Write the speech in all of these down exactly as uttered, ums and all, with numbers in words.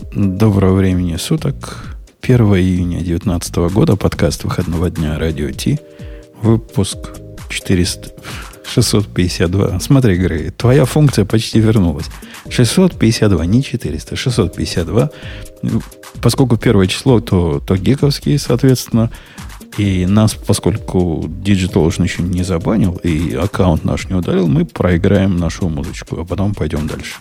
Доброго времени суток. первого июня две тысячи девятнадцатого года. Подкаст выходного дня Радио Ти. Выпуск четыреста, шестьсот пятьдесят два. Смотри, Грей, твоя функция почти вернулась. шестьсот пятьдесят два, не четыреста, шестьсот пятьдесят два. Поскольку первое число, то, то гиковские, соответственно. И нас, поскольку DigitalOcean еще не забанил и аккаунт наш не удалил, мы проиграем нашу музычку, а потом пойдем дальше.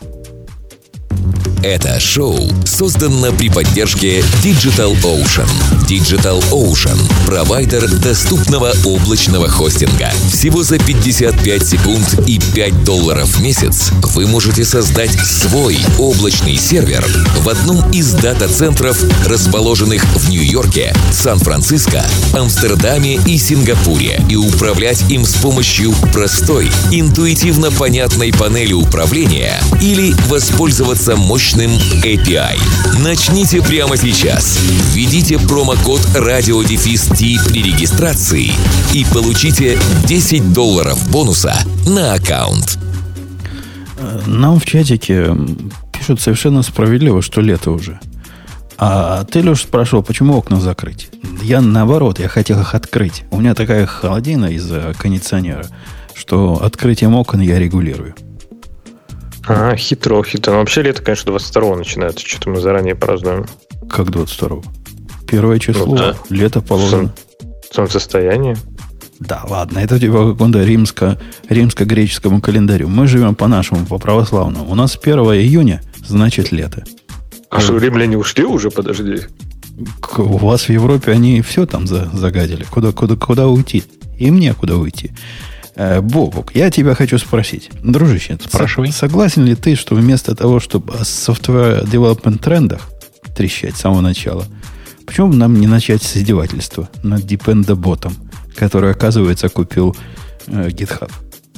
Это шоу создано при поддержке DigitalOcean. DigitalOcean – провайдер доступного облачного хостинга. Всего за пятьдесят пять секунд и пять долларов в месяц вы можете создать свой облачный сервер в одном из дата-центров, расположенных в Нью-Йорке, Сан-Франциско, Амстердаме и Сингапуре, и управлять им с помощью простой, интуитивно понятной панели управления или воспользоваться мощным эй пи ай. Начните прямо сейчас. Введите промокод радиодефис-ти при регистрации и получите десять долларов бонуса на аккаунт. Нам в чатике пишут совершенно справедливо, что лето уже. А ты, Леша, спрашивал, почему окна закрыть? Я наоборот, я хотел их открыть. У меня такая холодина из-за кондиционера, что открытием окон я регулирую. А, хитро, хитро. Но вообще лето, конечно, двадцать второго начинается. Что-то мы заранее празднуем. Как двадцать второго? Первое число. Ну, да. Лето положено. Солнцестояние. Да, ладно. Это типа какому-то римско, римско-греческому календарю. Мы живем по нашему, по православному. У нас первого июня значит лето. А что, римляне ушли уже? Подожди. У вас в Европе они все там загадили. Куда, куда, куда уйти? Им некуда уйти. Бобок, я тебя хочу спросить. Дружище, спрашивай. Согласен ли ты, что вместо того, чтобы о software development трендах трещать с самого начала, почему бы нам не начать с издевательства над Depend-ботом, который, оказывается, купил э, GitHub?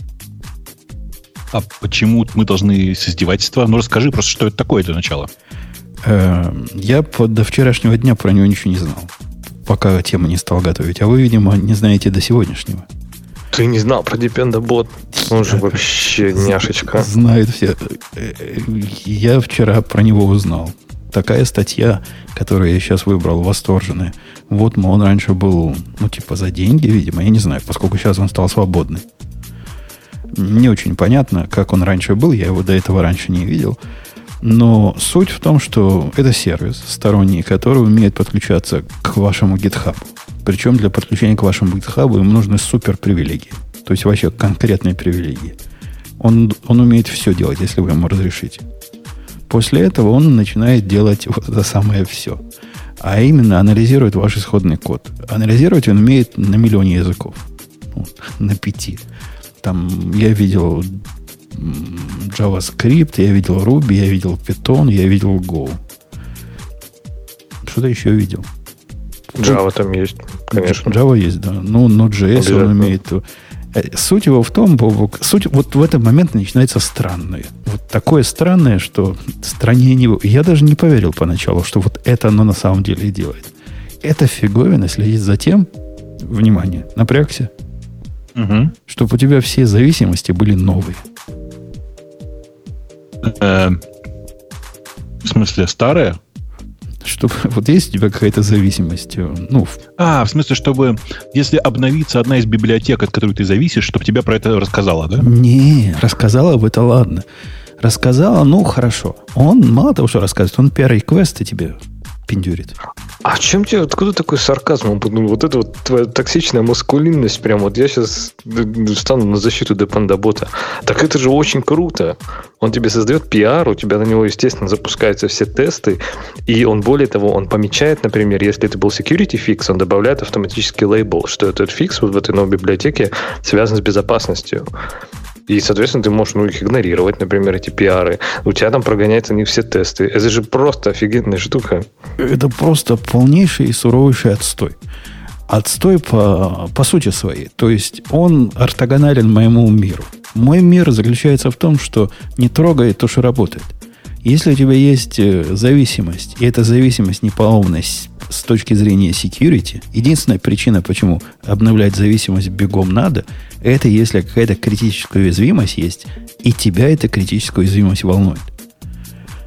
А почему мы должны с издевательства? Ну, расскажи просто, что это такое для начала. Э, я до вчерашнего дня про него ничего не знал, пока тему не стал готовить. А вы, видимо, не знаете до сегодняшнего. Ты не знал про Depend-бот? Он же вообще няшечка. Знает все. Я вчера про него узнал. Такая статья, которую я сейчас выбрал, восторженная. Вот, мол, он раньше был, ну, типа, за деньги, видимо. Я не знаю, поскольку сейчас он стал свободный. Не очень понятно, как он раньше был. Я его до этого раньше не видел. Но суть в том, что это сервис сторонний, который умеет подключаться к вашему GitHub. Причем для подключения к вашему GitHub им нужны супер привилегии. То есть вообще конкретные привилегии. Он, он умеет все делать, если вы ему разрешите. После этого он начинает делать вот это самое все. А именно анализирует ваш исходный код. Анализировать он умеет на миллионе языков. Ну, на пяти. Там я видел JavaScript, я видел Ruby, я видел Python, я видел Go. Что-то еще видел. Java там есть, конечно. Java есть, да. Ну, Node.js он умеет. Суть его в том, Бобок, суть вот в этот момент начинается странное. Вот такое странное, что страннее него. Я даже не поверил поначалу, что вот это оно на самом деле и делает. Эта фиговина следит за тем, внимание, напрягся, угу. чтобы у тебя все зависимости были новые. Э, в смысле, старые? Чтобы, вот есть у тебя какая-то зависимость? Ну, а, в смысле, чтобы, если обновится одна из библиотек, от которой ты зависишь, чтобы тебе про это рассказала, да? Не, рассказала бы, это ладно. Рассказала, ну, хорошо. Он, мало того, что рассказывает, он пиар-реквесты тебе пиндюрит. А чем тебе, откуда такой сарказм? Он подумал, вот это вот твоя токсичная маскулинность, прям вот я сейчас встану на защиту Depend-бота. Так это же очень круто. Он тебе создает пиар, у тебя на него, естественно, запускаются все тесты, и он, более того, он помечает, например, если это был security fix, он добавляет автоматический лейбл, что этот фикс вот в этой новой библиотеке связан с безопасностью. И, соответственно, ты можешь ну, их игнорировать, например, эти пиары. У тебя там прогоняются не все тесты. Это же просто офигенная штука. Это просто полнейший и суровейший отстой. Отстой по, по сути своей. То есть он ортогонален моему миру. Мой мир заключается в том, что не трогай то, что работает. Если у тебя есть зависимость, и эта зависимость неполомная с точки зрения security, единственная причина, почему обновлять зависимость бегом надо, это если какая-то критическая уязвимость есть, и тебя эта критическая уязвимость волнует. В,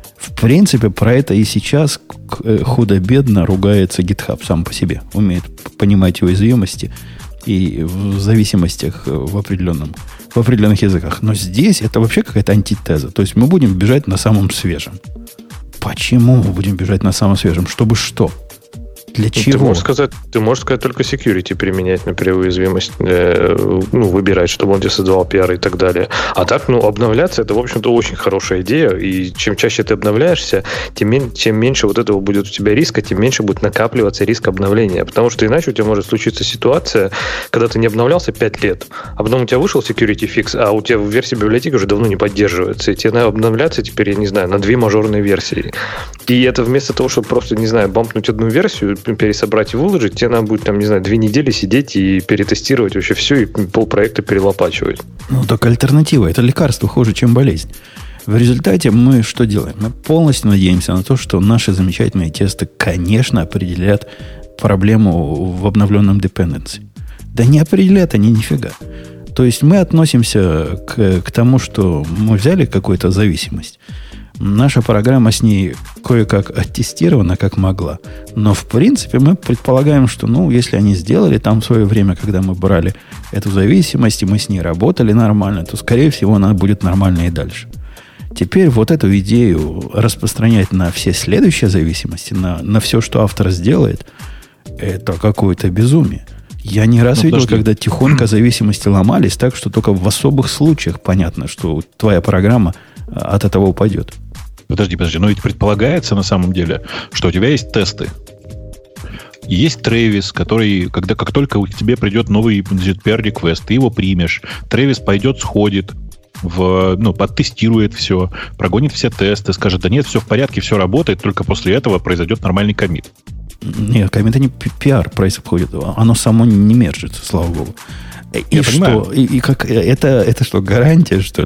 принципе, про это и сейчас худо-бедно ругается GitHub сам по себе. Умеет понимать уязвимости и в зависимостях в, определенном, в определенных языках. Но здесь это вообще какая-то антитеза. То есть мы будем бежать на самом свежем. Почему мы будем бежать на самом свежем? Чтобы что? Для чего? Ты можешь сказать, ты можешь сказать только security применять, например, уязвимость, э, ну, выбирать, чтобы он тебе создавал пиар и так далее. А так, ну, обновляться, это, в общем-то, очень хорошая идея. И чем чаще ты обновляешься, тем, мен- тем меньше вот этого будет у тебя риска, тем меньше будет накапливаться риск обновления. Потому что иначе у тебя может случиться ситуация, когда ты не обновлялся пять лет, а потом у тебя вышел security fix, а у тебя версия библиотеки уже давно не поддерживается. И тебе надо обновляться теперь, я не знаю, на две мажорные версии. И это вместо того, чтобы просто, не знаю, бампнуть одну версию, пересобрать и выложить, тебе надо будет, там, не знаю, две недели сидеть и перетестировать вообще все, и полпроекта перелопачивать. Ну, так альтернатива. Это лекарство хуже, чем болезнь. В результате мы что делаем? Мы полностью надеемся на то, что наши замечательные тесты, конечно, определят проблему в обновленном dependency. Да не определят они нифига. То есть мы относимся к, к тому, что мы взяли какую-то зависимость. Наша программа с ней кое-как оттестирована, как могла. Но, в принципе, мы предполагаем, что, ну, если они сделали там в свое время, когда мы брали эту зависимость, и мы с ней работали нормально, то, скорее всего, она будет нормально и дальше. Теперь вот эту идею распространять на все следующие зависимости, на, на все, что автор сделает, это какое-то безумие. Я не раз ну, видел, подожди. Когда тихонько зависимости ломались, так что только в особых случаях понятно, что твоя программа от этого упадет. Подожди, подожди. Но ведь предполагается на самом деле, что у тебя есть тесты. И есть Travis, который, когда как только к тебе придет новый зет пи ар-реквест, ты его примешь. Travis пойдет, сходит, в, ну, подтестирует все, прогонит все тесты, скажет, да нет, все в порядке, все работает, только после этого произойдет нормальный коммит. Нет, коммиты не пиар происходит. Оно само не мержится, слава богу. И Я что? Понимаю. И, и как, это, это что, гарантия, что ли?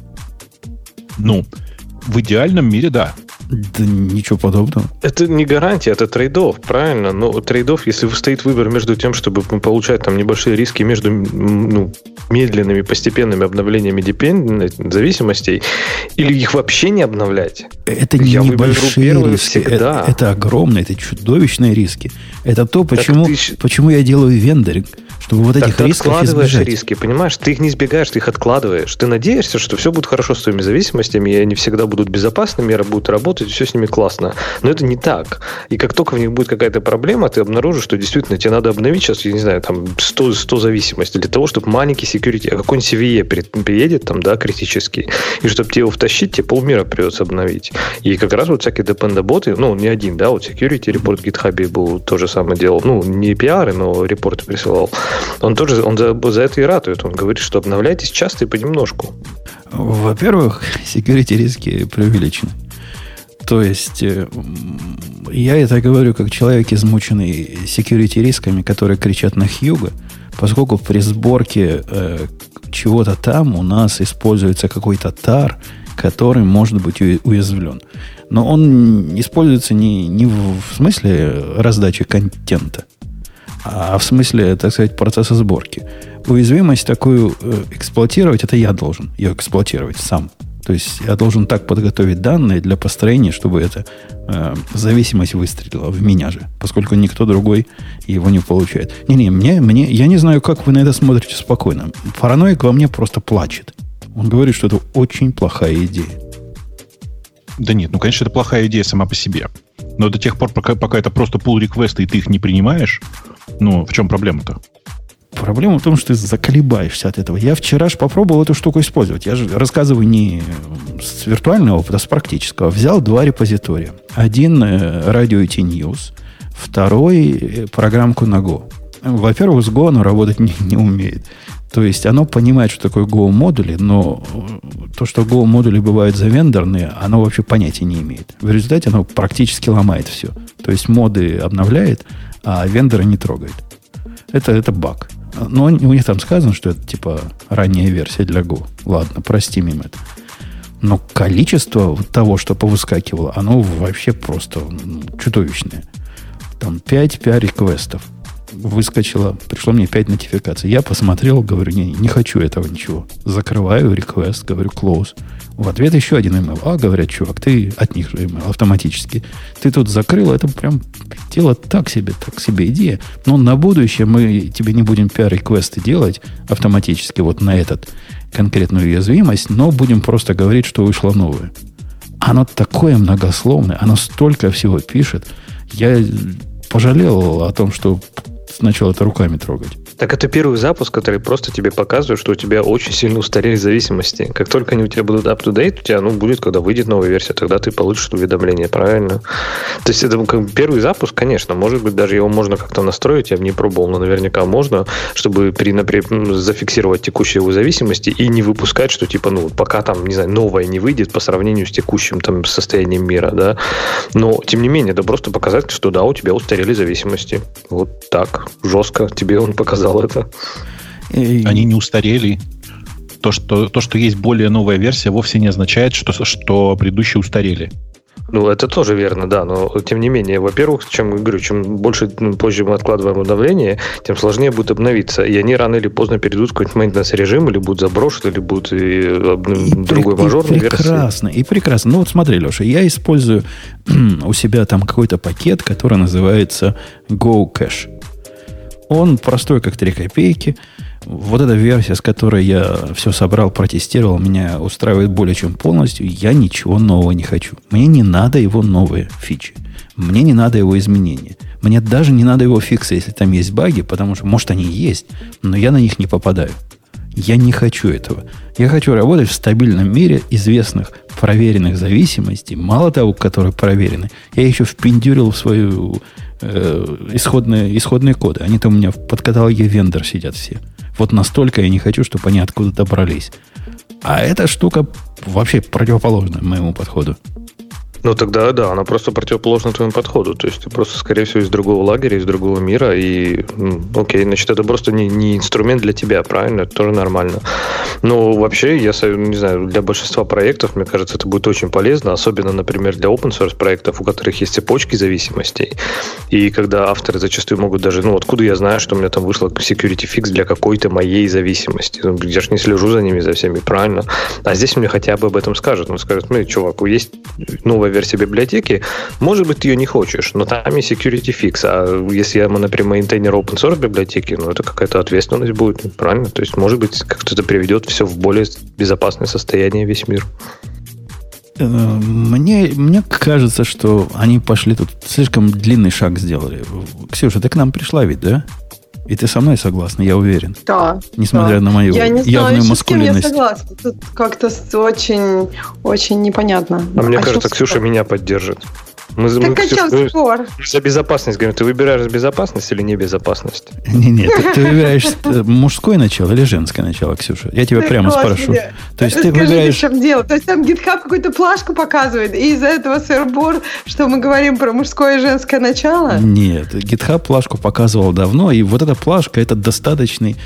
Ну, в идеальном мире, да. Да ничего подобного. Это не гарантия, это трейд-офф, правильно? Но трейд-офф, если стоит выбор между тем, чтобы получать там небольшие риски между ну, медленными, постепенными обновлениями депен... зависимостей, или их вообще не обновлять. Это не небольшие риски, это, это огромные, это чудовищные риски. Это то, почему, ты... почему я делаю вендоринг. Чтобы вот этих так рисков ты откладываешь избежать. Риски, понимаешь? Ты их не избегаешь, ты их откладываешь. Ты надеешься, что все будет хорошо с твоими зависимостями, и они всегда будут безопасными, будут работать, и все с ними классно. Но это не так. И как только в них будет какая-то проблема, ты обнаружишь, что действительно тебе надо обновить сейчас, я не знаю, там сто, сто зависимостей для того, чтобы маленький security, а какой-нибудь си ви и приедет там, да, критический, и чтобы тебе его втащить, тебе полмира придется обновить. И как раз вот всякие депендоботы, ну, не один, да, вот security репорт в GitHub был то же самое делал. Ну, не пиары, но репорты присылал. Он тоже он за, за это и ратует. Он говорит, что обновляйтесь часто и понемножку. Во-первых, security риски преувеличены. То есть, я это говорю как человек, измученный security рисками, которые кричат на Хьюго, поскольку при сборке э, чего-то там у нас используется какой-то тар, который может быть уязвлен. Но он используется не, не в смысле раздачи контента, а в смысле, так сказать, процесса сборки. Уязвимость такую э, эксплуатировать, это я должен ее эксплуатировать сам. То есть я должен так подготовить данные для построения, чтобы эта э, зависимость выстрелила в меня же, поскольку никто другой его не получает. Не-не, мне, мне, я не знаю, как вы на это смотрите спокойно. Параноик во мне просто плачет. Он говорит, что это очень плохая идея. Да нет, ну, конечно, это плохая идея сама по себе. Но до тех пор, пока, пока это просто pull-реквесты, и ты их не принимаешь, ну, в чем проблема-то? Проблема в том, что ты заколебаешься от этого. Я вчера же попробовал эту штуку использовать. Я же рассказываю не с виртуального опыта, а с практического. Взял два репозитория. Один Radio ай ти News, второй программку на Go. Во-первых, с Go оно работать не, не умеет. То есть оно понимает, что такое Go-модули, но то, что Go-модули бывают завендорные, оно вообще понятия не имеет. В результате оно практически ломает все. То есть моды обновляет, а вендоры не трогает. Это, это баг. Но у них там сказано, что это типа ранняя версия для Go. Ладно, простим им это. Но количество того, что повыскакивало, оно вообще просто ну, чудовищное. Там пять пиар-реквестов. выскочило, пришло мне пять нотификаций. Я посмотрел, говорю, не, не хочу этого ничего. Закрываю request, говорю close. В ответ еще один email. А, говорят, чувак, ты от них же email автоматически. Ты тут закрыл, это прям дело так себе, так себе идея. Но на будущее мы тебе не будем пиар-реквесты делать автоматически вот на этот конкретную уязвимость, но будем просто говорить, что вышло новое. Оно такое многословное, оно столько всего пишет. Я пожалел о том, что сначала это руками трогать. Так это первый запуск, который просто тебе показывает, что у тебя очень сильно устарели зависимости. Как только они у тебя будут up-to-date, у тебя ну, будет, когда выйдет новая версия, тогда ты получишь уведомление, правильно? То есть это как первый запуск, конечно, может быть, даже его можно как-то настроить, я бы не пробовал, но наверняка можно, чтобы при, например, зафиксировать текущие его зависимости и не выпускать, что типа, ну, пока там, не знаю, новое не выйдет по сравнению с текущим там состоянием мира, да. Но, тем не менее, это просто показатель, что да, у тебя устарели зависимости. Вот так, жестко тебе он показал это. Они не устарели. То что, то, что есть более новая версия, вовсе не означает, что, что предыдущие устарели. Ну, это тоже верно, да, но тем не менее, во-первых, чем я говорю, чем больше ну, позже мы откладываем обновление, тем сложнее будет обновиться. И они рано или поздно перейдут в какой-нибудь maintenance режим, или будут заброшены, или будут и, и другой мажорной версии. Прекрасно, и прекрасно. Ну вот смотри, Леша, я использую у себя там какой-то пакет, который называется GoCache. Он простой, как три копейки. Вот эта версия, с которой я все собрал, протестировал, меня устраивает более чем полностью. Я ничего нового не хочу. Мне не надо его новые фичи. Мне не надо его изменения. Мне даже не надо его фикса, если там есть баги, потому что, может, они есть, но я на них не попадаю. Я не хочу этого. Я хочу работать в стабильном мире известных, проверенных зависимостей. Мало того, которые проверены, я еще впендюрил в свою э, исходные, исходные коды. Они там у меня в подкаталоге вендор сидят все. Вот настолько я не хочу, чтобы они откуда-то брались. А эта штука вообще противоположна моему подходу. Ну, тогда, да, она просто противоположна твоему подходу. То есть ты просто, скорее всего, из другого лагеря, из другого мира. И, ну, окей, значит, это просто не, не инструмент для тебя, правильно? Это тоже нормально. Но вообще, я не знаю, для большинства проектов, мне кажется, это будет очень полезно. Особенно, например, для open-source проектов, у которых есть цепочки зависимостей. И когда авторы зачастую могут даже... Ну, откуда я знаю, что у меня там вышло security fix для какой-то моей зависимости? Ну, я же не слежу за ними, за всеми, правильно? А здесь мне хотя бы об этом скажут. Он скажет, ну, чувак, есть новая версия библиотеки, может быть, ты ее не хочешь, но там и security fix. А если я, например, мейнтейнер open source библиотеки, ну, это какая-то ответственность будет, правильно? То есть, может быть, как-то это приведет все в более безопасное состояние весь мир. Мне, мне кажется, что они пошли тут слишком длинный шаг сделали. Ксюша, ты к нам пришла ведь, да? И ты со мной согласна, я уверен. Да. Несмотря да. на мою я не знаю, явную еще маскулинность. С кем я согласна. Тут как-то очень, очень непонятно. А мне а кажется, Ксюша спор? меня поддержит. Мы, так мы, о чем Ксюша, спор? За безопасность говорим. Ты выбираешь безопасность или небезопасность? Не-не, ты, ты выбираешь мужское начало или женское начало, Ксюша? Я тебя так прямо Господи. спрошу. То есть Расскажи, ты выбираешь... в чем дело. То есть там GitHub какую-то плашку показывает, и из-за этого сырбор, что мы говорим про мужское и женское начало? Нет, GitHub плашку показывал давно, и вот эта плашка — это достаточный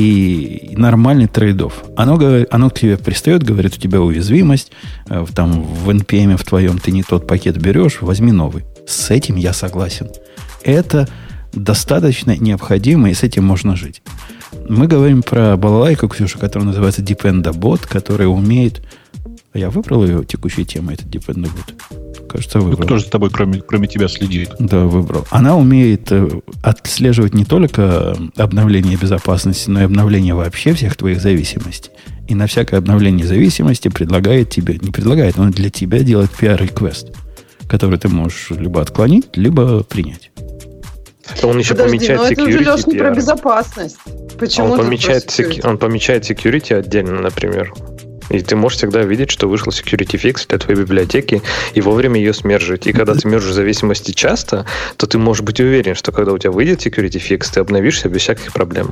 и нормальный трейд-офф. Оно, оно к тебе пристает, говорит, у тебя уязвимость, там в эн пи эм в твоем ты не тот пакет берешь, возьми новый. С этим я согласен. Это достаточно необходимо, и с этим можно жить. Мы говорим про балалайку, Ксюша, которая называется Dependabot, которая умеет... Я выбрал ее текущую тему, это Dependabot? Кажется, выбрал. Ну, кто же с тобой, кроме, кроме тебя, следит? Да, выбрал. Она умеет отслеживать не только обновление безопасности, но и обновление вообще всех твоих зависимостей. И на всякое обновление зависимости предлагает тебе... Не предлагает, он для тебя делает пи ар-реквест, который ты можешь либо отклонить, либо принять. Он еще Подожди, помечает но security. это уже, Леш, не пи ар. про безопасность. Почему он ты помечает, про security? secu- он помечает security отдельно, например. И ты можешь всегда видеть, что вышел security fix для твоей библиотеки, и вовремя ее смержить. И когда ты мержишь зависимости часто, то ты можешь быть уверен, что когда у тебя выйдет security fix, ты обновишься без всяких проблем.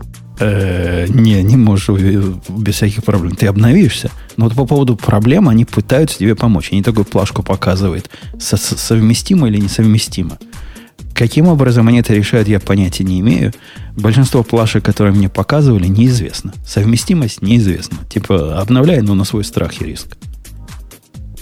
Не, не можешь без всяких проблем. Ты обновишься. Но вот по поводу проблем они пытаются тебе помочь. Они такую плашку показывают. Совместимо или несовместимо. Каким образом они это решают, я понятия не имею. Большинство плашек, которые мне показывали, неизвестно. Совместимость неизвестна. Типа, обновляй, но на свой страх и риск.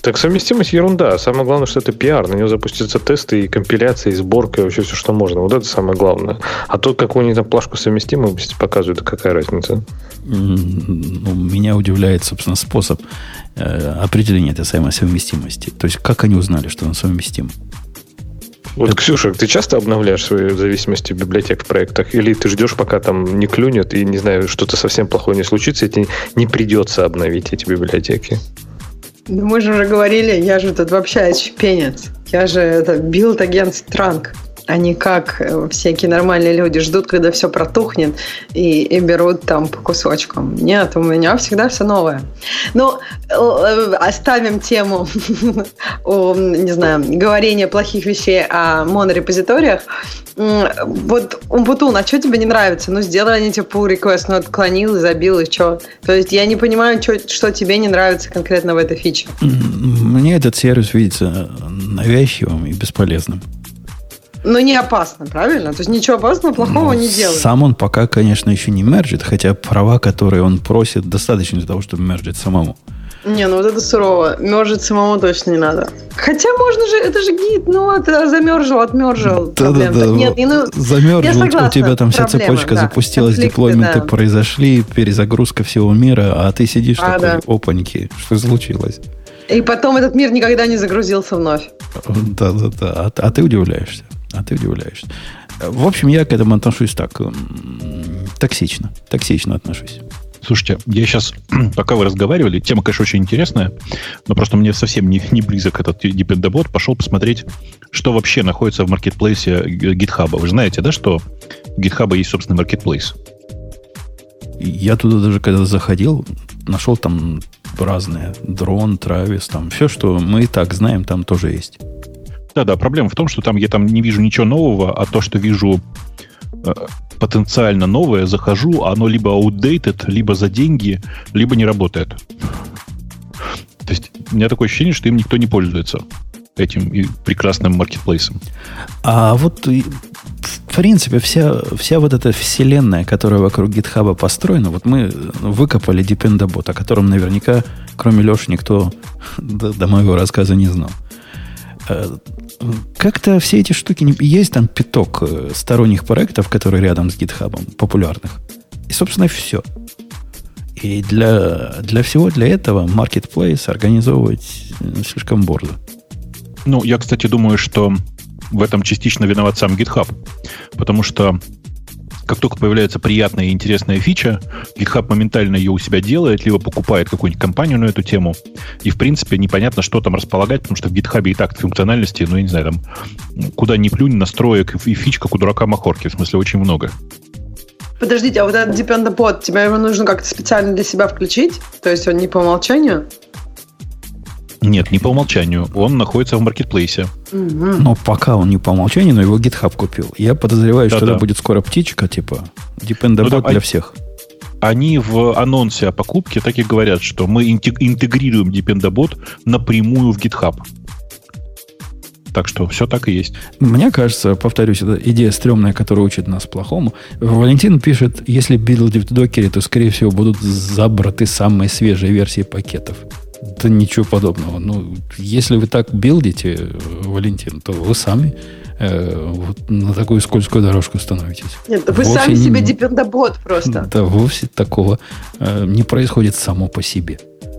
Так совместимость ерунда. Самое главное, что это пиар. На него запустятся тесты и компиляция, и сборка, и вообще все, что можно. Вот это самое главное. А то, какую они там плашку совместимости показывают, какая разница? Ну, меня удивляет, собственно, способ э, определения этой самой совместимости. То есть, как они узнали, что она совместима? Вот, это... Ксюша, ты часто обновляешь свои зависимости в библиотек в проектах? Или ты ждешь, пока там не клюнет и, не знаю, что-то совсем плохое не случится, и тебе не придется обновить эти библиотеки? Да мы же уже говорили, я же тут вообще отщепенец. Я же это билд-агент Странг. Они как всякие нормальные люди ждут, когда все протухнет и, и берут там по кусочкам. Нет, у меня всегда все новое. Ну, оставим тему о, не знаю, говорения плохих вещей о монорепозиториях. Вот, Умпутун, а что тебе не нравится? Ну, сделали они тебе pull request, ну, отклонил и забил, и что? То есть я не понимаю, что, что тебе не нравится конкретно в этой фиче. Мне этот сервис видится навязчивым и бесполезным. Но не опасно, правильно? То есть ничего опасного, плохого ну, не делает. Сам он пока, конечно, еще не мерджит, хотя права, которые он просит, достаточно для того, чтобы мерджить самому. Не, ну вот это сурово. Мержить самому точно не надо. Хотя можно же, это же гид, ну это замержил, отмержил. Да, да, да. Нет, не, ну, замержил, согласна, у тебя там вся проблемы, цепочка да, запустилась, деплойменты да. произошли, перезагрузка всего мира, а ты сидишь а, такой, да. опаньки, что случилось? И потом этот мир никогда не загрузился вновь. Да, да, да. А, а ты удивляешься. А ты удивляешься. В общем, я к этому отношусь так. Токсично. Токсично отношусь. Слушайте, я сейчас, пока вы разговаривали, тема, конечно, очень интересная, но просто мне совсем не, не близок этот Dependabot. Пошел посмотреть, что вообще находится в маркетплейсе GitHub. Вы же знаете, да, что у GitHub есть собственный маркетплейс? Я туда даже когда заходил, нашел там разные. Дрон, Травис, там все, что мы и так знаем, там тоже есть. Да-да, проблема в том, что там я там не вижу ничего нового, а то, что вижу э, потенциально новое, захожу, оно либо outdated, либо за деньги, либо не работает. То есть у меня такое ощущение, что им никто не пользуется, этим прекрасным маркетплейсом. А вот в принципе вся, вся вот эта вселенная, которая вокруг GitHub построена, вот мы выкопали Dependabot, о котором наверняка, кроме Леши, никто до, до моего рассказа не знал. Как-то все эти штуки... Не... Есть там пяток сторонних проектов, которые рядом с GitHub, популярных. И, собственно, все. И для, для всего для этого marketplace организовывать слишком борзо. Ну, я, кстати, думаю, что в этом частично виноват сам GitHub. Потому что как только появляется приятная и интересная фича, GitHub моментально ее у себя делает, либо покупает какую-нибудь компанию на эту тему. И, в принципе, непонятно, что там располагать, потому что в GitHub и так функциональности, ну, я не знаю, там, куда ни плюнь, настроек и фич, как у дурака махорки. В смысле, очень много. Подождите, а вот этот Dependabot, тебе его нужно как-то специально для себя включить? То есть он не по умолчанию? Нет, не по умолчанию. Он находится в маркетплейсе. Mm-hmm. Но пока он не по умолчанию, но его GitHub купил. Я подозреваю, да, что да. это будет скоро птичка, типа Dependabot ну, для они, всех. Они в анонсе о покупке так и говорят, что мы интегрируем Dependabot напрямую в GitHub. Так что все так и есть. Мне кажется, повторюсь, это идея стрёмная, которая учит нас плохому. Валентин пишет, если билдить в докере, то, скорее всего, будут забраты самые свежие версии пакетов. Да ничего подобного. Ну, если вы так билдите, Валентин, то вы сами э, вот на такую скользкую дорожку становитесь. Нет, вы вовсе сами не, себе Dependabot просто. Да, вовсе такого э, не происходит само по себе.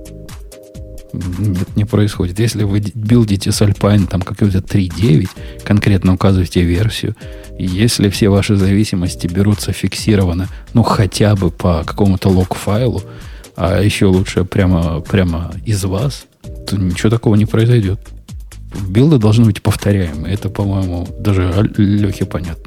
Нет, не происходит. Если вы билдите с Alpine там какой-то три девять, конкретно указываете версию, и если все ваши зависимости берутся фиксированно, ну, хотя бы по какому-то лог-файлу, а еще лучше прямо, прямо из вас, то ничего такого не произойдет. Билды должны быть повторяемые. Это, по-моему, даже Лехе понятно.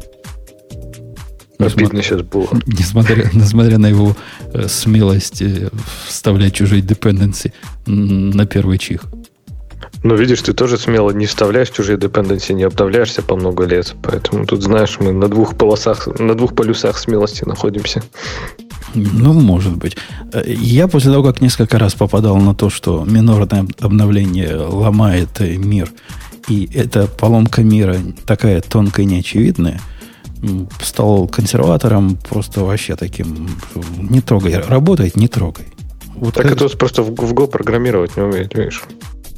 Обидно сейчас было. Несмотря, несмотря на его э, смелость э, вставлять чужие dependency на первый чих. Ну, видишь, ты тоже смело не вставляешь чужие dependency, не обновляешься по много лет. Поэтому тут, знаешь, мы на двух полосах, на двух полюсах смелости находимся. Ну, может быть. Я после того, как несколько раз попадал на то, что минорное обновление ломает мир, и эта поломка мира такая тонкая и неочевидная, стал консерватором просто вообще таким. Не трогай. Работает, не трогай. Вот так как... это просто в, в Go программировать не умеет, видишь?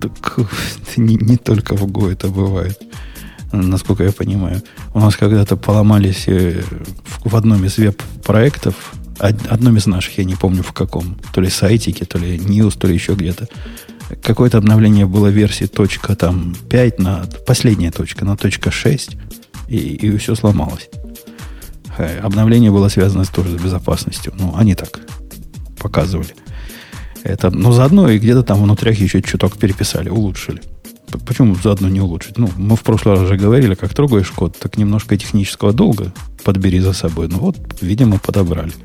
Так, не, не только в Go это бывает, насколько я понимаю. У нас когда-то поломались в, в одном из веб-проектов, одном из наших, я не помню в каком, то ли сайтике, то ли News, то ли еще где-то. Какое-то обновление было версии точка там пять на последняя точка на точка шесть, и, и все сломалось. Обновление было связано тоже с безопасностью. Ну, они так показывали. Это, но заодно и где-то там внутрях еще чуток переписали, улучшили. Почему заодно не улучшить? Ну, мы в прошлый раз же говорили, как трогаешь код, так немножко технического долга подбери за собой. Ну вот, видимо, подобрали.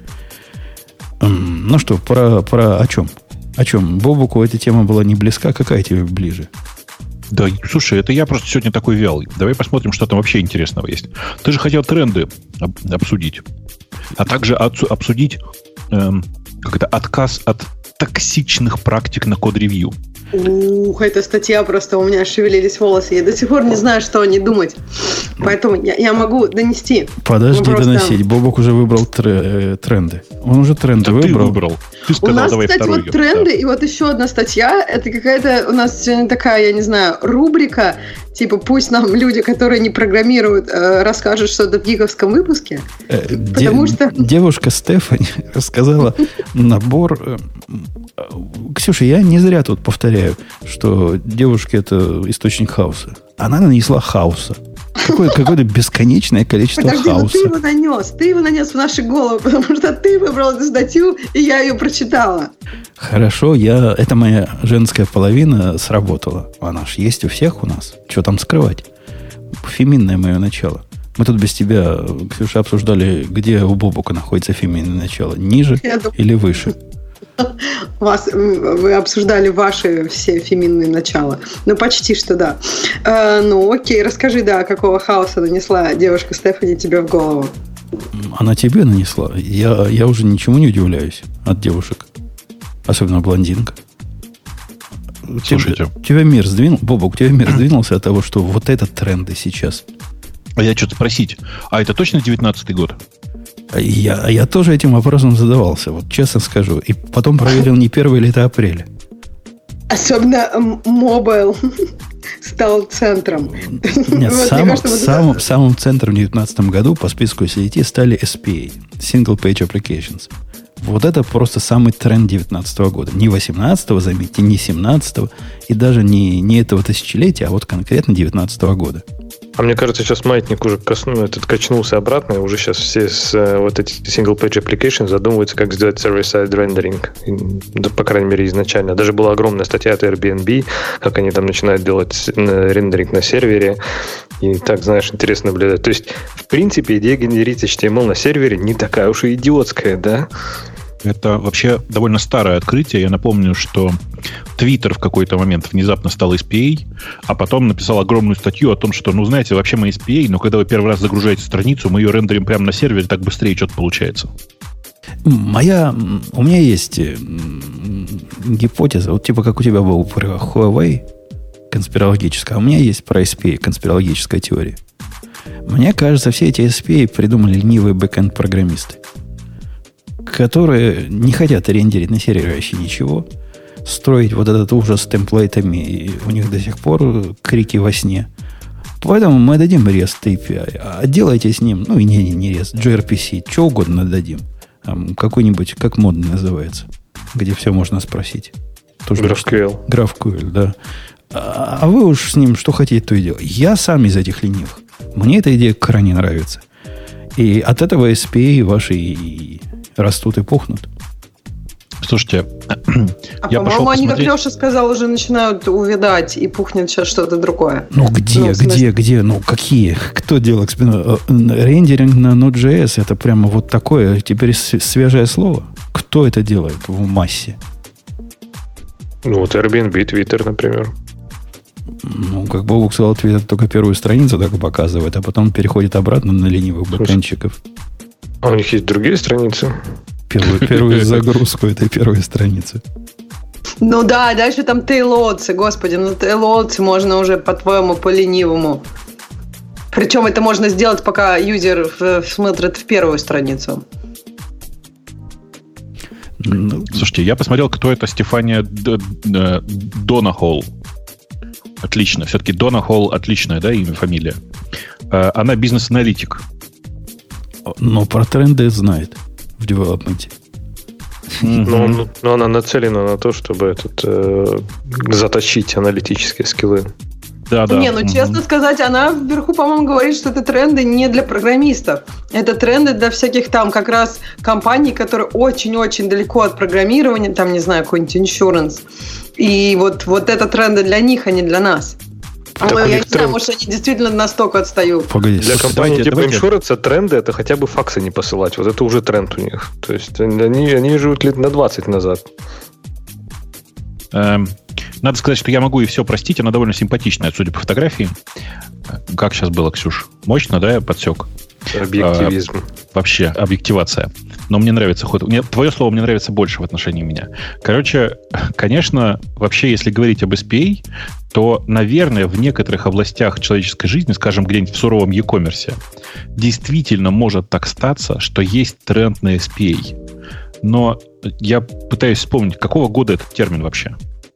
Ну что, про, про о чем? О чем? Бобуку эта тема была не близка, какая тебе ближе? Да, слушай, это я просто сегодня такой вялый. Давай посмотрим, что там вообще интересного есть. Ты же хотел тренды об, обсудить, а также от, обсудить эм, как это, отказ от токсичных практик на код-ревью. Ух, эта статья просто у меня шевелились волосы. Я до сих пор не знаю, что о ней думать. Поэтому я, я могу донести. Подожди просто... доносить. Бобок уже выбрал тре- тренды. Он уже тренды да выбрал. Ты выбрал. Ты сказал, у нас, давай кстати, второй. вот тренды, да. И вот еще одна статья. Это какая-то у нас сегодня такая, я не знаю, рубрика. Типа, пусть нам люди, которые не программируют, расскажут что-то в гиковском выпуске. Потому Де- что... Девушка Стефани рассказала набор... Ксюша, я не зря тут повторяю, что девушки – это источник хаоса. Она нанесла хаоса. Какое- какое-то бесконечное количество Подожди, хаоса. ну ты его нанес. Ты его нанес в наши головы, потому что ты выбрал эту статью, и я ее прочитала. Хорошо, я, это моя женская половина сработала. Она ж есть у всех у нас. Что там скрывать? Феминное мое начало. Мы тут без тебя, Ксюша, обсуждали, где у Бобука находится феминное начало. Ниже Я думаю, или выше? Вас, вы обсуждали ваши все феминные начала. Ну, почти что да. А, ну, окей, расскажи, да, какого хаоса нанесла девушка Стефани тебе в голову. Она тебе нанесла. Я, я уже ничему не удивляюсь от девушек. Особенно блондинка. Слушайте. У тебя мир сдвинул, Бобок, у тебя мир сдвинулся от того, что вот это тренды сейчас. А я что-то спросить. А это точно девятнадцатый год? Я, я тоже этим вопросом задавался, вот честно скажу. И потом проверил, не первое ли это апреля. Особенно мобайл стал центром. Нет, Вот, сам, мне кажется, вот самым, это- самым центром в две тысячи девятнадцатом году по списку сети стали эс пи эй, Single Page Applications. Вот это просто самый тренд две тысячи девятнадцатого года. Не восемнадцатого, заметьте, не семнадцатого, и даже не, не этого тысячелетия, а вот конкретно две тысячи девятнадцатого года. А мне кажется, сейчас маятник уже косну, этот качнулся обратно, и уже сейчас все с, э, вот эти single-page applications задумываются, как сделать server-side rendering. И, да, по крайней мере, изначально. Даже была огромная статья от Airbnb, как они там начинают делать э, рендеринг на сервере. И так, знаешь, интересно наблюдать. То есть, в принципе, идея генерить эйч ти эм эл на сервере не такая уж и идиотская, да? Это вообще довольно старое открытие. Я напомню, что Twitter в какой-то момент внезапно стал эс пи эй, а потом написал огромную статью о том, что, ну, знаете, вообще мы эс пи эй, но когда вы первый раз загружаете страницу, мы ее рендерим прямо на сервере, так быстрее что-то получается. Моя, у меня есть м, гипотеза, вот типа как у тебя был про Huawei конспирологическая, а у меня есть про эс пи эй конспирологическая теория. Мне кажется, все эти эс пи эй придумали ленивые бэкэнд-программисты, которые не хотят рендерить на сервере вообще ничего, строить вот этот ужас с темплейтами, и у них до сих пор крики во сне. Поэтому мы дадим REST эй пи ай, а делайте с ним, ну и не, не, не REST, джей ар пи си, что угодно дадим. Там какой-нибудь, как модный называется, где все можно спросить. Тоже GraphQL. GraphQL, да. А, а вы уж с ним что хотите, то и делайте. Я сам из этих ленивых. Мне эта идея крайне нравится. И от этого эс пи эй ваши и растут и пухнут. Слушайте, А я пошел по-моему, они, как посмотреть. Леша сказал, уже начинают увядать, и пухнет сейчас что-то другое. Ну где, Ну, в смысле- где, где? Ну какие? Кто делал эксперимент? Рендеринг на Node.js это прямо вот такое, теперь с- свежее слово. Кто это делает в массе? Ну, вот Airbnb, Twitter, например. Ну, как Бобук сказал, Twitter только первую страницу так показывает, а потом переходит обратно на ленивых бэкэндчиков. А у них есть другие страницы? Первую, первую загрузку этой первой страницы. Ну да, дальше там тейлоудсы, господи, ну тейлоудсы можно уже по-твоему, по-ленивому. Причем это можно сделать, пока юзер в- смотрит в первую страницу. Ну, Слушайте, я посмотрел, кто это Стефания Д- Д- Донахол. Отлично. Все-таки Дона Холл отличное, да, имя, фамилия. Она бизнес-аналитик. Но про тренды знает в девелопменте. Но, но, но она нацелена на то, чтобы этот, э, заточить аналитические скиллы. Да, да. Не, ну mm-hmm. честно сказать, она вверху, по-моему, говорит, что это тренды не для программистов. Это тренды для всяких там как раз компаний, которые очень-очень далеко от программирования, там, не знаю, какой-нибудь insurance. И вот, вот это тренды для них, а не для нас. Так я не тренд... знаю, может, они действительно настолько отстают. Погоди, для компании типа иншуранса тренды это хотя бы факсы не посылать. Вот это уже тренд у них. То есть они, они живут лет на двадцать назад. Эм, надо сказать, что я могу и все простить. Она довольно симпатичная, судя по фотографии. Как сейчас было, Ксюш? Мощно, да, я подсек? Объективизм. А, вообще, объективация. Но мне нравится ход. Мне, твое слово мне нравится больше в отношении меня. Короче, конечно, вообще, если говорить об эс пи эй, то, наверное, в некоторых областях человеческой жизни, скажем, где-нибудь в суровом e-commerce, действительно может так статься, что есть тренд на эс пи эй. Но я пытаюсь вспомнить, какого года этот термин вообще?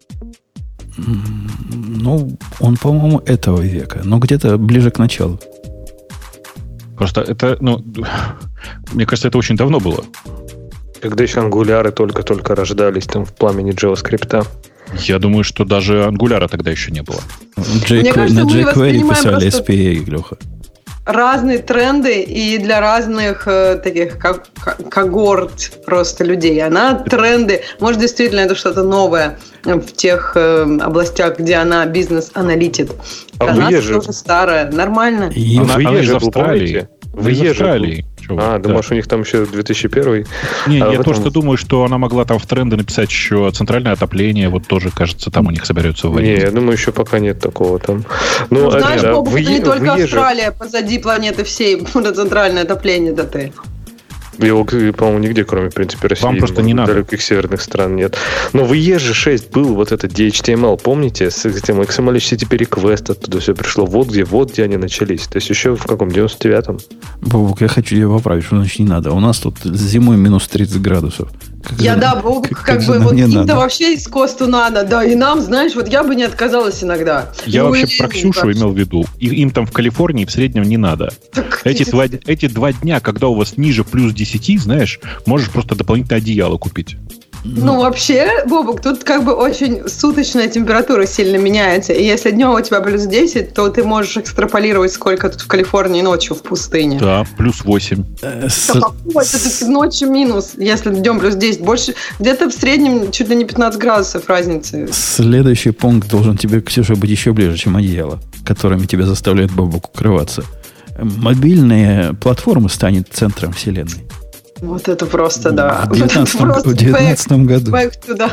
Ну, он, по-моему, этого века, но где-то ближе к началу. Просто это, ну, мне кажется, это очень давно было. Когда еще ангуляры только-только рождались там в пламени JavaScript. Я думаю, что даже ангуляра тогда еще не было. J- Мне кажется, на jQuery писали эс пи эй, Леха. Разные тренды и для разных э, таких как, когорт просто людей. Она тренды, может, действительно это что-то новое в тех э, областях, где она бизнес-аналитит. А для нас это уже старая, нормально. И она, она из Австралии. В Австралии. А, думаешь, да. У них там еще две тысячи первый? Не, а я этом... тоже думаю, что она могла там в тренды написать еще центральное отопление, вот тоже, кажется, там у них соберется в Не, я думаю, еще пока нет такого там. Ну, ну знаешь, а, Бобук, это не только Еже... Австралия, позади планеты всей, это центральное отопление, да ты. Его, по-моему, нигде, кроме, в принципе, России. Вам просто не надо. Далеких северных стран нет. Но в и и джи шесть был вот этот ди эйч ти эм эл, помните? С этим икс эм эл эйч ти ти пи request оттуда все пришло. Вот где, вот где они начались. То есть еще в каком? девяносто девятом? Бобук, я хочу тебя поправить, что значит не надо. У нас тут зимой минус тридцать градусов. Как я, же, да, Бобук, как, как бы вот им-то вообще из косту надо. Да, и нам, знаешь, вот я бы не отказалась иногда. Я ну, вообще про Ксюшу вообще. имел в виду. И, им там в Калифорнии в среднем не надо. Так, эти, два, эти два дня, когда у вас ниже плюс десять, знаешь, можешь просто дополнительное одеяло купить. Ну, вообще, Бобук, тут как бы очень суточная температура сильно меняется. И если днем у тебя плюс десять, то ты можешь экстраполировать, сколько тут в Калифорнии ночью в пустыне. Да, плюс восемь. С... Это ночью минус, если днем плюс десять. Больше, где-то в среднем чуть ли не пятнадцать градусов разницы. Следующий пункт должен тебе, Ксюша, быть еще ближе, чем одеяло, которыми тебя заставляет Бобук укрываться. Мобильные платформы станет центром вселенной. Вот это просто, да. В девятнадцатом году. Back туда.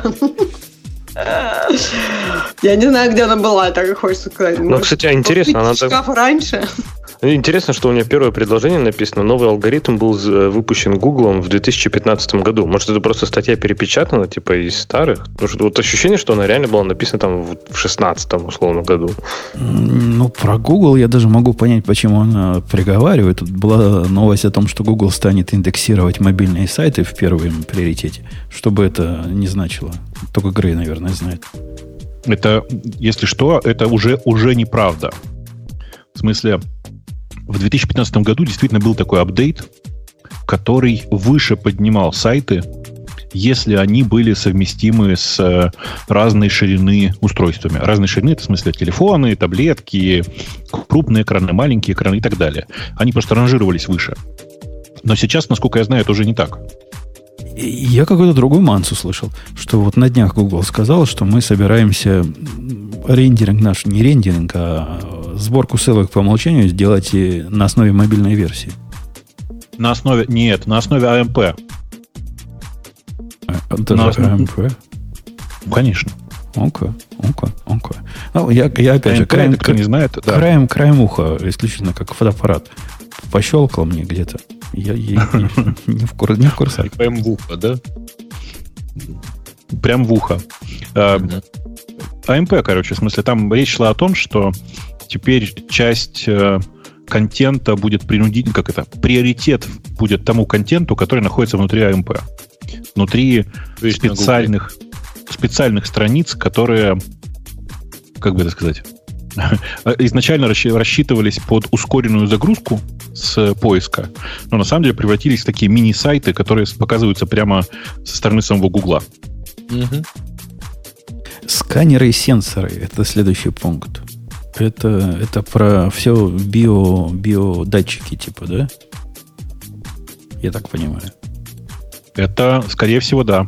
Я не знаю, где она была, так и хочется сказать. Ну, кстати, интересно. Она шкаф раньше. Интересно, что у меня первое предложение написано. Новый алгоритм был выпущен Гуглом в две тысячи пятнадцатом году. Может, это просто статья перепечатана, типа, из старых? Потому что вот ощущение, что она реально была написана там в шестнадцатом, условно, году. Ну, про Google я даже могу понять, почему она приговаривает. Тут была новость о том, что Google станет индексировать мобильные сайты в первом приоритете. Что бы это ни значило. Только Грей, наверное, знает. Это, если что, это уже, уже неправда. В смысле... В две тысячи пятнадцатом году действительно был такой апдейт, который выше поднимал сайты, если они были совместимы с разной ширины устройствами. Разной ширины, это в смысле телефоны, таблетки, крупные экраны, маленькие экраны и так далее. Они просто ранжировались выше. Но сейчас, насколько я знаю, это уже не так. Я какой-то другой мансу слышал, что вот на днях Google сказал, что мы собираемся рендеринг наш, не рендеринг, а сборку ссылок по умолчанию сделать и на основе мобильной версии. На основе... Нет, на основе эй эм пи. Даже на основе... эй эм пи? Конечно. Окей, окей, окей. Ну, я, я опять же, краем, кто не знает, да. краем, краем уха, исключительно как фотоаппарат, пощелкал мне где-то. Я, я не, не в курсе. Не в курсе. Прям в ухо, да? Прям в ухо. эй эм пи, короче, в смысле, там речь шла о том, что теперь часть э, контента будет принудительно, как это, приоритет будет тому контенту, который находится внутри эй эм пи. Внутри специальных, специальных страниц, которые, как бы это сказать, изначально рассчитывались под ускоренную загрузку с поиска, но на самом деле превратились в такие мини-сайты, которые показываются прямо со стороны самого Гугла. Угу. Сканеры и сенсоры – это следующий пункт. Это, это про все био, биодатчики типа, да? Я так понимаю. Это, скорее всего, да.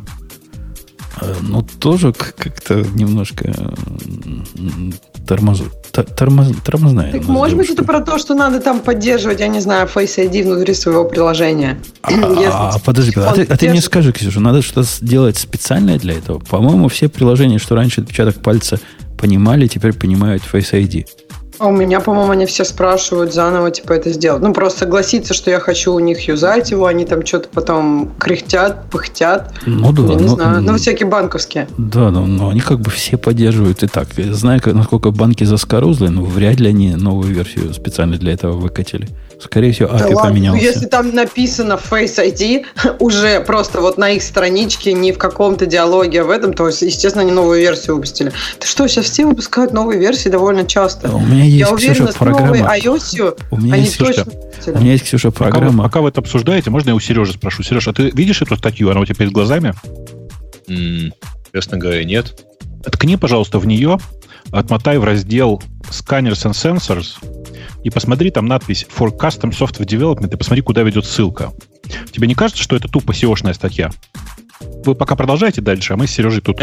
Ну, тоже как-то немножко тормозу, тормоз, тормозная. Так, может быть, это про то, что надо там поддерживать, я не знаю, Face ай ди внутри своего приложения. А, а подожди, а ты, а ты мне скажи, Ксюша, надо что-то сделать специальное для этого? По-моему, все приложения, что раньше отпечаток пальца понимали, теперь понимают Face ай ди. А у меня, по-моему, они все спрашивают заново, типа, это сделать. Ну, просто согласиться, что я хочу у них юзать его, они там что-то потом кряхтят, пыхтят. Ну да. Я не но, знаю, ну, всякие банковские. Да, но, но они как бы все поддерживают и так. Зная, насколько банки заскорузлые, ну, вряд ли они новую версию специально для этого выкатили. Скорее всего, эй пи ай да поменялся. Ладно, если там написано Face ай ди уже просто вот на их страничке, не в каком-то диалоге, а в этом, то, естественно, они новую версию выпустили. Ты что, сейчас все выпускают новые версии довольно часто. У меня есть, Я уверена, Ксюша, с новой программа. iOS У меня они есть, точно у меня есть, Ксюша, программа. Пока вы, пока вы это обсуждаете, можно я у Сережи спрошу? Сереж, а ты видишь эту статью? Она у тебя перед глазами? М-м, честно говоря, нет. Ткни, пожалуйста, в нее, отмотай в раздел Scanners and Sensors и посмотри там надпись For Custom Software Development и посмотри, куда ведет ссылка. Тебе не кажется, что это тупо сеошная статья? Вы пока продолжайте дальше, а мы с Сережей тут...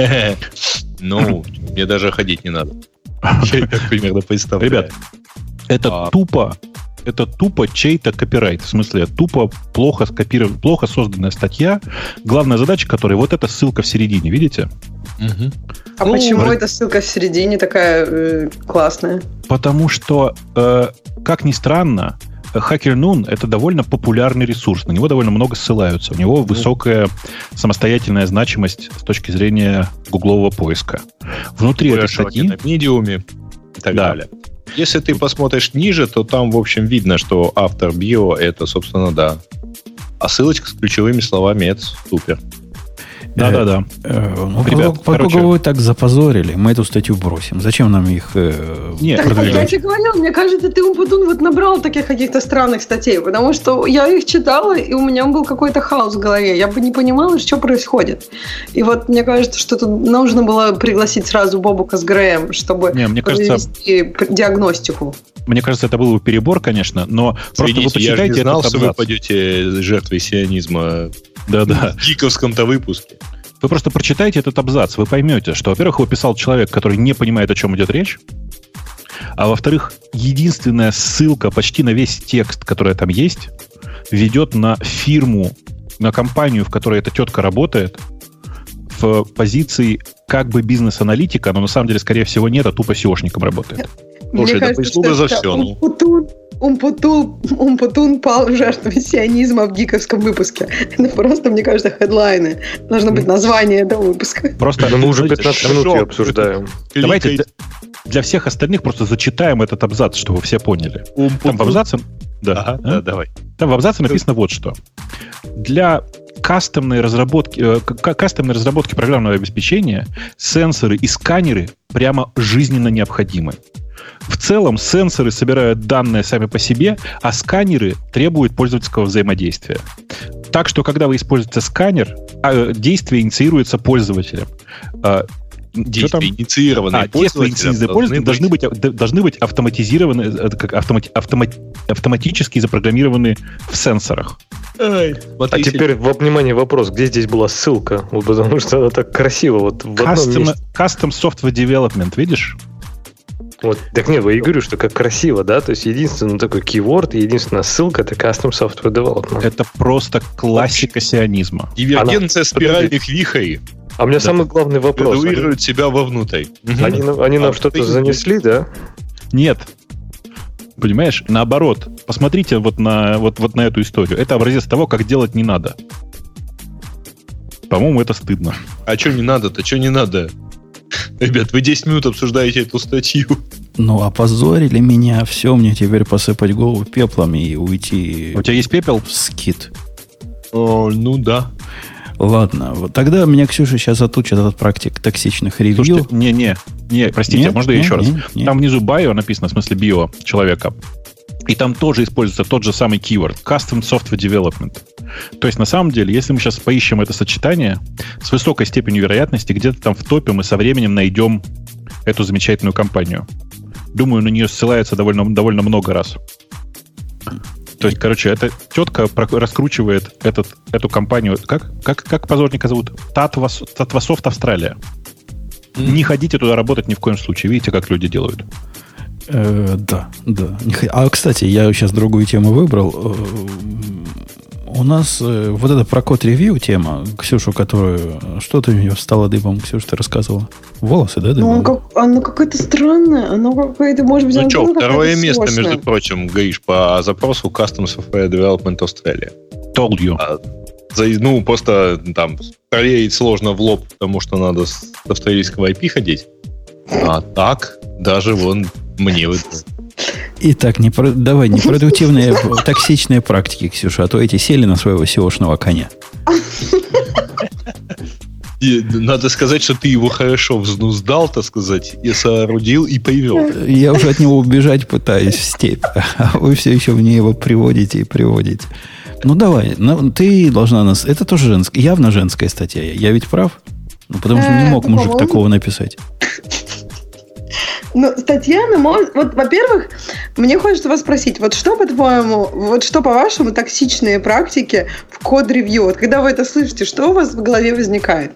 Ну, мне даже ходить не надо. Я так примерно представляю. Ребят, это тупо... Это тупо чей-то копирайт. В смысле, тупо плохо, скопиров... плохо созданная статья, главная задача которой вот эта ссылка в середине, видите? Угу. А ну, почему в... эта ссылка в середине такая э, классная? Потому что, э, как ни странно, HackerNoon — это довольно популярный ресурс. На него довольно много ссылаются. У него высокая самостоятельная значимость с точки зрения гуглового поиска. Внутри этой статьи... на медиуме и так да. далее. Если ты посмотришь ниже, то там, в общем, видно, что автор био — это, собственно, да. А ссылочка с ключевыми словами — это супер. Да-да-да. Э, ну, Ребят, поскольку вы так запозорили, мы эту статью бросим. Зачем нам их э, Нет, так, я тебе говорил, мне кажется, ты, Умпутун, вот набрал таких каких-то странных статей, потому что я их читала, и у меня был какой-то хаос в голове. Я бы не понимала, что происходит. И вот мне кажется, что тут нужно было пригласить сразу Бобука с Греем, чтобы не, мне провести кажется, диагностику. Мне кажется, это был бы перебор, конечно, но Смотрите, просто вы почитайте, я же не знал, этот что вы пойдете жертвой сионизма да-да. в гиковском-то выпуске. Вы просто прочитайте этот абзац, вы поймете, что, во-первых, его писал человек, который не понимает, о чем идет речь, а во-вторых, единственная ссылка почти на весь текст, который там есть, ведет на фирму, на компанию, в которой эта тетка работает, в позиции как бы бизнес-аналитика, но на самом деле, скорее всего, нет, а тупо сеошником работает. Слушай, да прислуга за все. Ну. Умпутун, Умпутун пал жертвой сионизма в гиковском выпуске. Это просто, мне кажется, хедлайны. Должно быть название этого выпуска. Просто, но мы уже пятнадцать минут ее обсуждаем. Давайте для, для всех остальных просто зачитаем этот абзац, чтобы все поняли. Там в абзаце, да, ага, а? да, давай. Там в абзаце написано вот что. Для кастомной разработки, э, кастомной разработки программного обеспечения сенсоры и сканеры прямо жизненно необходимы. В целом сенсоры собирают данные сами по себе, а сканеры требуют пользовательского взаимодействия. Так что, когда вы используете сканер, действие инициируется пользователем. Действия, инициированные а, пользователем должны, должны, быть, должны быть автоматизированы, как автомати, автомати, автоматически запрограммированы в сенсорах. Ай, а теперь, во внимание, вопрос, где здесь была ссылка? Вот потому что она так красиво вот в Custom, одном месте. Custom Software Development, видишь? Вот, так нет, я и говорю, что как красиво, да, то есть единственный такой keyword, единственная ссылка — это Custom Software Development. Это просто классика сионизма. Дивергенция спиральных вихрей. А у меня да. самый главный вопрос. Градуируют они... себя вовнутрь. Они, они нам а что-то занесли, да? Нет. Понимаешь, наоборот. Посмотрите вот на, вот, вот на эту историю. Это образец того, как делать не надо. По-моему, это стыдно. А что не надо-то? Что не надо? Ребят, вы десять минут обсуждаете эту статью. Ну, опозорили меня. Все, мне теперь посыпать голову пеплом и уйти. У тебя есть пепел? В скит. О, ну да. Ладно, вот тогда меня Ксюша сейчас отучит от практик токсичных ревью. Слушайте, не-не, не, простите, нет, можно я нет, еще раз? Нет, нет. Там внизу bio написано, в смысле био человека. И там тоже используется тот же самый keyword Custom Software Development. То есть, на самом деле, если мы сейчас поищем это сочетание, с высокой степенью вероятности где-то там в топе мы со временем найдем эту замечательную компанию. Думаю, на нее ссылается довольно, довольно много раз. То есть, короче, эта тетка раскручивает этот, эту компанию. Как, как, как позорника зовут? Татвас, Татвасофт Австралия. Mm. Не ходите туда работать ни в коем случае. Видите, как люди делают. Э, да, да. А, кстати, я сейчас другую тему выбрал. У нас э, вот эта про код-ревью тема, Ксюшу, которую... Что-то у нее встало дыбом, Ксюша, ты рассказывала? Волосы, да, дыбом? Ну, как, оно какое-то странное, оно какое-то, может быть... Ну что, второе место, сложное. Между прочим, говоришь, по запросу Custom Software Development Australia. Told you. А, за, ну, просто там проверить сложно в лоб, потому что надо с австралийского ай пи ходить. А так, даже вон мне выдал. Итак, не про... давай, непродуктивные токсичные практики, Ксюша, а то эти сели на своего сеошного коня. И надо сказать, что ты его хорошо взнуздал, так сказать, и соорудил, и привел. Я уже от него убежать пытаюсь в степь, а вы все еще мне его приводите и приводите. Ну, давай, ну, ты должна нас... Это тоже женская, явно женская статья. Я ведь прав? Ну, потому что не мог мужик такого написать. Ну, статья, на мой... Вот, во-первых, мне хочется вас спросить, вот что, по-твоему, вот что, по-вашему, токсичные практики в код-ревью? Вот когда вы это слышите, что у вас в голове возникает?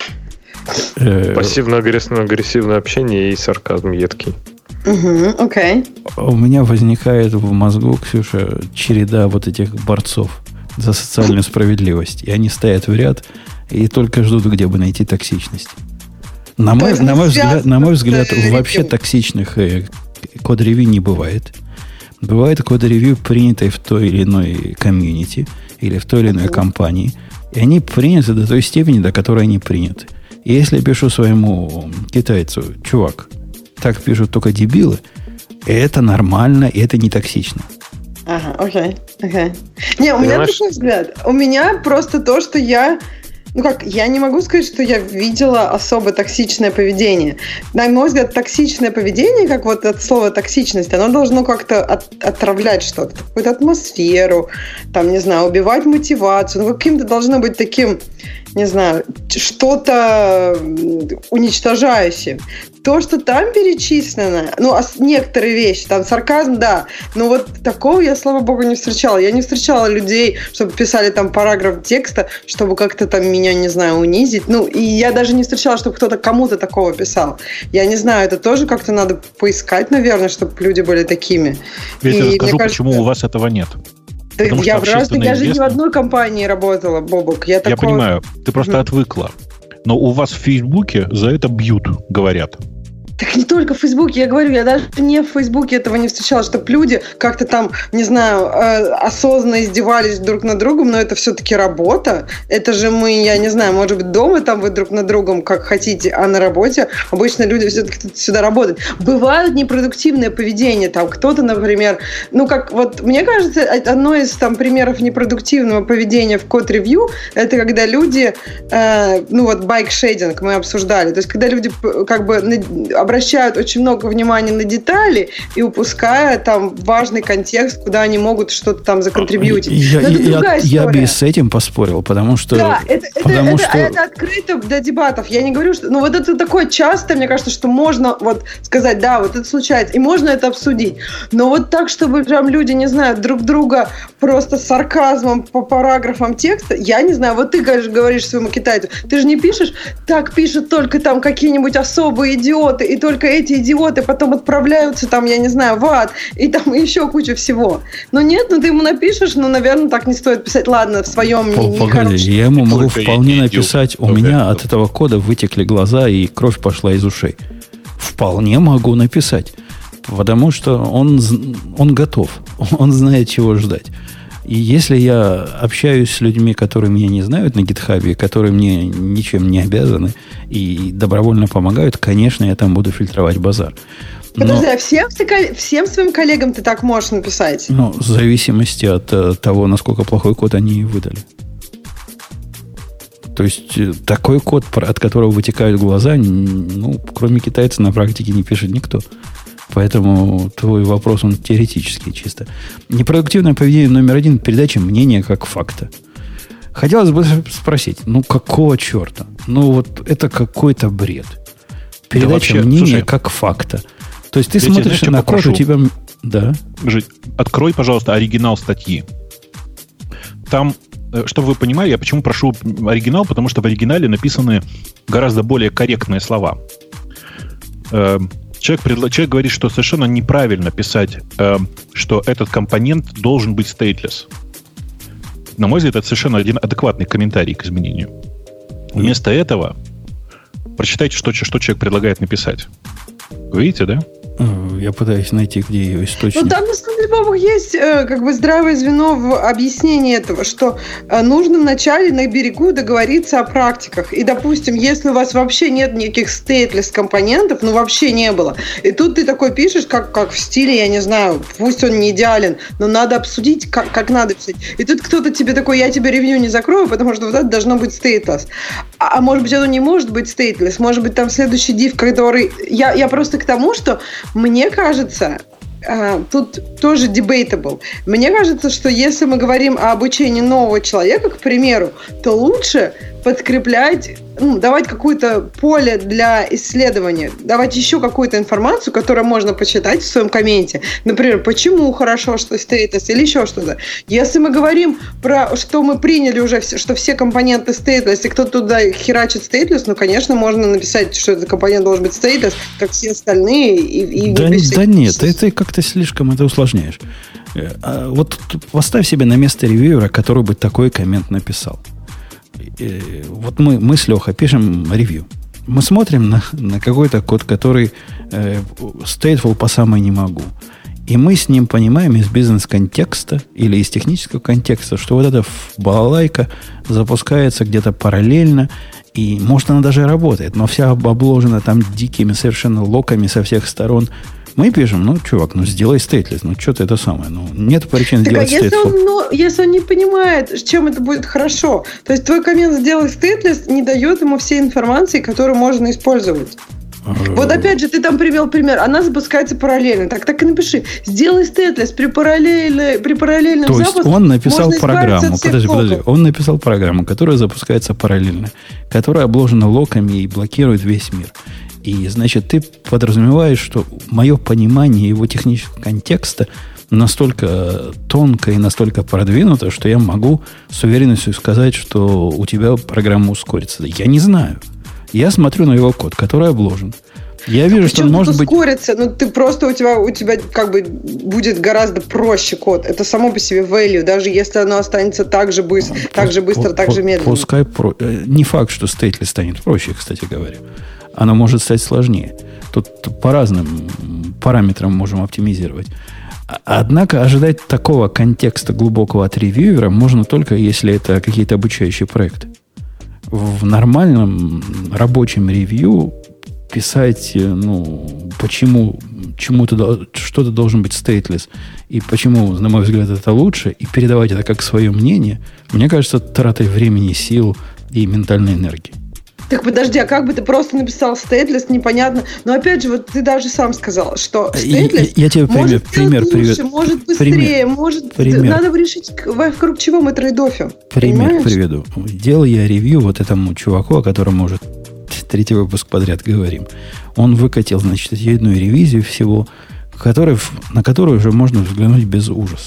Пассивно-агрессивное общение и сарказм едкий. Угу, окей. У меня возникает в мозгу, Ксюша, череда вот этих борцов за социальную справедливость. И они стоят в ряд и только ждут, где бы найти токсичность. На мой, на, мой взгляд, на мой взгляд, вообще токсичных э, код-ревью не бывает. Бывает код-ревью, принятое в той или иной комьюнити или в той или иной компании. И они приняты до той степени, до которой они приняты. И если я пишу своему китайцу, чувак, так пишут только дебилы, это нормально, и это не токсично. Ага, окей, окей. Не, у меня Понимаешь? такой взгляд. У меня просто то, что я... Ну как, я не могу сказать, что я видела особо токсичное поведение. На мой взгляд, токсичное поведение, как вот от слова токсичность, оно должно как-то от, отравлять что-то, какую-то атмосферу, там, не знаю, убивать мотивацию. Ну, каким-то должно быть таким, не знаю, что-то уничтожающим. То, что там перечислено, ну, некоторые вещи, там сарказм, да, но вот такого я, слава богу, не встречала. Я не встречала людей, чтобы писали там параграф текста, чтобы как-то там меня, не знаю, унизить. Ну, и я даже не встречала, чтобы кто-то кому-то такого писал. Я не знаю, это тоже как-то надо поискать, наверное, чтобы люди были такими. Я тебе расскажу, кажется, почему у вас этого нет. Да, я, в разных, я же не в одной компании работала, Бобок. Я, я такого... понимаю, ты просто mm-hmm. отвыкла. Но у вас в Фейсбуке за это бьют, говорят. Так не только в Фейсбуке, я говорю, я даже не в Фейсбуке этого не встречала, чтобы люди как-то там, не знаю, осознанно издевались друг над другом, но это все-таки работа. Это же мы, я не знаю, может быть, дома там вы друг над другом как хотите, а на работе обычно люди все-таки сюда работают. Бывают непродуктивное поведение, там кто-то, например, ну как вот, мне кажется, одно из там примеров непродуктивного поведения в код-ревью, это когда люди, э, ну вот байк-шейдинг мы обсуждали, то есть когда люди как бы обращают очень много внимания на детали и упуская там важный контекст, куда они могут что-то там законтрибьютить. Я, я, я, я бы с этим поспорил, потому что... Да, это, потому это, что... это, это открыто для дебатов. Я не говорю, что... Ну, вот это такое часто, мне кажется, что можно вот сказать, да, вот это случается, и можно это обсудить. Но вот так, чтобы прям люди, не знаю, друг друга просто с сарказмом по параграфам текста, я не знаю, вот ты говоришь своему китайцу, ты же не пишешь, так пишут только там какие-нибудь особые идиоты, и только эти идиоты потом отправляются там, я не знаю, в ад, и там еще куча всего. Но нет, ну ты ему напишешь, ну, наверное, так не стоит писать. Ладно, в своем не, Погоди, я ему могу вполне написать, у меня от этого кода вытекли глаза и кровь пошла из ушей. Вполне могу написать, потому что он, он готов, он знает, чего ждать. И если я общаюсь с людьми, которые меня не знают на GitHub, которые мне ничем не обязаны и добровольно помогают, конечно, я там буду фильтровать базар. Но, Подожди, а всем, всем своим коллегам ты так можешь написать? Ну, в зависимости от того, насколько плохой код они выдали. То есть такой код, от которого вытекают глаза, ну, кроме китайцев на практике не пишет никто. Поэтому твой вопрос, он теоретический чисто. Непродуктивное поведение номер один – передача мнения как факта. Хотелось бы спросить, ну какого черта? Ну вот это какой-то бред. Передача да вообще, мнения слушай, как факта. То есть ты смотришь знаешь, на код, у тебя... Да. Жить. Открой, пожалуйста, оригинал статьи. Там, чтобы вы понимали, я почему прошу оригинал, потому что в оригинале написаны гораздо более корректные слова. Человек, предла... Человек говорит, что совершенно неправильно писать, что этот компонент должен быть stateless. На мой взгляд, это совершенно один адекватный комментарий к изменению. Вместо этого прочитайте, что, что человек предлагает написать. Вы видите, да? Я пытаюсь найти, где ее источник. Ну, там, на самом деле, по-моему, есть э, как бы здравое звено в объяснении этого, что э, нужно вначале на берегу договориться о практиках. И, допустим, если у вас вообще нет никаких stateless компонентов, ну, вообще не было, и тут ты такой пишешь, как, как в стиле, я не знаю, пусть он не идеален, но надо обсудить, как, как надо писать. И тут кто-то тебе такой, я тебе ревью не закрою, потому что вот это должно быть stateless. А, а может быть, оно не может быть stateless, может быть, там следующий div, который... Я, я просто к тому, что мне кажется, тут тоже debatable. Мне кажется, что если мы говорим о обучении нового человека, к примеру, то лучше подкреплять, ну, давать какое-то поле для исследования, давать еще какую-то информацию, которую можно почитать в своем комменте. Например, почему хорошо, что stateless, или еще что-то. Если мы говорим про, что мы приняли уже, что все компоненты stateless, и кто-то туда херачит stateless, ну, конечно, можно написать, что этот компонент должен быть stateless, как все остальные. И, и да, да нет, это как-то слишком это усложняешь. Вот поставь себя на место ревьюера, который бы такой коммент написал. Вот мы, мы с Лехой пишем ревью. Мы смотрим на, на какой-то код, который э, stateful по самой не могу. И мы с ним понимаем из бизнес-контекста или из технического контекста, что вот эта балалайка запускается где-то параллельно, и может она даже работает, но вся обложена там дикими совершенно локами со всех сторон. Мы пишем, ну, чувак, ну, сделай stateless, ну, что-то это самое. Ну, нет причин так, сделать а если stateful. Он, ну, если он не понимает, чем это будет хорошо, то есть твой коммент «сделай stateless» не дает ему всей информации, которую можно использовать. Вот опять же, ты там привел пример. Она запускается параллельно. Так, так и напиши. Сделай stateless при, параллельно, при параллельном запуске. То есть он написал программу. Подожди, блоков. подожди. Он написал программу, которая запускается параллельно, которая обложена локами и блокирует весь мир. И, значит, ты подразумеваешь, что мое понимание его технического контекста настолько тонко и настолько продвинуто, что я могу с уверенностью сказать, что у тебя программа ускорится. Я не знаю. Я смотрю на его код, который обложен. Я вижу, а что он может быть... ускорится? Ну, ты просто у тебя, у тебя как бы будет гораздо проще код. Это само по себе value, даже если оно останется так же быстро, так же, быстро, так же медленно. Пускай про... Не факт, что stateless станет проще, кстати говоря. Оно может стать сложнее. Тут по разным параметрам можем оптимизировать. Однако ожидать такого контекста глубокого от ревьюера можно только, если это какие-то обучающие проекты. В нормальном рабочем ревью писать, ну, почему чему-то, что-то должен быть stateless, и почему, на мой взгляд, это лучше, и передавать это как свое мнение, мне кажется, тратой времени, сил и ментальной энергии. Так подожди, а как бы ты просто написал stateless, непонятно. Но опять же, вот ты даже сам сказал, что stateless я, я тебе может пример, пример лучше, приведу. может быстрее, пример, может... пример. Надо решить, вокруг чего мы трейд-оффим. Пример понимаешь? приведу. Делал я ревью вот этому чуваку, о котором, может, третий выпуск подряд говорим. Он выкатил, значит, очередную ревизию всего, который, на которую уже можно взглянуть без ужаса.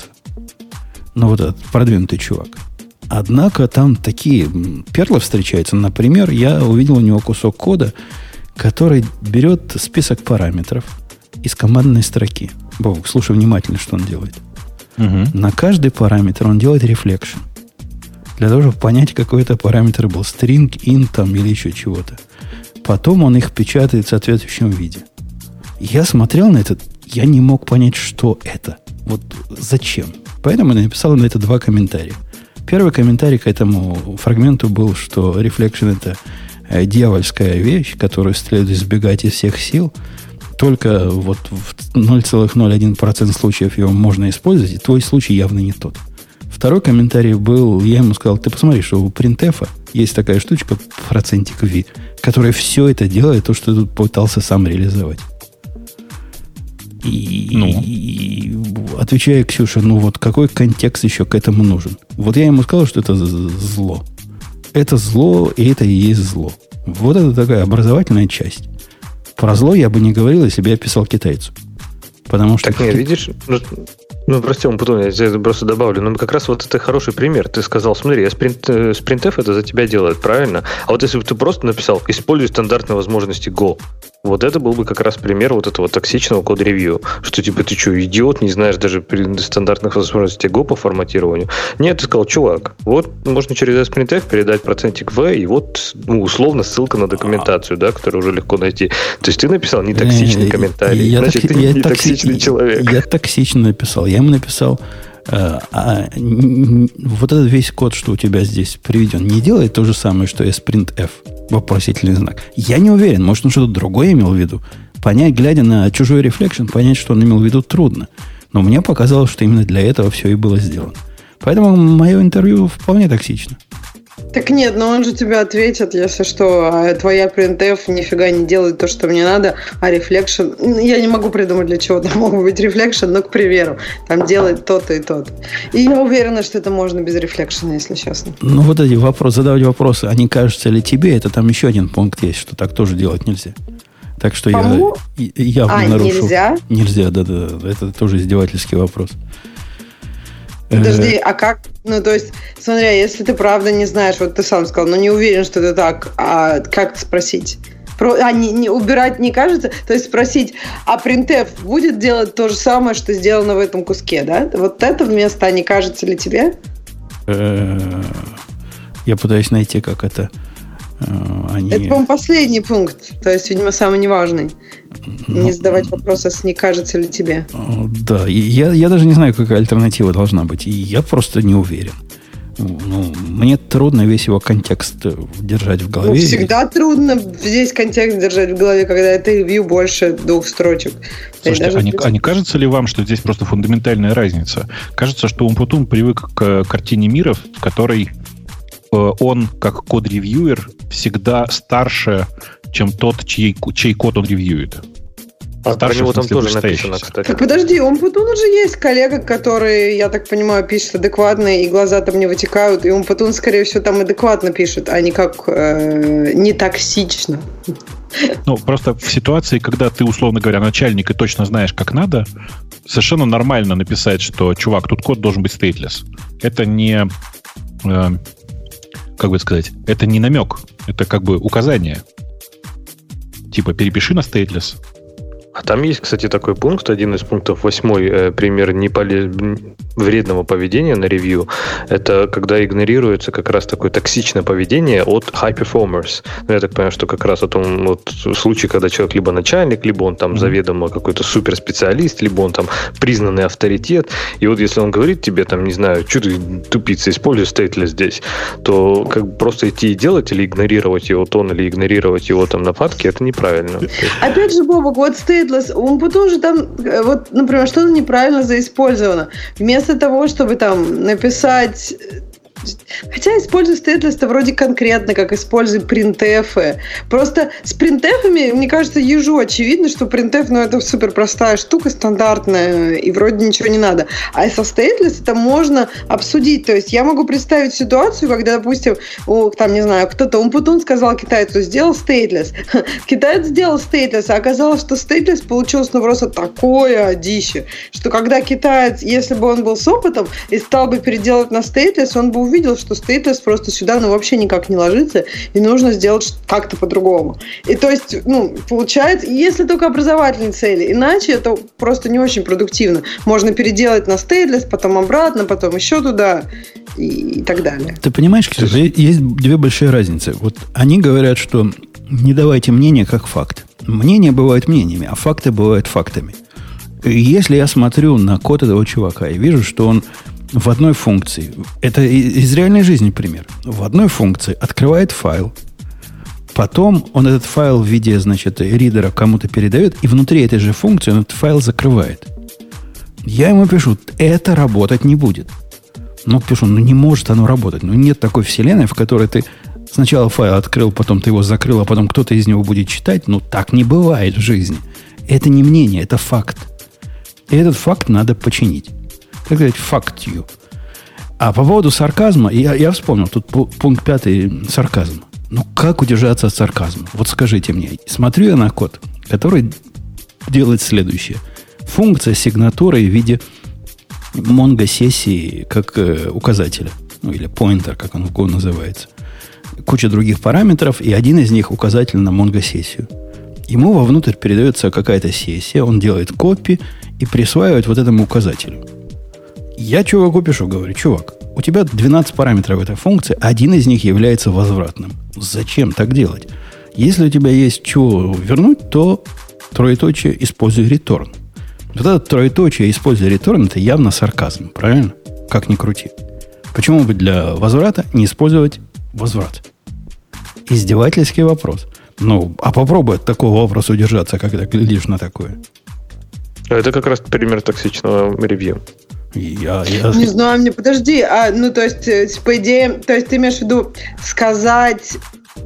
Ну, вот этот продвинутый чувак. Однако там такие перлы встречаются. Например, я увидел у него кусок кода, который берет список параметров из командной строки. Бог, слушай внимательно, что он делает. Угу. На каждый параметр он делает reflection. Для того, чтобы понять, какой это параметр был. String, int там, или еще чего-то. Потом он их печатает в соответствующем виде. Я смотрел на это, я не мог понять, что это. Вот зачем. Поэтому я написал на это два комментария. Первый комментарий к этому фрагменту был, что reflection – это дьявольская вещь, которую следует избегать из всех сил. Только вот в ноль целых ноль один процент случаев его можно использовать, и твой случай явно не тот. Второй комментарий был, я ему сказал, ты посмотри, что у printf есть такая штучка, процентик V, которая все это делает, то, что ты тут пытался сам реализовать. И, ну. и отвечая Ксюше, ну вот какой контекст еще к этому нужен? Вот я ему сказал, что это зло. Это зло, и это и есть зло. Вот это такая образовательная часть. Про зло я бы не говорил, если бы я писал китайцу. Потому что... Так нет, видишь... Ну, прости, потом я здесь просто добавлю. Но как раз вот это хороший пример. Ты сказал, смотри, я спринт, спринтф это за тебя делает, правильно? А вот если бы ты просто написал, используй стандартные возможности Go, вот это был бы как раз пример вот этого токсичного код-ревью. Что типа ты что, идиот, не знаешь даже стандартных возможностей Go по форматированию? Нет, ты сказал, чувак, вот можно через sprintf передать процентик V, и вот ну, условно ссылка на документацию, да, которую уже легко найти. То есть ты написал не токсичный комментарий, я значит, так, ты я не токси... токсичный человек. Я токсично написал. Я ему написал, э, а, н- вот этот весь код, что у тебя здесь приведен, не делает то же самое, что и sprintf. Вопросительный знак. Я не уверен, может, он что-то другое имел в виду. Понять, глядя на чужой рефлекшн, понять, что он имел в виду, трудно. Но мне показалось, что именно для этого все и было сделано. Поэтому мое интервью вполне токсично. Так нет, но он же тебе ответит, если что, а твоя printf нифига не делает то, что мне надо, а reflection, я не могу придумать, для чего там могут быть reflection, но, к примеру, там делает то-то и то-то. И я уверена, что это можно без reflection, если честно. Ну, вот эти вопросы, задавать вопросы, а не кажется ли тебе, это там еще один пункт есть, что так тоже делать нельзя. Так что Кому? я, я явно а, нарушу. Нельзя? Нельзя, да-да, это тоже издевательский вопрос. Подожди, а как? Ну, то есть, смотря, если ты правда не знаешь, вот ты сам сказал, но не уверен, что это так, а как спросить? Про, а, не, не, убирать не кажется? То есть спросить, а printf будет делать то же самое, что сделано в этом куске, да? Вот это вместо, а не кажется ли тебе? Я пытаюсь найти, как это... Они... Это, по-моему, последний пункт. То есть, видимо, самый неважный. Не ну, задавать вопросы, не кажется ли тебе. Да, я, я даже не знаю, какая альтернатива должна быть. И я просто не уверен. Ну, мне трудно весь его контекст держать в голове. Ну, всегда ведь... трудно весь контекст держать в голове, когда это ревью больше двух строчек. Слушайте, а не, а не кажется ли вам, что здесь просто фундаментальная разница? Кажется, что Умпутун привык к картине мира, в которой он, как код-ревьюер, всегда старше, чем тот, чей, чей код он ревьюет. А про него там тоже написано, кстати. Так подожди, у Умпутуна же есть коллега, который, я так понимаю, пишет адекватно, и глаза там не вытекают, и Умпутун, скорее всего, там адекватно пишет, а не как э, не токсично. Ну, просто в ситуации, когда ты, условно говоря, начальник и точно знаешь, как надо, совершенно нормально написать, что, чувак, тут код должен быть stateless. Это не... Э, как бы сказать, это не намек, это как бы указание. Типа, перепиши на stateless. А там есть, кстати, такой пункт, один из пунктов, восьмой, э, пример неполе... вредного поведения на ревью. Это когда игнорируется как раз такое токсичное поведение от high performers. Ну, я так понимаю, что как раз о том вот, случае, когда человек либо начальник, либо он там заведомо какой-то суперспециалист, либо он там признанный авторитет. И вот если он говорит тебе, там, не знаю, что ты тупица, используй stateless здесь, то как бы просто идти и делать или игнорировать его тон, или игнорировать его там нападки, это неправильно. Опять же, Бобок, вот stateless, он потом же там, вот, например, что-то неправильно заиспользовано. Вместо того, чтобы там написать... Хотя используй stateless-то вроде конкретно, как используй printf. Просто с printf-ами, мне кажется, ежу очевидно, что printf, ну, это супер простая штука, стандартная, и вроде ничего не надо. А со stateless это можно обсудить. То есть я могу представить ситуацию, когда, допустим, у, там, не знаю, кто-то Умпутун сказал китайцу, сделал stateless. Китаец сделал stateless, а оказалось, что stateless получилось, ну, просто такое одище, что когда китаец, если бы он был с опытом и стал бы переделать на stateless, он бы увидел, что stateless просто сюда ну, вообще никак не ложится, и нужно сделать как-то по-другому. И то есть, ну, получается, если только образовательные цели, иначе это просто не очень продуктивно. Можно переделать на stateless, потом обратно, потом еще туда и, и так далее. Ты понимаешь, Ксюша, есть две большие разницы. Вот они говорят, что не давайте мнение как факт. Мнения бывают мнениями, а факты бывают фактами. И если я смотрю на код этого чувака и вижу, что он в одной функции, это из реальной жизни пример, в одной функции открывает файл, потом он этот файл в виде, значит, ридера кому-то передает, и внутри этой же функции он этот файл закрывает. Я ему пишу, это работать не будет. Ну, пишу, ну не может оно работать. Ну, нет такой вселенной, в которой ты сначала файл открыл, потом ты его закрыл, а потом кто-то из него будет читать. Ну, так не бывает в жизни. Это не мнение, это факт. И этот факт надо починить. Так сказать, факт you. А по поводу сарказма, я, я вспомнил, тут пункт пятый, сарказм. Ну, как удержаться от сарказма? Вот скажите мне. Смотрю я на код, который делает следующее. Функция сигнатуры в виде монго-сессии как э, указателя. Ну, или pointer, как он в Go называется. Куча других параметров, и один из них указатель на монго-сессию. Ему вовнутрь передается какая-то сессия, он делает копи и присваивает вот этому указателю. Я чуваку пишу, говорю, чувак, у тебя двенадцать параметров этой функции, один из них является возвратным. Зачем так делать? Если у тебя есть чего вернуть, то троеточие используй return. Вот это троеточие используй return, это явно сарказм, правильно? Как ни крути. Почему бы для возврата не использовать возврат? Издевательский вопрос. Ну, а попробуй от такого вопроса удержаться, когда глядишь на такое. Это как раз пример токсичного ревью. Я, я... Не знаю, мне подожди, а, ну, то есть, по идее, то есть ты имеешь в виду сказать,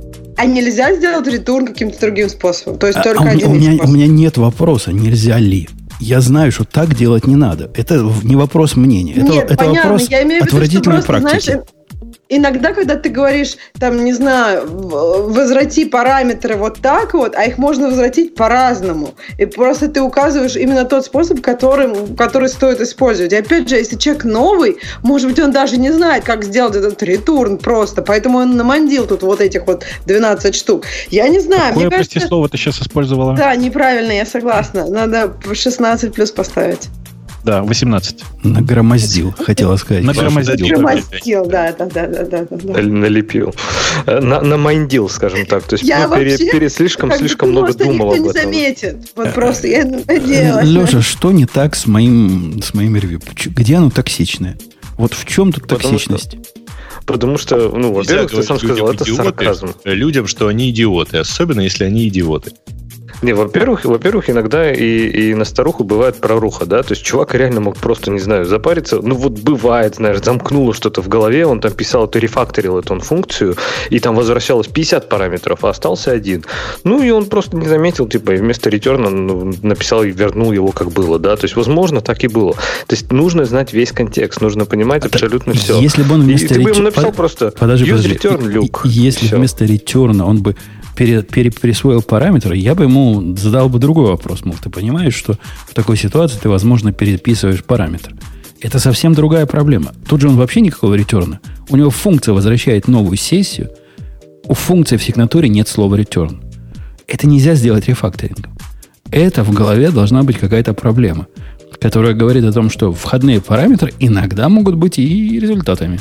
а нельзя сделать ретурн каким-то другим способом? То есть а, только а один у меня, способ? У меня нет вопроса, нельзя ли. Я знаю, что так делать не надо. Это не вопрос мнения. Это, нет, это понятно, вопрос я имею в виду, отвратительной что просто, практики. Знаешь, иногда, когда ты говоришь, там, не знаю, возврати параметры вот так вот, а их можно возвратить по-разному. И просто ты указываешь именно тот способ, которым, который стоит использовать. И опять же, если человек новый, может быть, он даже не знает, как сделать этот ретурн просто, поэтому он намандил тут вот этих вот двенадцать штук. Я не знаю. Какое, мне кажется, прости, слово ты сейчас использовала? Да, неправильно, я согласна. Надо шестнадцать плюс поставить. Да, восемнадцать. Нагромоздил, хотела сказать. Нагромоздил. Нагромоздил, да, да, да, да, да, да. Налепил. На, намайндил, скажем так. То есть я ну, пере, вообще, пере, слишком, слишком думала, много думал об этом. Никто этом. не заметит. Вот просто я надеялась. Леша, что не так с моим, с моим ревью? Где оно токсичное? Вот в чем тут Потому токсичность? Что, потому что, ну, во-первых, ты сам сказал, это идиоты, сарказм. Людям, что они идиоты, особенно если они идиоты. Не, во-первых, во-первых, иногда и, и на старуху бывает проруха, да, то есть чувак реально мог просто, не знаю, запариться, ну вот бывает, знаешь, замкнуло что-то в голове, он там писал, ты рефакторил эту функцию, и там возвращалось пятьдесят параметров, а остался один. Ну и он просто не заметил, типа, и вместо ретерна ну, написал и вернул его как было, да, то есть, возможно, так и было. То есть нужно знать весь контекст, нужно понимать а абсолютно все. Если бы он вместо и, и ты бы ему Под... написал просто подожди, use подожди. return, Люк. Если все. Вместо ретерна он бы пере, переприсвоил параметры, я бы ему задал бы другой вопрос. Мол, ты понимаешь, что в такой ситуации ты, возможно, переписываешь параметр. Это совсем другая проблема. Тут же он вообще никакого ретерна. У него функция возвращает новую сессию. У функции в сигнатуре нет слова return. Это нельзя сделать рефакторингом. Это в голове должна быть какая-то проблема, которая говорит о том, что входные параметры иногда могут быть и результатами.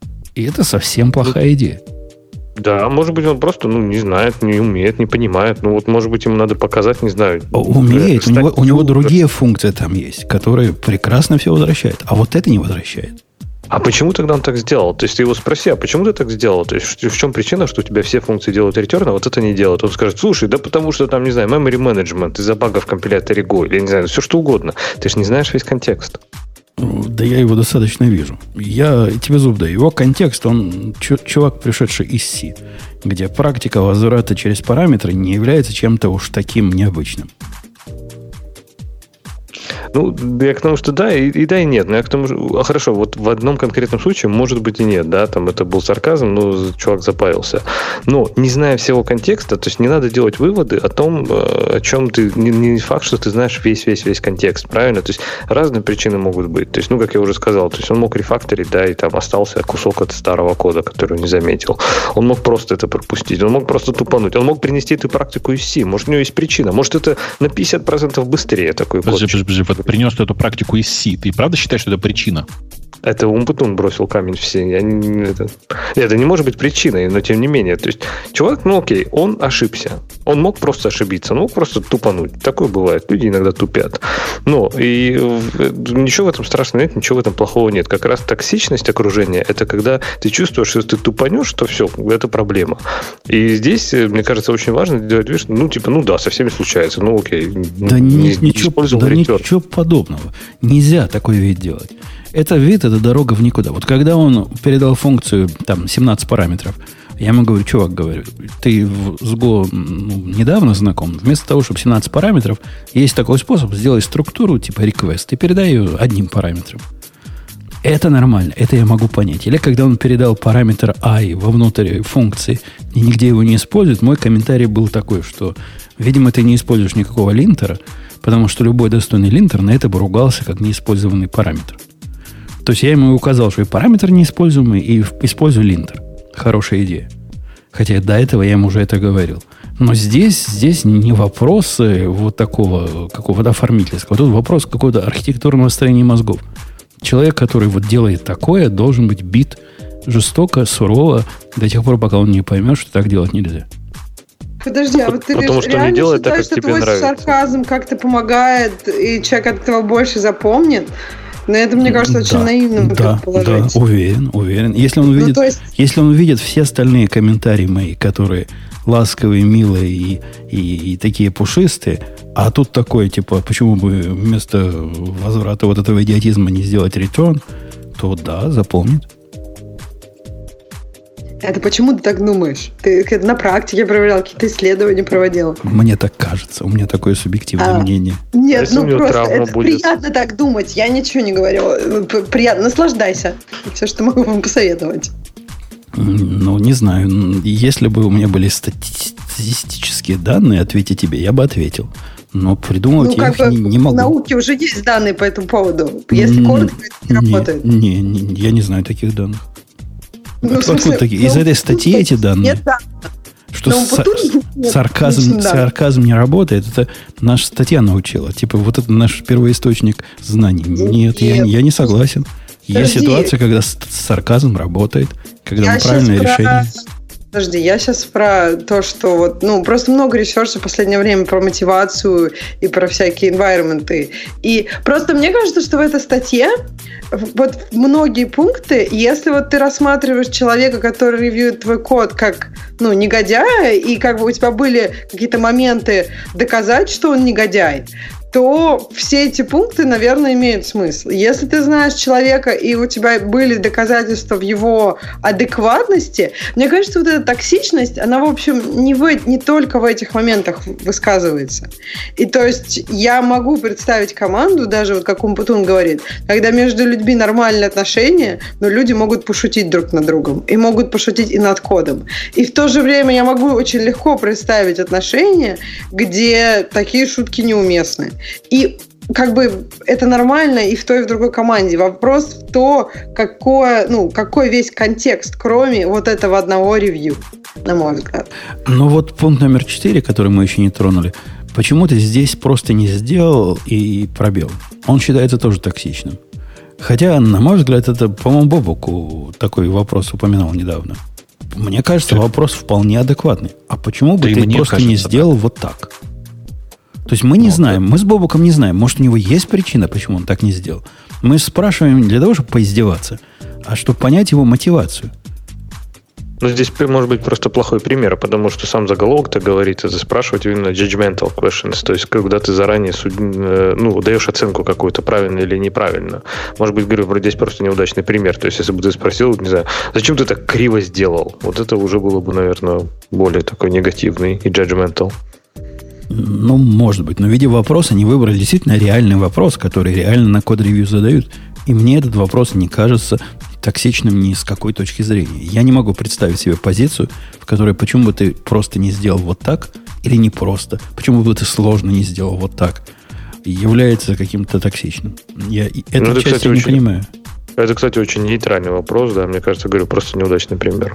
И это совсем плохая идея. Да, может быть, он просто, ну, не знает, не умеет, не понимает. Ну, вот, может быть, ему надо показать, не знаю. Умеет. У него, у него другие функции там есть, которые прекрасно все возвращают. А вот это не возвращает. А почему тогда он так сделал? То есть ты его спроси, а почему ты так сделал? То есть в чем причина, что у тебя все функции делают return, а вот это не делают? Он скажет, слушай, да потому что там, не знаю, memory management из-за бага в компиляторе Go, или, не знаю, все что угодно. Ты же не знаешь весь контекст. Да я его достаточно вижу. Я тебе зуб даю. Его контекст, он чувак, пришедший из C, где практика возврата через параметры не является чем-то уж таким необычным. Ну, я к тому, что да, и, и да, и нет. Но я к тому, что, а хорошо, вот в одном конкретном случае, может быть, и нет, да, там это был сарказм, но чувак запарился. Но, не зная всего контекста, то есть не надо делать выводы о том, о чем ты, не, не факт, что ты знаешь весь-весь-весь контекст, правильно? То есть разные причины могут быть. То есть, ну, как я уже сказал, то есть он мог рефакторить, да, и там остался кусок от старого кода, который он не заметил. Он мог просто это пропустить, он мог просто тупануть, он мог принести эту практику из C, может, у него есть причина, может, это на пятьдесят процентов быстрее такой код. Подожди, подожди, подожди. Принес эту практику из C. Ты правда считаешь, что это причина? Это Умпутун бросил камень в сень. Я не, это, это не может быть причиной, но тем не менее. То есть чувак, ну окей, он ошибся. Он мог просто ошибиться, он мог просто тупануть. Такое бывает. Люди иногда тупят. Но и ничего в этом страшного нет, ничего в этом плохого нет. Как раз токсичность окружения – это когда ты чувствуешь, что ты тупанешь, что все, это проблема. И здесь, мне кажется, очень важно делать вещь, ну типа, ну да, со всеми случается. Ну окей. Да, не, ничего, не да ничего подобного. Нельзя такой вид делать. Это вид, это дорога в никуда. Вот когда он передал функцию, там, семнадцать параметров, я ему говорю, чувак, говорю, ты с Go ну, недавно знаком, вместо того, чтобы семнадцать параметров, есть такой способ сделать структуру типа request и передай ее одним параметром. Это нормально, это я могу понять. Или когда он передал параметр I вовнутрь функции и нигде его не использует, мой комментарий был такой, что, видимо, ты не используешь никакого линтера, потому что любой достойный линтер на это бы ругался как неиспользованный параметр. То есть я ему указал, что и параметр неиспользуемый, и использую линтер. Хорошая идея. Хотя до этого я ему уже это говорил. Но здесь, здесь не вопрос вот такого какого-то оформительского. Тут вопрос какого-то архитектурного строения мозгов. Человек, который вот делает такое, должен быть бит жестоко, сурово, до тех пор, пока он не поймет, что так делать нельзя. Подожди, а вот ты Потому что реально не делает так, считаешь, как что тебе твой нравится. сарказм как-то помогает, и человек от этого больше запомнит? Но это, мне кажется, очень да, наивным да, предположить. Да, уверен, уверен. Если он увидит, Ну, то есть... если он увидит все остальные комментарии мои, которые ласковые, милые и, и, и такие пушистые, а тут такое, типа, почему бы вместо возврата вот этого идиотизма не сделать return, то да, запомнит. Это почему ты так думаешь? Ты это на практике проверял, какие-то исследования проводил? Мне так кажется, у меня такое субъективное А, мнение. Нет, Если ну у него просто травма это будет. приятно так думать. Я ничего не говорю. П- Приятно, наслаждайся. Все, что могу вам посоветовать. Ну, не знаю. Если бы у меня были стати- статистические данные ответить тебе, я бы ответил. Но придумывать Ну, я как их бы не, не в могу. науке уже есть данные по этому поводу. Если М, коротко, это не работает. Не, не, я не знаю таких данных. Ну, в Откуда смысле, такие? Из ну, этой статьи ну, эти данные? Нет, да. Что Но са- тут нет сарказм, лично данных. сарказм не работает, это наша статья научила. Типа, вот это наш первоисточник знаний. Нет, я, Нет. я не согласен. Есть Подожди. ситуация, когда с- сарказм работает, когда Я он щас правильное про- решение. Подожди, я сейчас про то, что вот, ну, просто много ресерча в последнее время про мотивацию и про всякие environment. И просто мне кажется, что в этой статье вот многие пункты, если вот ты рассматриваешь человека, который ревьюет твой код как, ну, негодяя, и как бы у тебя были какие-то моменты доказать, что он негодяй, то все эти пункты, наверное, имеют смысл. Если ты знаешь человека, и у тебя были доказательства в его адекватности, мне кажется, вот эта токсичность, она, в общем, не, в, не только в этих моментах высказывается. И то есть я могу представить команду, даже вот как Умпутун говорит, когда между людьми нормальные отношения, но люди могут пошутить друг над другом, и могут пошутить и над кодом. И в то же время я могу очень легко представить отношения, где такие шутки неуместны. И как бы это нормально и в той, и в другой команде. Вопрос в то, какое, ну, какой весь контекст, кроме вот этого одного ревью, на мой взгляд. Ну вот пункт номер четыре, который мы еще не тронули, почему-то здесь просто не сделал и пробел. Он считается тоже токсичным. Хотя, на мой взгляд, это, по-моему, Бобуку такой вопрос упоминал недавно. Мне кажется, Что? вопрос вполне адекватный. А почему бы Да и ты мне просто кажется, не сделал вот так? То есть мы не Ну, знаем, мы с Бобуком не знаем. Может, у него есть причина, почему он так не сделал. Мы спрашиваем не для того, чтобы поиздеваться, а чтобы понять его мотивацию. Ну, здесь может быть просто плохой пример, потому что сам заголовок-то говорит, это спрашивать именно judgmental questions, то есть когда ты заранее суд... ну, даешь оценку какую-то, правильно или неправильно. Может быть, говорю, вроде здесь просто неудачный пример. То есть, если бы ты спросил, не знаю, зачем ты так криво сделал, вот это уже было бы, наверное, более такой негативный и judgmental. Ну, может быть. Но в виде вопроса они выбрали действительно реальный вопрос, который реально на код-ревью задают. И мне этот вопрос не кажется токсичным ни с какой точки зрения. Я не могу представить себе позицию, в которой почему бы ты просто не сделал вот так, или не просто, почему бы ты сложно не сделал вот так, является каким-то токсичным. Я эту Ну, это, часть кстати, я не очень- понимаю. Это, кстати, очень нейтральный вопрос, да, мне кажется, говорю, просто неудачный пример.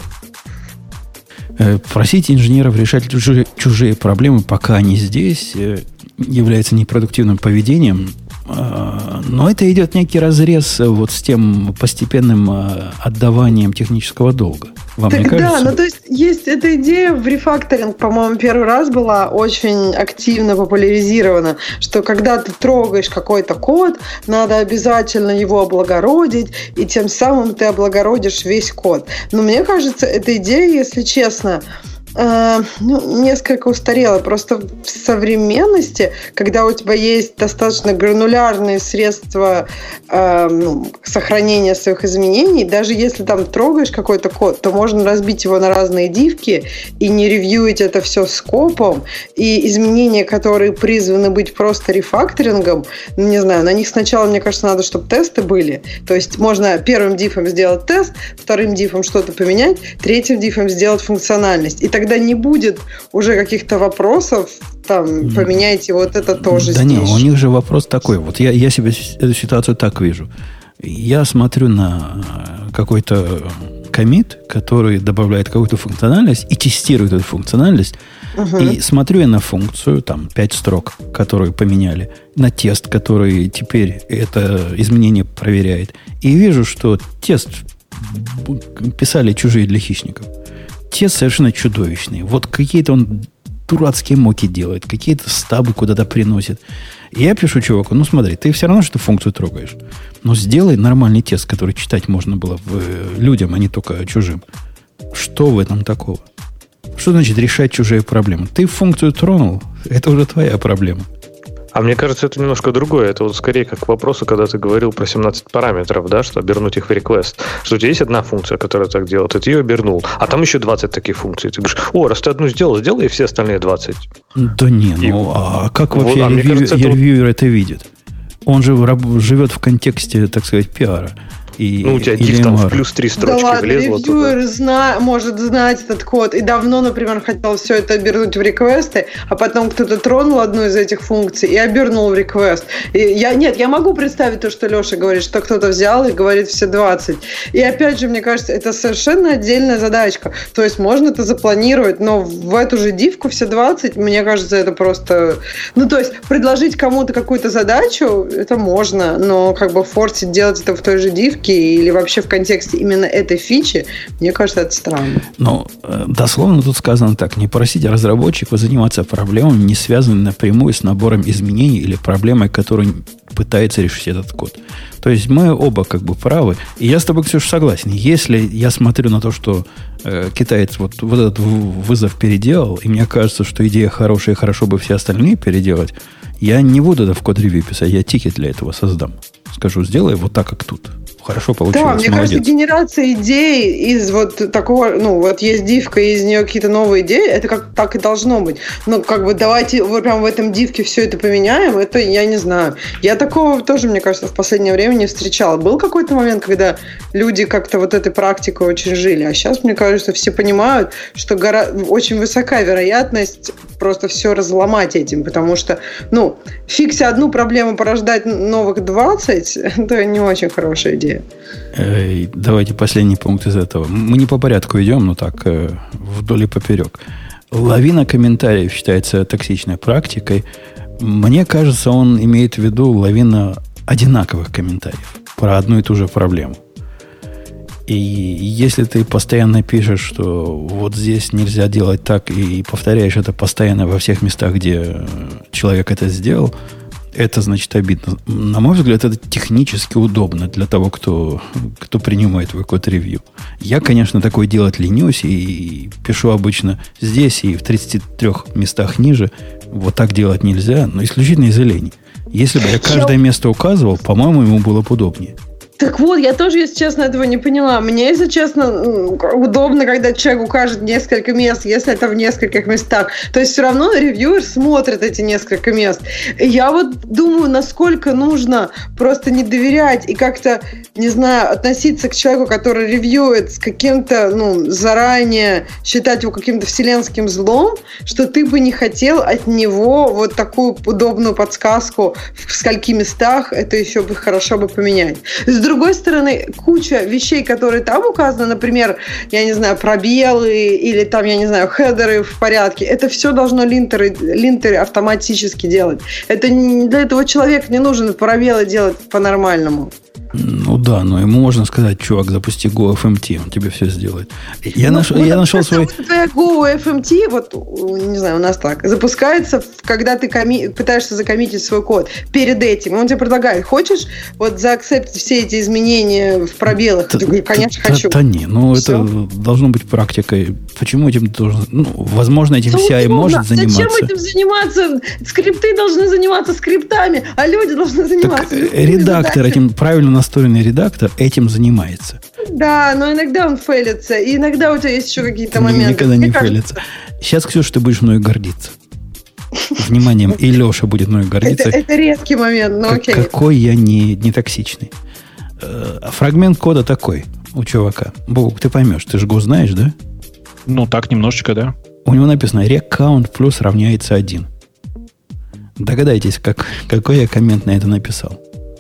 Э, Просить инженеров решать чужие, чужие проблемы, пока они здесь, э, является непродуктивным поведением. Э, Но это идет некий разрез э, вот с тем постепенным э, отдаванием технического долга. Вам не Так кажется? да, ну то есть есть эта идея в рефакторинг, по-моему, первый раз была очень активно популяризирована, что когда ты трогаешь какой-то код, надо обязательно его облагородить, и тем самым ты облагородишь весь код. Но мне кажется, эта идея, если честно, э, ну, несколько устарела. Просто в современности, когда у тебя есть достаточно гранулярные средства э, ну, сохранения своих изменений, даже если там трогаешь какой-то код, то можно разбить его на разные дивки и не ревьюить это все скопом. И изменения, которые призваны быть просто рефакторингом, ну, не знаю, на них сначала, мне кажется, надо, чтобы тесты были. То есть можно первым дифом сделать тест, вторым дифом что-то поменять, третьим дифом сделать функциональность. И тогда не будет уже каких-то вопросов, там, поменяйте вот это тоже да здесь. Да нет, у них же вопрос такой. Вот я, я себе эту ситуацию так вижу. Я смотрю на какой-то коммит, который добавляет какую-то функциональность и тестирует эту функциональность. Угу. И смотрю я на функцию, там, пять строк, которую поменяли, на тест, который теперь это изменение проверяет. И вижу, что тест писали чужие для хищников. Тест совершенно чудовищный. Вот какие-то он дурацкие моки делает, какие-то стабы куда-то приносит. И я пишу чуваку, ну смотри, ты все равно что функцию трогаешь. Но сделай нормальный тест, который читать можно было в, людям, а не только чужим. Что в этом такого? Что значит решать чужие проблемы? Ты функцию тронул, это уже твоя проблема. А мне кажется, это немножко другое. Это вот скорее как к вопросу, когда ты говорил про семнадцать параметров, да, что обернуть их в request. Что у тебя есть одна функция, которая так делает, ты ее обернул, а там еще двадцать таких функций. Ты говоришь, о, раз ты одну сделал, сделай и все остальные двадцать. Да не, и, ну а как вообще вот, а ревью, кажется, ревьюер это... это видит? Он же живет в контексте, так сказать, пиара. И, ну, у тебя div там в плюс три строчки да влезло. Да ладно, ревьюер зна- может знать этот код. И давно, например, хотел все это обернуть в реквесты, а потом кто-то тронул одну из этих функций и обернул в реквест. И я, нет, я могу представить то, что Леша говорит, что кто-то взял и говорит все двадцать. И опять же, мне кажется, это совершенно отдельная задачка. То есть можно это запланировать, но в эту же дивку все двадцать, мне кажется, это просто... Ну, то есть предложить кому-то какую-то задачу, это можно, но как бы форсить делать это в той же дивке или вообще в контексте именно этой фичи, мне кажется, это странно. Ну, дословно тут сказано так. Не просите разработчиков заниматься проблемами, не связанными напрямую с набором изменений или проблемой, которую пытается решить этот код. То есть мы оба как бы правы. И я с тобой, Ксюша, согласен. Если я смотрю на то, что э, китаец вот, вот этот вызов переделал, и мне кажется, что идея хорошая, и хорошо бы все остальные переделать, я не буду это в код-ревью писать, я тикет для этого создам. Скажу, сделай вот так, как тут. Хорошо получилось, да, мне молодец. кажется, генерация идей из вот такого, ну, вот есть дивка, и из нее какие-то новые идеи, это как так и должно быть. Но как бы давайте вот прям в этом дивке все это поменяем, это я не знаю. Я такого тоже, мне кажется, в последнее время не встречала. Был какой-то момент, когда люди как-то вот этой практикой очень жили, а сейчас, мне кажется, все понимают, что гора... очень высока вероятность просто все разломать этим, потому что, ну, фикся одну проблему, порождать новых двадцать, это не очень хорошая идея. Эй, давайте последний пункт из этого. Мы не по порядку идем, но так э, вдоль и поперек. Лавина комментариев считается токсичной практикой. Мне кажется, он имеет в виду лавина одинаковых комментариев про одну и ту же проблему. И если ты постоянно пишешь, что вот здесь нельзя делать так, и повторяешь это постоянно во всех местах, где человек это сделал, это, значит, обидно. На мой взгляд, это технически удобно для того, кто, кто принимает твой код-ревью. Я, конечно, такое делать ленюсь и пишу обычно здесь и в тридцати трёх местах ниже. Вот так делать нельзя, но исключительно из-за лени. Если бы я каждое место указывал, по-моему, ему было бы удобнее. Так вот, я тоже, если честно, этого не поняла. Мне, если честно, удобно, когда человек укажет несколько мест, если это в нескольких местах. То есть все равно ревьюер смотрит эти несколько мест. И я вот думаю, насколько нужно просто не доверять и как-то, не знаю, относиться к человеку, который ревьюет с каким-то, ну, заранее считать его каким-то вселенским злом, что ты бы не хотел от него вот такую удобную подсказку, в скольки местах это еще бы хорошо бы поменять. С другой стороны, куча вещей, которые там указаны, например, я не знаю, пробелы или там, я не знаю, хедеры в порядке, это все должно линтеры, линтеры автоматически делать. Это не, для этого человек не нужен пробелы делать по-нормальному. Ну да, но ему можно сказать, чувак, запусти GoFMT, он тебе все сделает. Я, ну, нашел, вот я нашел свой... Твоя GoFMT, вот, не знаю, у нас так, запускается, когда ты коми... пытаешься закоммитить свой код перед этим. Он тебе предлагает, хочешь вот заакцептить все эти изменения в пробелах? Ты говоришь, конечно, та, хочу. Да не, ну все. это должно быть практикой Почему этим должен... Ну, возможно, этим си ай может заниматься. Зачем этим заниматься? Скрипты должны заниматься скриптами, а люди должны заниматься... Так редактор, этим правильно настроенный редактор этим занимается. Да, но иногда он фейлится, и иногда у тебя есть еще какие-то моменты. Никогда не фейлится. Сейчас, Ксюша, ты будешь мною гордиться. Вниманием, и Леша будет мною гордиться. Это, это редкий момент, но окей. Какой я не, не токсичный. Фрагмент кода такой у чувака. Бог, ты поймешь, ты же Go знаешь, да? Ну, так немножечко, да. У него написано recount плюс равняется один. Догадайтесь, как, какой я коммент на это написал.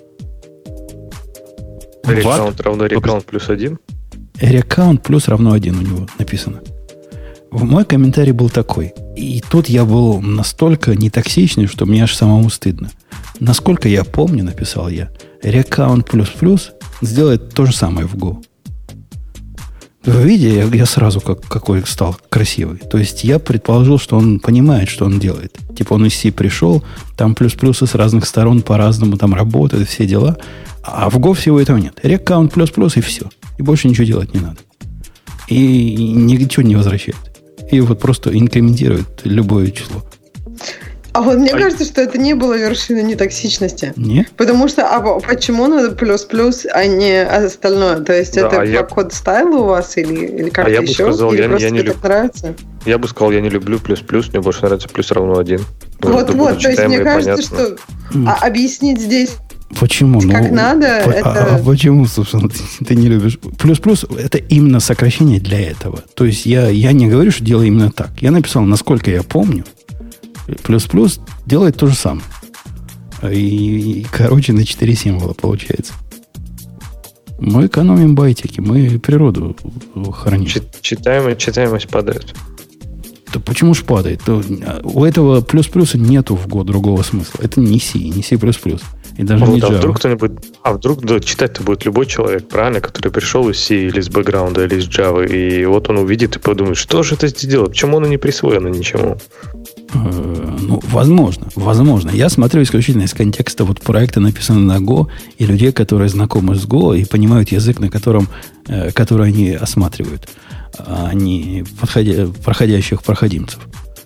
Recount равно recount плюс один? Recount плюс равно один у него написано. Мой комментарий был такой. И тут я был настолько нетоксичный, что мне аж самому стыдно. Насколько я помню, написал я, recount плюс плюс сделает то же самое в Go. Вы видите, я, я сразу как, какой стал красивый. То есть я предположил, что он понимает, что он делает. Типа он из C пришел, там плюс-плюсы с разных сторон по-разному там работают, все дела. А в Go всего этого нет. Recount плюс-плюс и все. И больше ничего делать не надо. И ничего не возвращает. И вот просто инкрементирует любое число. А вот мне а... кажется, что это не было вершиной нетоксичности. Нет? Потому что, а почему надо плюс-плюс, а не остальное? То есть да, это по я... код стайл у вас или, или как-то а я еще? Бы сказал, или я, просто я не тебе люб... так нравится? Я бы сказал, я не люблю плюс-плюс, мне больше нравится плюс равно один. Вот-вот, то есть мне кажется, что а, объяснить здесь почему? Как ну, надо, по, это... А почему, собственно, ты, ты не любишь? Плюс-плюс – это именно сокращение для этого. То есть я, я не говорю, что делаю именно так. Я написал, насколько я помню, плюс-плюс делает то же самое. И, и короче, на четыре символа получается. Мы экономим байтики, мы природу храним. Читаемость, читаемость падает. Да почему ж падает? У этого плюс-плюса нету в Go другого смысла. Это не C, не C++. И даже вот, не Java. А вдруг кто-нибудь, а вдруг да, читать-то будет любой человек, правильно, который пришел из C или из бэкграунда, или из Java, и вот он увидит и подумает, что же это сделал, почему оно не присвоено ничему? Ну, возможно, возможно. Я смотрю исключительно из контекста вот проекта, написанного на Go, и людей, которые знакомы с Go и понимают язык, на котором, который они осматривают, а не подходя, проходящих проходимцев.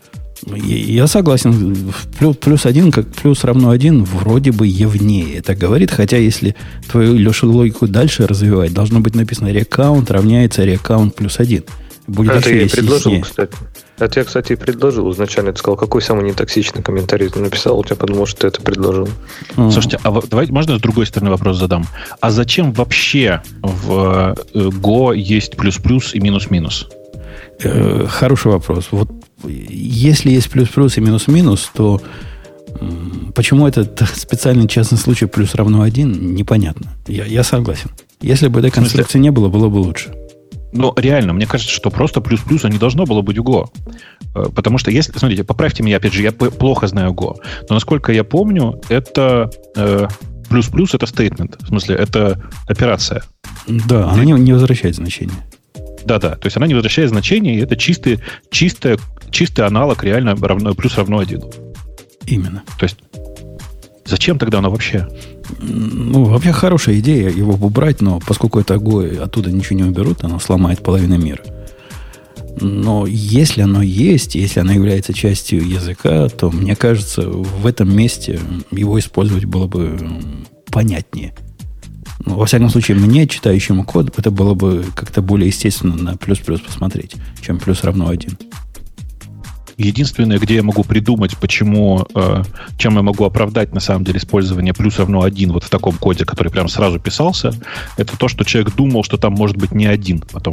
Я согласен. Плюс, плюс один, как плюс равно один, вроде бы явнее это говорит. Хотя, если твою, Леша, логику дальше развивать, должно быть написано recount равняется recount плюс один. Будет это еще я предложил, яснее. кстати. Это я, кстати, и предложил изначально. Ты сказал, какой самый нетоксичный комментарий ты написал. Я подумал, что ты это предложил. А. Слушайте, а давайте, можно с другой стороны вопрос задам? А зачем вообще в Go есть плюс-плюс и минус-минус? Э, хороший вопрос. Вот если есть плюс-плюс и минус-минус, то м, почему этот специальный частный случай плюс равно один, непонятно. Я, я согласен. Если бы этой конструкции не было, было бы лучше. Но реально, мне кажется, что просто плюс-плюса не должно было быть у Go. Потому что, если, смотрите, поправьте меня, опять же, я плохо знаю Go, но насколько я помню, это э, плюс-плюс это statement, в смысле, это операция. Да, она не, не возвращает значение. Да-да, то есть она не возвращает значение, и это чистый, чистый, чистый аналог реально равно, плюс равно один. Именно. То есть зачем тогда оно вообще? Ну, вообще хорошая идея его убрать, но поскольку это Go, оттуда ничего не уберут, оно сломает половину мира. Но если оно есть, если оно является частью языка, то, мне кажется, в этом месте его использовать было бы понятнее. Ну, во всяком случае, мне, читающему код, это было бы как-то более естественно на плюс-плюс посмотреть, чем плюс равно один. Единственное, где я могу придумать, почему, э, чем я могу оправдать на самом деле использование плюс равно один вот в таком коде, который прям сразу писался, это то, что человек думал, что там может быть не один потом.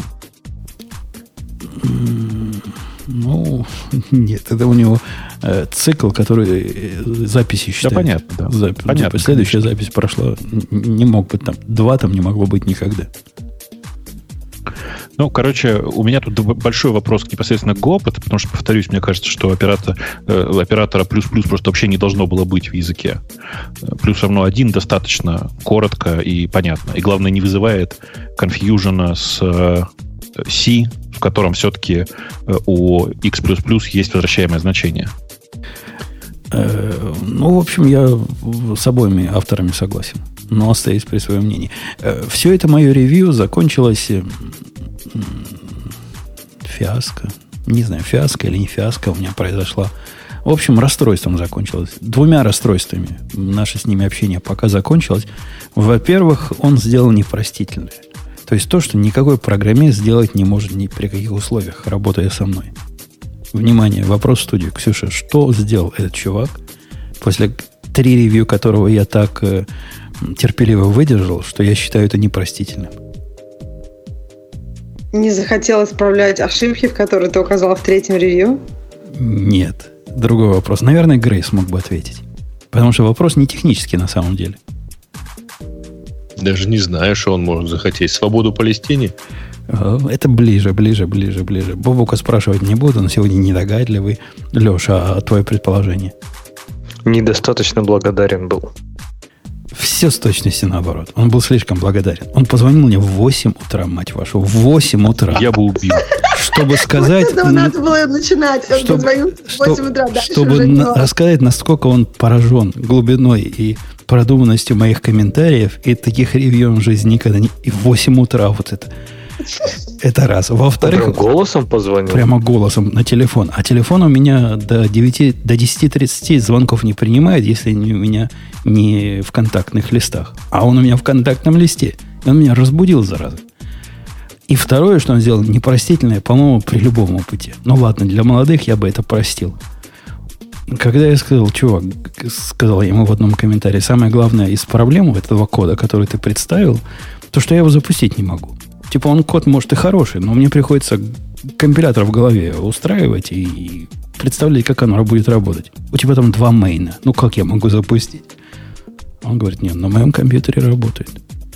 Ну, нет, это у него э, цикл, который э, записи считает. Да, понятно, да. Запись. Понятно, типа, следующая конечно. запись прошла, не мог быть там, два там не могло быть никогда. Ну, короче, у меня тут большой вопрос непосредственно к Go, потому что, повторюсь, мне кажется, что оператор, э, оператора плюс-плюс просто вообще не должно было быть в языке. Плюс равно один достаточно коротко и понятно. И, главное, не вызывает конфьюжена с э, C, в котором все-таки э, у X++ есть возвращаемое значение. Э, ну, в общем, я с обоими авторами согласен, но остаюсь при своем мнении. Э, все это мое ревью закончилось фиаско. Не знаю, фиаско или не фиаско у меня произошла. В общем, расстройством закончилось. Двумя расстройствами наше с ними общение пока закончилось. Во-первых, он сделал непростительное. То есть то, что никакой программист сделать не может ни при каких условиях, работая со мной. Внимание, вопрос в студию. Ксюша, что сделал этот чувак, после три ревью которого я так э, терпеливо выдержал, что я считаю это непростительным? Не захотел исправлять ошибки, в которые ты указал в третьем ревью? Нет. Другой вопрос. Наверное, Грей смог бы ответить. Потому что вопрос не технический на самом деле. Даже не знаю, что он может захотеть. Свободу Палестине? Это ближе, ближе, ближе, ближе. Бобука спрашивать не буду, он сегодня недогадливый. Леша, а твое предположение? Недостаточно благодарен был. Все с точностью наоборот. Он был слишком благодарен. Он позвонил мне в восемь утра, мать вашу. В восемь утра. Я бы убил. Чтобы сказать... Вот это надо было начинать. Он чтобы, позвонил в восемь утра. Дальше чтобы на, рассказать, насколько он поражен глубиной и продуманностью моих комментариев. И таких ревью он в жизни никогда не... И в восемь утра вот это... Это раз. Во-вторых... Прям голосом позвонил? Прямо голосом на телефон. А телефон у меня до девяти, до десяти тридцати звонков не принимает, если у меня не в контактных листах. А он у меня в контактном листе. И он меня разбудил, зараза. И второе, что он сделал, непростительное, по-моему, при любом опыте. Ну ладно, для молодых я бы это простил. Когда я сказал, чувак, сказал я ему в одном комментарии, самое главное из проблем этого кода, который ты представил, то, что я его запустить не могу. Типа он код, может, и хороший, но мне приходится компилятор в голове устраивать и представлять, как оно будет работать. У тебя там два мейна. Ну, как я могу запустить? Он говорит, нет, на моем компьютере работает.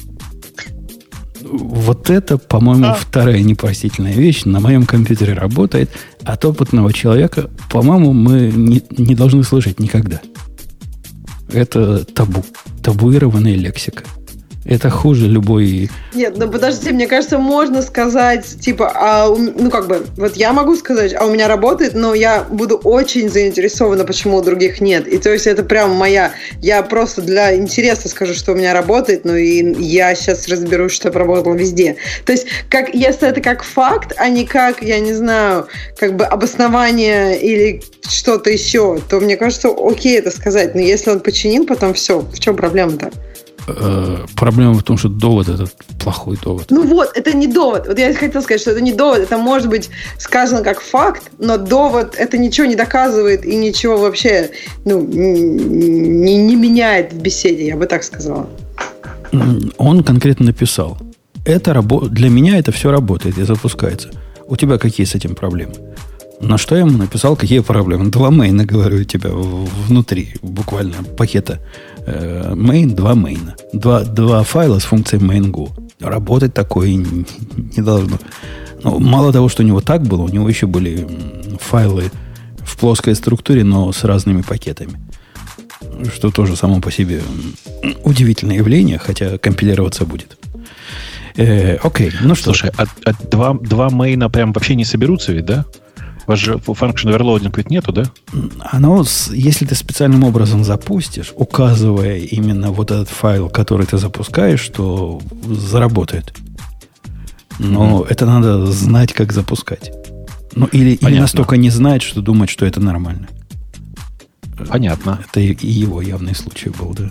Вот это, по-моему, а. вторая непростительная вещь. На моем компьютере работает. От опытного человека, по-моему, мы не, не должны слышать никогда. Это табу. Табуированная лексика. Это хуже любой... Нет, ну подождите, мне кажется, можно сказать, типа, а, ну как бы, вот я могу сказать, а у меня работает, но я буду очень заинтересована, почему у других нет. И то есть это прям моя... Я просто для интереса скажу, что у меня работает, ну и я сейчас разберусь, что работало везде. То есть, как, если это как факт, а не как, я не знаю, как бы обоснование или что-то еще, то мне кажется, окей это сказать. Но если он починил, потом все, в чем проблема-то? Проблема в том, что довод этот плохой довод. Ну вот, это не довод. Вот я хотела сказать, что это не довод. Это может быть сказано как факт, но довод это ничего не доказывает и ничего вообще ну, не, не меняет в беседе, я бы так сказала. Он конкретно написал. Это рабо- для меня это все работает и запускается. У тебя какие с этим проблемы? На что я ему написал, какие проблемы? Два мейна, говорю, у тебя внутри буквально пакета. Main, два мейна. Два, два файла с функцией main.go. Работать такое не, не должно. Но мало того, что у него так было, у него еще были файлы в плоской структуре, но с разными пакетами. Что тоже само по себе удивительное явление, хотя компилироваться будет. Э, окей, ну что. Слушай, а, а два, два мейна прям вообще не соберутся ведь, да? У вас же function overloading ведь нету, да? Оно, если ты специальным образом запустишь, указывая именно вот этот файл, который ты запускаешь, что заработает. Но mm-hmm. это надо знать, как запускать. Ну, или, или настолько не знать, что думать, что это нормально. Понятно. Это и его явный случай был, да.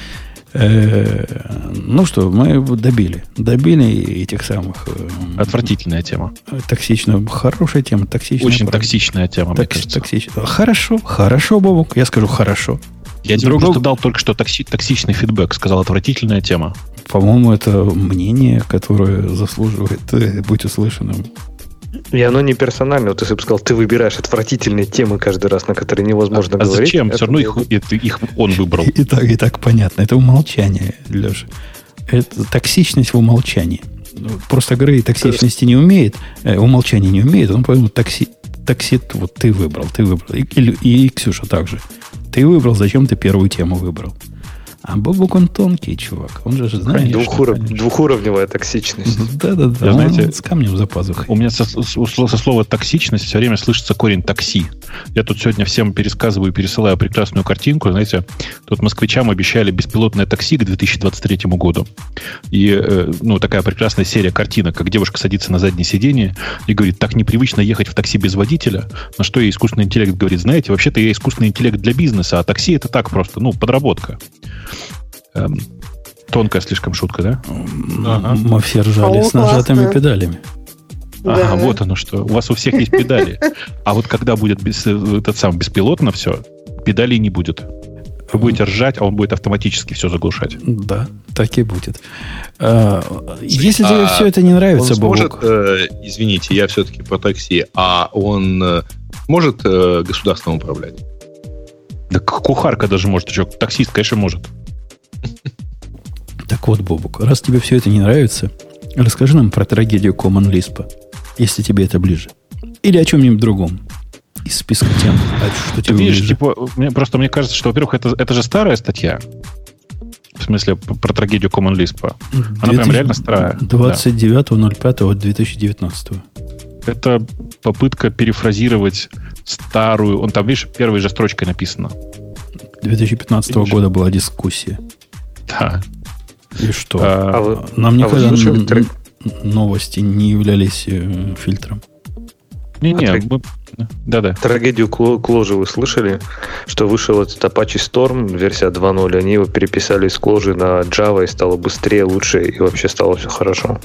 Ну что, мы добили. Добили этих самых... Отвратительная тема. Токсичная. Хорошая тема. Токсичная. Очень правда. Токсичная тема, Токс, мне кажется. Токсичная. Хорошо. Хорошо, Бобок. Я скажу хорошо. Я тебе Другого... просто дал только что токси... токсичный фидбэк. Сказал, отвратительная тема. По-моему, это мнение, которое заслуживает быть услышанным. И оно не персонально. Вот если бы сказал, ты выбираешь отвратительные темы каждый раз, на которые невозможно а, говорить. А зачем? Все равно их, это, их он выбрал. И, и, так, и так понятно. Это умолчание, Леша. Это токсичность в умолчании. Просто Грей токсичности не умеет, э, умолчания не умеет. Он поэтому токси, токсит, вот ты выбрал, ты выбрал. И, и, и Ксюша также. Ты выбрал, зачем ты первую тему выбрал. А Бобук, он тонкий чувак. Он же знает. Двухуров... Двухуровневая токсичность. Да-да-да. Знаете, с камнем за пазухой. У меня со, со слова токсичность все время слышится корень такси. Я тут сегодня всем пересказываю и пересылаю прекрасную картинку. Знаете, тут москвичам обещали беспилотное такси к две тысячи двадцать третьему году. И, ну, такая прекрасная серия картинок, как девушка садится на заднее сиденье и говорит, так непривычно ехать в такси без водителя. На что ей искусственный интеллект говорит, знаете, вообще-то я искусственный интеллект для бизнеса, а такси это так просто, ну, подработка. Эм, тонкая слишком шутка, да? Ага. Мы все ржали с нажатыми классно. Педалями. Ага, да. Вот оно что. У вас у всех есть педали. А вот когда будет без, этот сам беспилотно все, педалей не будет. Вы будете ржать, а он будет автоматически все заглушать. Да, так и будет. А, если а тебе все это не нравится, он сможет, э, извините, я все-таки про такси, а он э, может э, государством управлять? Да кухарка даже может. Что, таксист, конечно, может. Так вот, Бобук, раз тебе все это не нравится, расскажи нам про трагедию Common Lisp, если тебе это ближе. Или о чем-нибудь другом из списка тем. А что тебе видишь, ближе? Типа, мне, просто мне кажется, что, во-первых, это, это же старая статья. В смысле, про трагедию Common Lisp. Она прям реально старая. двадцать девятого ноль пятого две тысячи девятнадцатого. Это попытка перефразировать старую... Он там, видишь, первой же строчкой написано. две тысячи пятнадцатого видишь? Года была дискуссия. Да. И что? А, а вы, Нам никогда а н- н- новости не являлись э, фильтром. Не-не, а мы... Да-да. Трагедию Кложи вы слышали? Что вышел этот Apache Storm, версия два ноль, они его переписали из Кложи на Java, и стало быстрее, лучше, и вообще стало все хорошо.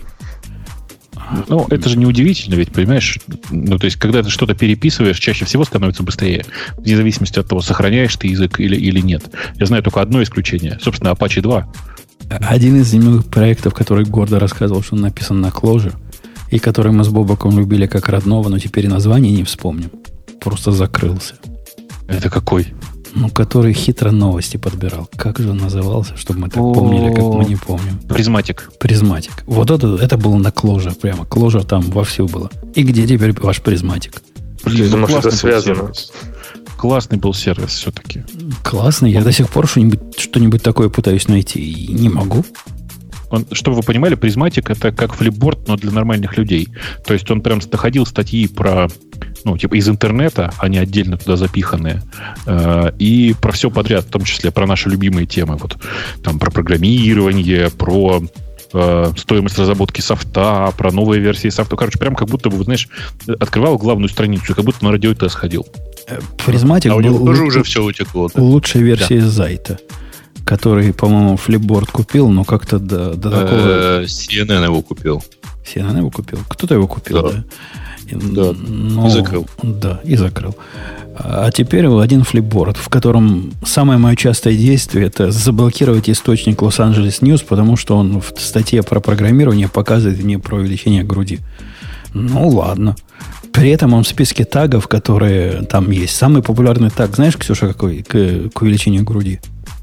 Ну, это же неудивительно, ведь, понимаешь? Ну, то есть, когда ты что-то переписываешь, чаще всего становится быстрее. Вне зависимости от того, сохраняешь ты язык или, или нет. Я знаю только одно исключение. Собственно, Apache два. Один из немногих проектов, который гордо рассказывал, что он написан на Clojure, и который мы с Бобоком любили как родного, но теперь и название не вспомним. Просто закрылся. Это какой? Ну, который хитро новости подбирал. Как же он назывался, чтобы мы так помнили, как мы не помним. Призматик. Призматик. Вот это, это было на Clojure прямо. Clojure там вовсю было. И где теперь ваш призматик? Блин, ну, думаю, что это связано. Классный был сервис все-таки. Классный. Я до сих пор что-нибудь, что-нибудь такое пытаюсь найти. И не могу. Он, чтобы вы понимали, призматик это как флипборд, но для нормальных людей. То есть он прям находил статьи про, ну, типа из интернета, они отдельно туда запиханные, э, и про все подряд, в том числе про наши любимые темы. Вот, там про программирование, про э, стоимость разработки софта, про новые версии софта. Короче, прям как будто бы, знаешь, открывал главную страницу, как будто на радиотест ходил. Призматик а у него был тоже л- уже все утекло. Да? Лучшая версия да. Зайта, который, по-моему, флипборд купил, но как-то до, до такого... си эн эн его купил. си эн эн его купил? Кто-то его купил, да? Да, да. Но, и закрыл. Да, и закрыл. А теперь один флипборд, в котором самое мое частое действие – это заблокировать источник Лос-Анджелес Ньюс, потому что он в статье про программирование показывает мне про увеличение груди. Ну, ладно. При этом он в списке тагов, которые там есть. Самый популярный таг, знаешь, Ксюша, какой к, к увеличению груди?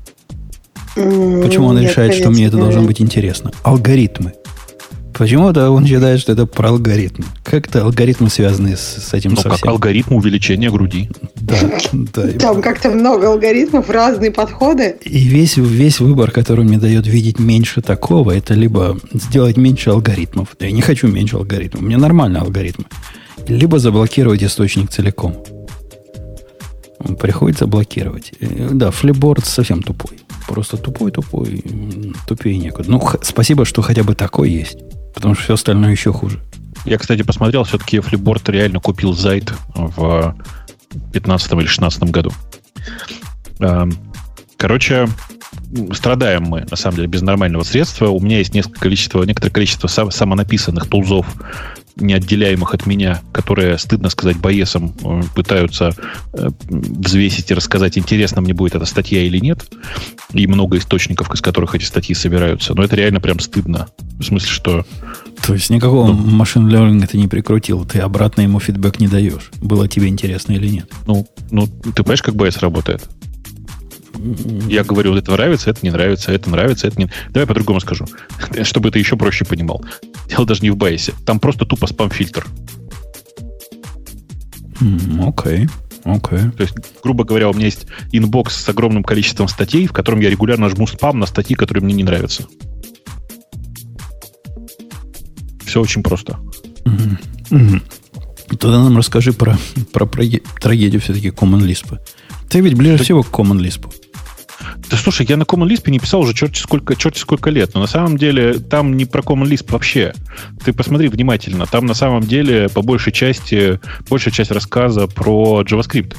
Почему он Нет, решает, что мне это должно быть интересно? Алгоритмы. Почему-то он считает, что это про алгоритмы. Как-то алгоритмы связаны с, с этим ну, совсем. как алгоритм увеличения груди. Да, да. Там как-то много алгоритмов, разные подходы. И весь, весь выбор, который мне дает видеть меньше такого, это либо сделать меньше алгоритмов. Я не хочу меньше алгоритмов. Мне нормальные алгоритмы. Либо заблокировать источник целиком. Приходится блокировать. Да, флипборд совсем тупой. Просто тупой-тупой. Тупее некуда. Ну, х- спасибо, что хотя бы такой есть. Потому что все остальное еще хуже. Я, кстати, посмотрел, все-таки флипборд реально купил Зайт в пятнадцатом или шестнадцатом году. Короче, страдаем мы, на самом деле, без нормального средства. У меня есть несколько количество, некоторое количество сам, самонаписанных тулзов, неотделяемых от меня, которые, стыдно сказать, боесам пытаются взвесить и рассказать, интересно мне будет эта статья или нет. И много источников, из которых эти статьи собираются. Но это реально прям стыдно. В смысле, что... То есть никакого машин learning ты не прикрутил, ты обратно ему фидбэк не даешь. Было тебе интересно или нет? Ну, ну ты понимаешь, как байс работает? Я говорю, вот это нравится, это не нравится, это нравится, это не... Давай по-другому скажу, чтобы ты еще проще понимал. Дело даже не в байсе. Там просто тупо спам-фильтр. Mm, окей, Okay. То есть, грубо говоря, у меня есть инбокс с огромным количеством статей, в котором я регулярно жму спам на статьи, которые мне не нравятся. Все очень просто. Mm-hmm. Mm-hmm. Тогда нам расскажи про, про, про трагедию все-таки Common Lisp. Ты ведь ближе Ты... всего к Common Lisp. Да слушай, я на Common Lisp не писал уже черти сколько, черти сколько лет, но на самом деле там не про Common Lisp вообще. Ты посмотри внимательно. Там на самом деле по большей части, большая часть рассказа про JavaScript.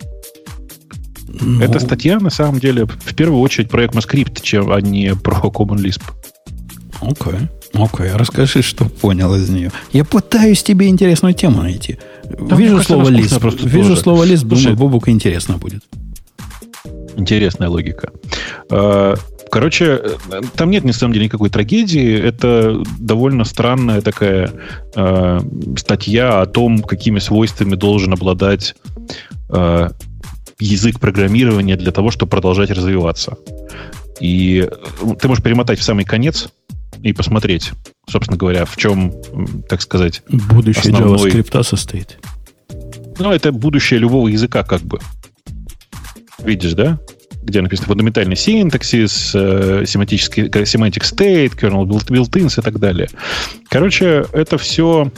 Ну... Эта статья на самом деле в первую очередь про ECMAScript, чем, а не про Common Lisp. Окей. Okay. Окей, okay. Расскажи, что понял из нее. Я пытаюсь тебе интересную тему найти. Там вижу слово Lisp. Вижу тоже. слово Lisp, думаю, Бобуку интересно будет. Интересная логика. Короче, там нет, на самом деле, никакой трагедии. Это довольно странная такая э, статья о том, какими свойствами должен обладать э, язык программирования для того, чтобы продолжать развиваться. И ты можешь перемотать в самый конец и посмотреть, собственно говоря, в чем, так сказать, будущее основной... JavaScript состоит. Ну, это будущее любого языка, как бы. Видишь, да? Где написано фундаментальный синтаксис, семантический semantic state, kernel built-ins и так далее. Короче, это все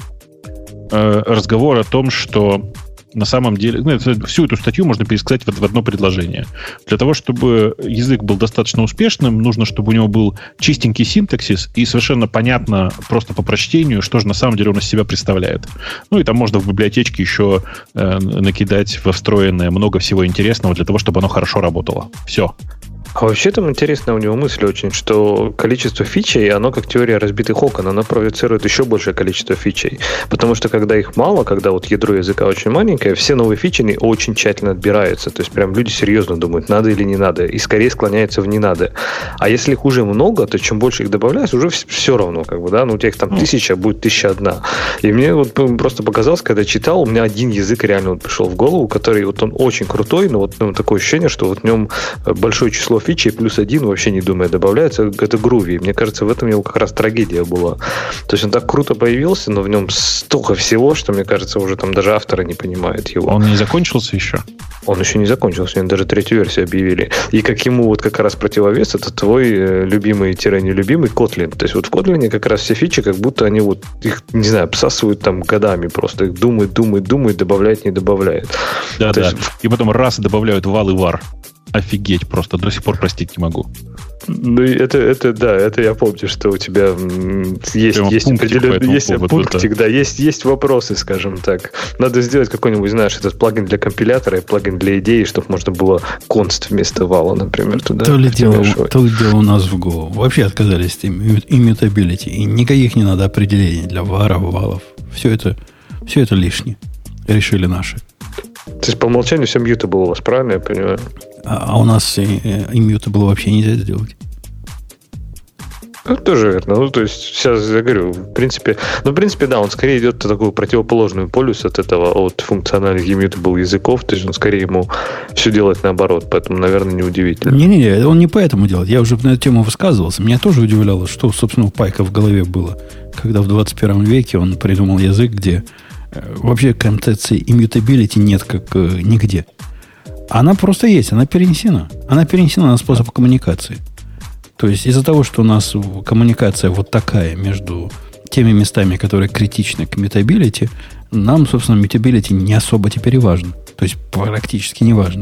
э, разговор о том, что на самом деле... Ну, всю эту статью можно пересказать в, в одно предложение. Для того, чтобы язык был достаточно успешным, нужно, чтобы у него был чистенький синтаксис и совершенно понятно просто по прочтению, что же на самом деле он из себя представляет. Ну и там можно в библиотечке еще э, накидать во встроенное много всего интересного для того, чтобы оно хорошо работало. Все. А вообще там интересная у него мысль очень, что количество фичей, оно как теория разбитых окон, оно проецирует еще большее количество фичей. Потому что когда их мало, когда вот ядро языка очень маленькое, все новые фичи очень тщательно отбираются. То есть прям люди серьезно думают, надо или не надо, и скорее склоняются в не надо. А если их уже много, то чем больше их добавляешь, уже все равно, как бы, да, ну у тебя их там тысяча, будет тысяча одна. И мне вот просто показалось, когда читал, у меня один язык реально вот пришел в голову, который вот он очень крутой, но вот ну, такое ощущение, что вот в нем большое число фичи плюс один, вообще не думая, добавляется, это Groovy. Мне кажется, в этом его как раз трагедия была. То есть он так круто появился, но в нем столько всего, что, мне кажется, уже там даже авторы не понимают его. Он не закончился еще? Он еще не закончился, они даже третью версию объявили. И как ему вот как раз противовес, это твой любимый-нелюбимый Kotlin. То есть вот в Kotlin как раз все фичи, как будто они вот их, не знаю, обсасывают там годами просто. Их думают, думают, думают, добавляют, не добавляют. Да-да. Есть... И потом раз добавляют вал и var. Офигеть, просто до сих пор простить не могу. Ну, это, это, да, это я помню, что у тебя есть, есть определенный есть пунктик, да, есть, есть вопросы, скажем так. Надо сделать какой-нибудь, знаешь, этот плагин для компилятора и плагин для идеи, чтобы можно было конст вместо вала, например, туда. То ли дело, то ли дело у нас в Go. Вообще отказались от immutability, и никаких не надо определений для варов, валов. Все это, все это лишнее. Решили наши. То есть по умолчанию все mutable у вас, правильно я понимаю? А, а у нас immutable вообще нельзя сделать. Ну, тоже верно. Ну, то есть, сейчас я говорю, в принципе, ну, в принципе, да, он скорее идет на такую противоположную полюс от этого, от функциональных immutable языков, то есть он скорее ему все делает наоборот, поэтому, наверное, неудивительно. Не-не-не, он не поэтому делает. Я уже на эту тему высказывался. Меня тоже удивляло, что, собственно, у Пайка в голове было, когда в двадцать первом веке он придумал язык, где вообще концепции immutability нет как э, нигде. Она просто есть, она перенесена. Она перенесена на способ коммуникации. То есть из-за того, что у нас коммуникация вот такая между теми местами, которые критичны к mutability, нам, собственно, mutability не особо теперь и важно. То есть практически не важно.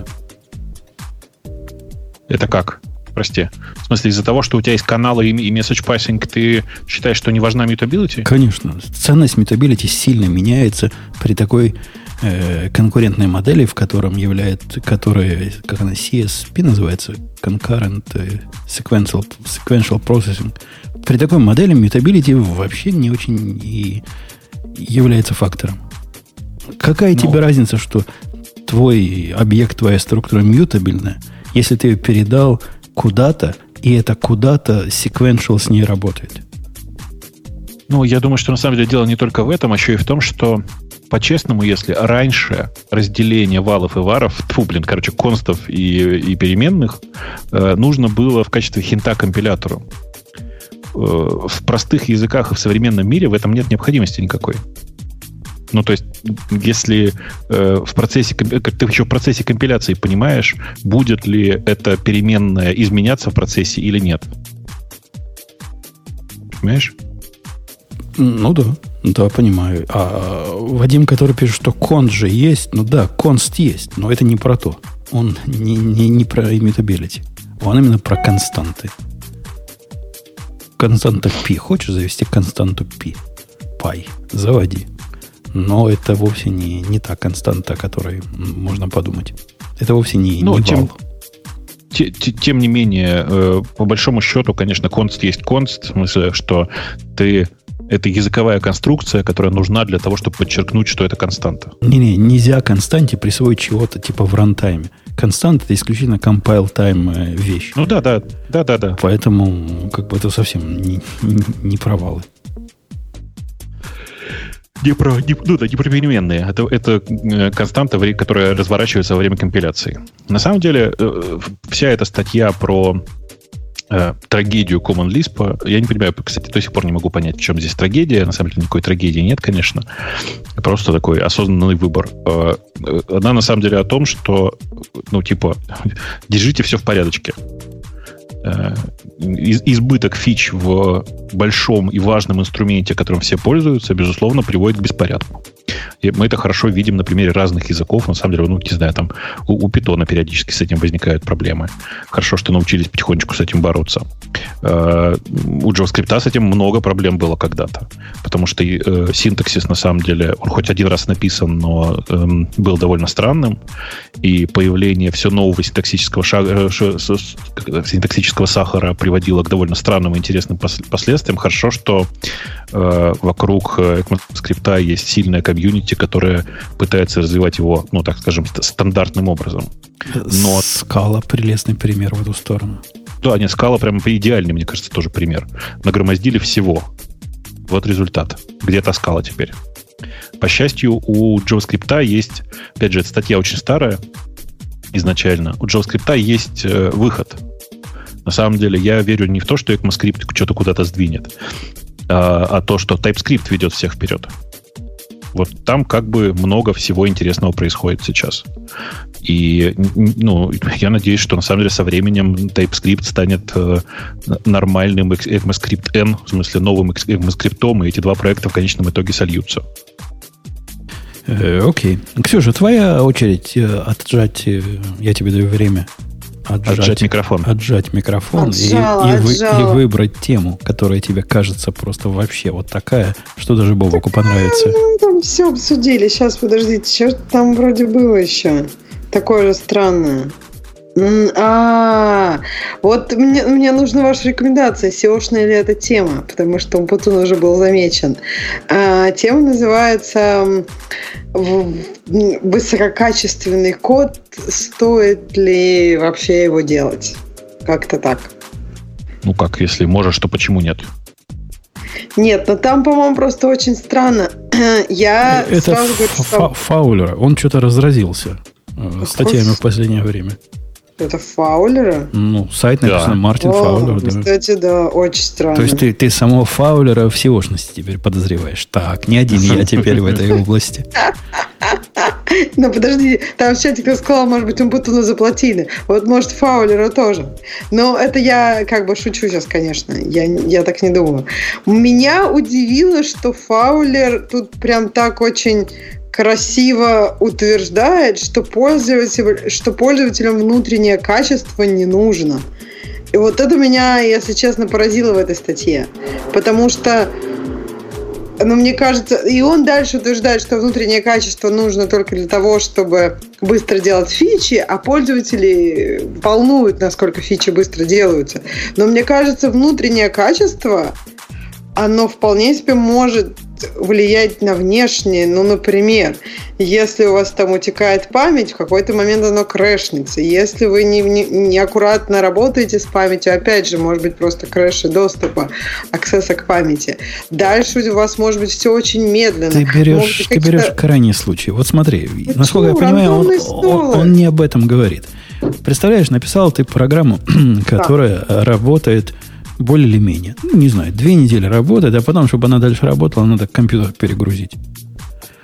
Это как? Прости. В смысле, из-за того, что у тебя есть каналы и message passing, ты считаешь, что не важна mutability? Конечно. Ценность mutability сильно меняется при такой э, конкурентной модели, в котором является, которая, как она, си эс пи называется, Concurrent Sequential, Sequential Processing. При такой модели mutability вообще не очень и является фактором. Какая Но. тебе разница, что твой объект, твоя структура мьютабельная, если ты ее передал куда-то, и это куда-то sequential с ней работает? Ну, я думаю, что на самом деле дело не только в этом, а еще и в том, что по-честному, если раньше разделение валов и варов, тьфу, блин, короче, констов и, и переменных э, нужно было в качестве хинта компилятору. Э, в простых языках и в современном мире в этом нет необходимости никакой. Ну, то есть, если э, в процессе, как ты еще в процессе компиляции понимаешь, будет ли эта переменная изменяться в процессе или нет. Понимаешь? Ну да, да, понимаю. А Вадим, который пишет, что конст же есть, ну да, конст есть, но это не про то. Он не, не, не про immutability. Он именно про константы. Константа π. Хочешь завести константу π? Пай. Заводи. Но это вовсе не, не та константа, о которой можно подумать. Это вовсе не, ну, не тем, вал. Те, те, тем не менее, э, по большому счету, конечно, конст есть конст, в смысле, что ты... Это языковая конструкция, которая нужна для того, чтобы подчеркнуть, что это константа. Не-не, нельзя константе присвоить чего-то типа в рантайме. Константа — это исключительно compile time вещь. Ну да, да, да, да, да. Поэтому как бы это совсем не, не, не провалы. Не про, не, ну, да, не про переменные. Это, это константа, которая разворачивается во время компиляции. На самом деле, вся эта статья про э, трагедию Common Lisp, я не понимаю, кстати, до сих пор не могу понять, в чем здесь трагедия. На самом деле никакой трагедии нет, конечно. Просто такой осознанный выбор. Она на самом деле о том, что, ну, типа, держите все в порядочке. Избыток фич в большом и важном инструменте, которым все пользуются, безусловно, приводит к беспорядку. И мы это хорошо видим на примере разных языков. На самом деле, ну, не знаю, там у, у Python периодически с этим возникают проблемы. Хорошо, что научились потихонечку с этим бороться. Uh, у JavaScript с этим много проблем было когда-то. Потому что uh, синтаксис, на самом деле, он хоть один раз написан, но um, был довольно странным. И появление все нового синтаксического, шага, ш, ш, синтаксического сахара приводило к довольно странным и интересным последствиям. Хорошо, что uh, вокруг ECMAScript есть сильная комьюнити, которая пытается развивать его, ну, так скажем, стандартным образом. Но... Scala — прелестный пример в эту сторону. Да, нет, Scala прямо идеальный, мне кажется, тоже пример. Нагромоздили всего. Вот результат. Где-то Scala теперь. По счастью, у JavaScript есть, опять же, эта статья очень старая изначально, у JavaScript есть э, выход. На самом деле, я верю не в то, что ECMAScript что-то куда-то сдвинет, а, а то, что TypeScript ведет всех вперед. Вот там как бы много всего интересного происходит сейчас. И, ну, я надеюсь, что на самом деле со временем TypeScript станет э, нормальным ECMAScript-N, в смысле новым ECMAScript, и эти два проекта в конечном итоге сольются. Э, окей. Ксюша, твоя очередь отжать, я тебе даю время. Отжать, отжать микрофон. Отжать микрофон отжала, и, и, вы, и выбрать тему, которая тебе кажется просто вообще вот такая, что даже Бобоку понравится. Ну, там все обсудили. Сейчас, подождите, что там вроде было еще? Такое же странное. А, вот мне, мне нужна ваша рекомендация, сеошная ли эта тема, потому что Умпутун уже был замечен. А, тема называется «Высококачественный код, стоит ли вообще его делать?» Как-то так. Ну как, если можешь, то почему нет? Нет, но там, по-моему, просто очень странно. Я Это сразу говорю, что... Фаулера, он что-то разразился статьями в последнее время. Это Фаулера? Ну, сайт написано да. Мартин О, Фаулер. Да. Кстати, да, очень странно. То есть ты, ты самого Фаулера в сеошности теперь подозреваешь. Так, не один я теперь в этой области. Ну, подожди, там в чате кто сказал, может быть, Умпутуну заплатили. Вот, может, Фаулера тоже. Но это я как бы шучу сейчас, конечно. Я, я так не думаю. Меня удивило, что Фаулер тут прям так очень... красиво утверждает, что, пользователь, что пользователям внутреннее качество не нужно. И вот это меня, если честно, поразило в этой статье. Потому что, ну, мне кажется, и он дальше утверждает, что внутреннее качество нужно только для того, чтобы быстро делать фичи, а пользователи волнуют, насколько фичи быстро делаются. Но мне кажется, внутреннее качество, оно вполне себе может влиять на внешнее. Ну, например, если у вас там утекает память, в какой-то момент оно крэшнется. Если вы не, не, не аккуратно работаете с памятью, опять же, может быть, просто крэши доступа, аксесса к памяти. Дальше у вас может быть все очень медленно. Ты берешь, ты берешь крайний случай. Вот смотри, ну, насколько чё, я понимаю, он, он, он не об этом говорит. Представляешь, написал ты программу, которая да. работает более или менее. Ну, не знаю, две недели работает, а потом, чтобы она дальше работала, надо компьютер перегрузить.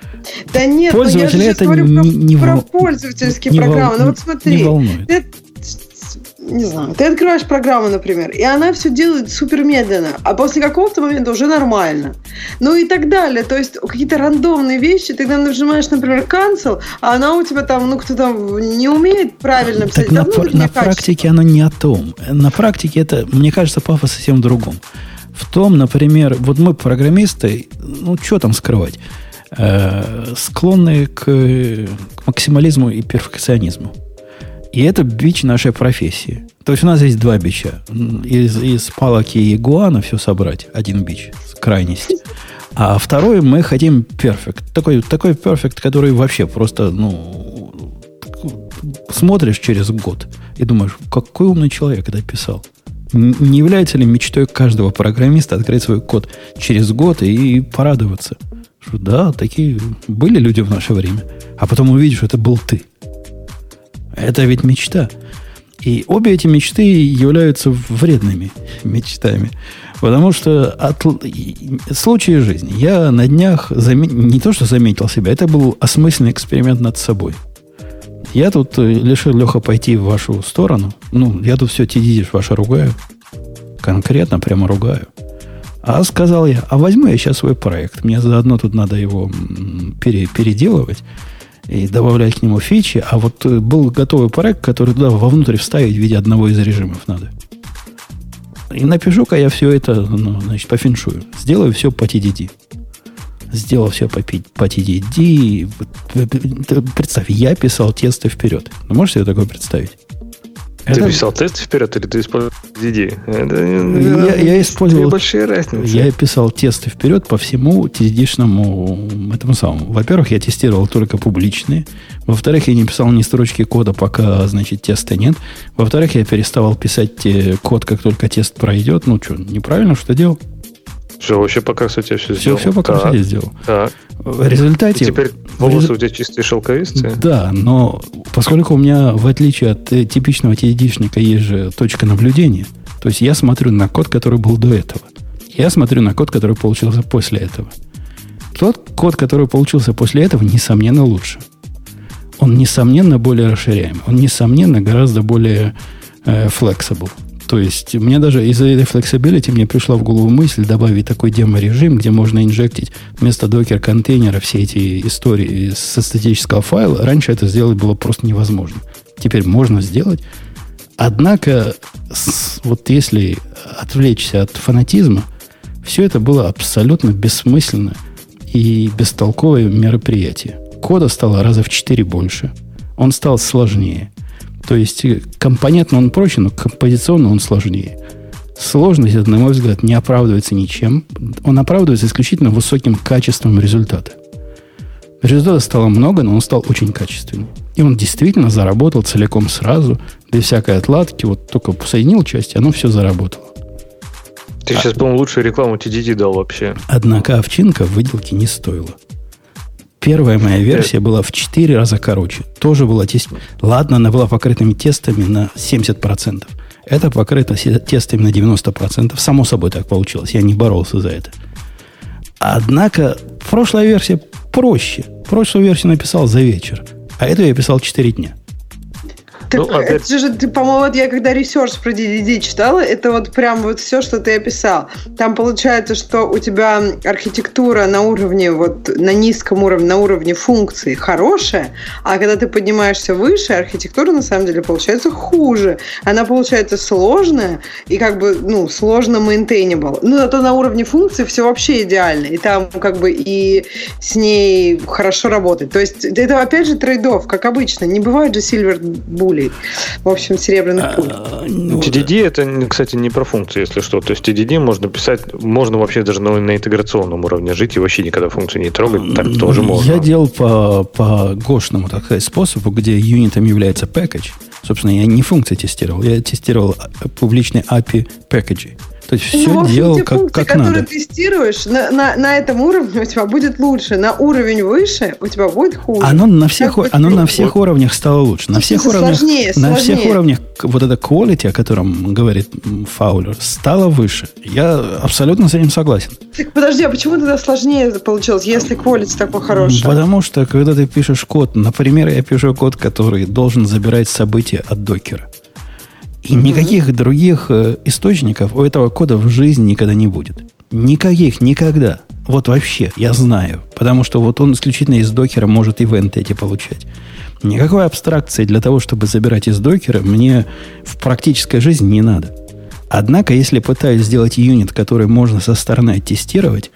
Да нет, пользователя ну я же это говорю не, не про, вол... про пользовательские не программы. Вол... Ну вот смотри, не волнует. Ты, не знаю, ты открываешь программу, например, и она все делает супер медленно, а после какого-то момента уже нормально. Ну и так далее. То есть какие-то рандомные вещи, ты когда нажимаешь, например, cancel, а она у тебя там, ну кто там не умеет правильно писать. Так на, пр- на практике оно не о том. На практике это, мне кажется, пафос совсем в другом. В том, например, вот мы, программисты, ну, что там скрывать, э, склонны к, к максимализму и перфекционизму. И это бич нашей профессии. То есть у нас есть два бича. Из, из палок и игуана все собрать. Один бич, крайности. А второй мы хотим перфект. Такой, такой перфект, который вообще просто, ну, смотришь через год и думаешь, какой умный человек это писал. Не является ли мечтой каждого программиста открыть свой код через год и порадоваться? Что да, такие были люди в наше время. А потом увидишь, что это был ты. Это ведь мечта. И обе эти мечты являются вредными мечтами. Потому что от случая жизни я на днях заме... не то что заметил себя, это был осмысленный эксперимент над собой. Я тут решил, Леха, пойти в вашу сторону. Ну, я тут все ти ди ди ваше ругаю. Конкретно прямо ругаю. А сказал я, а возьму я сейчас свой проект. Мне заодно тут надо его пере, переделывать и добавлять к нему фичи. А вот был готовый проект, который туда вовнутрь вставить в виде одного из режимов надо. И напишу-ка я все это, ну, значит, по феншую. Сделаю все по ти ди ди. Сделал все по, по ти ди ди. Представь, я писал тесты вперед. Вы можете себе такое представить? Ты это... писал тесты вперед или ты использовал ти ди ди? Это, я, я использовал... большие разницы. Я писал тесты вперед по всему ти ди ди-шному этому самому. Во-первых, я тестировал только публичные. Во-вторых, я не писал ни строчки кода, пока, значит, теста нет. Во-вторых, я переставал писать код, как только тест пройдет. Ну что, неправильно что делал? Все, вообще пока, кстати, все сделал. Все, все пока, кстати, сделал. Так. В результате... И теперь волосы у тебя чистые шелковистые? Да, но поскольку у меня, в отличие от типичного ти ди ди-шника, есть же точка наблюдения, то есть я смотрю на код, который был до этого. Я смотрю на код, который получился после этого. Тот код, который получился после этого, несомненно, лучше. Он, несомненно, более расширяемый. Он, несомненно, гораздо более э, flexible. То есть, мне даже из-за этой flexibility мне пришла в голову мысль добавить такой демо-режим, где можно инжектить вместо докер-контейнера все эти истории со статического файла. Раньше это сделать было просто невозможно. Теперь можно сделать. Однако, с, вот если отвлечься от фанатизма, все это было абсолютно бессмысленно и бестолковое мероприятие. Кода стало раза в четыре больше. Он стал сложнее. То есть, компонентно он проще, но композиционно он сложнее. Сложность, на мой взгляд, не оправдывается ничем. Он оправдывается исключительно высоким качеством результата. Результата стало много, но он стал очень качественным. И он действительно заработал целиком сразу, без всякой отладки. Вот только соединил части, оно все заработало. Ты а, сейчас, по-моему, лучшую рекламу ти ди ди дал вообще. Однако овчинка выделки не стоила. Первая моя версия была в четыре раза короче. Тоже была тест... Ладно, она была покрытыми тестами на семьдесят процентов. Это покрыто тестами на девяносто процентов. Само собой так получилось. Я не боролся за это. Однако прошлая версия проще. Прошлую версию написал за вечер. А эту я писал четыре дня. Так, ну, опять... Это же, ты, по-моему, вот я когда ресерч про ди ди ди читала, это вот прям вот все, что ты описал. Там получается, что у тебя архитектура на уровне, вот на низком уровне, на уровне функций хорошая, а когда ты поднимаешься выше, архитектура на самом деле получается хуже. Она получается сложная и как бы, ну, сложно maintainable. Ну, зато на уровне функций все вообще идеально. И там как бы и с ней хорошо работать. То есть это опять же трейд-офф, как обычно. Не бывает же silver bullet. В общем, серебряных пуль. Ну, ти ди ди это, кстати, не про функции, если что. То есть ти ди ди можно писать, можно вообще даже на, на интеграционном уровне жить и вообще никогда функцию не трогать. Так тоже можно. Я делал по, по гошному, так сказать, способу, где юнитом является package. Собственно, я не функции тестировал, я тестировал публичные эй пи ай пакеджи. То То есть все ну, в общем, делал те как, функции, как которые надо. ты тестируешь, на, на, на этом уровне у тебя будет лучше. На уровень выше у тебя будет хуже. Оно на всех, Как оно бы, на всех уровнях стало лучше. На всех уровнях, сложнее, на сложнее. всех уровнях вот это quality, о котором говорит Фаулер, стало выше. Я абсолютно с этим согласен. Так подожди, а почему тогда сложнее это получилось, если quality такой хороший? Потому что, когда ты пишешь код, например, я пишу код, который должен забирать события от докера. И mm-hmm. никаких других э, источников у этого кода в жизни никогда не будет. Никаких, никогда. Вот вообще, я знаю. Потому что вот он исключительно из докера может ивенты эти получать. Никакой абстракции для того, чтобы забирать из докера, мне в практической жизни не надо. Однако, если пытаюсь сделать юнит, который можно со стороны оттестировать,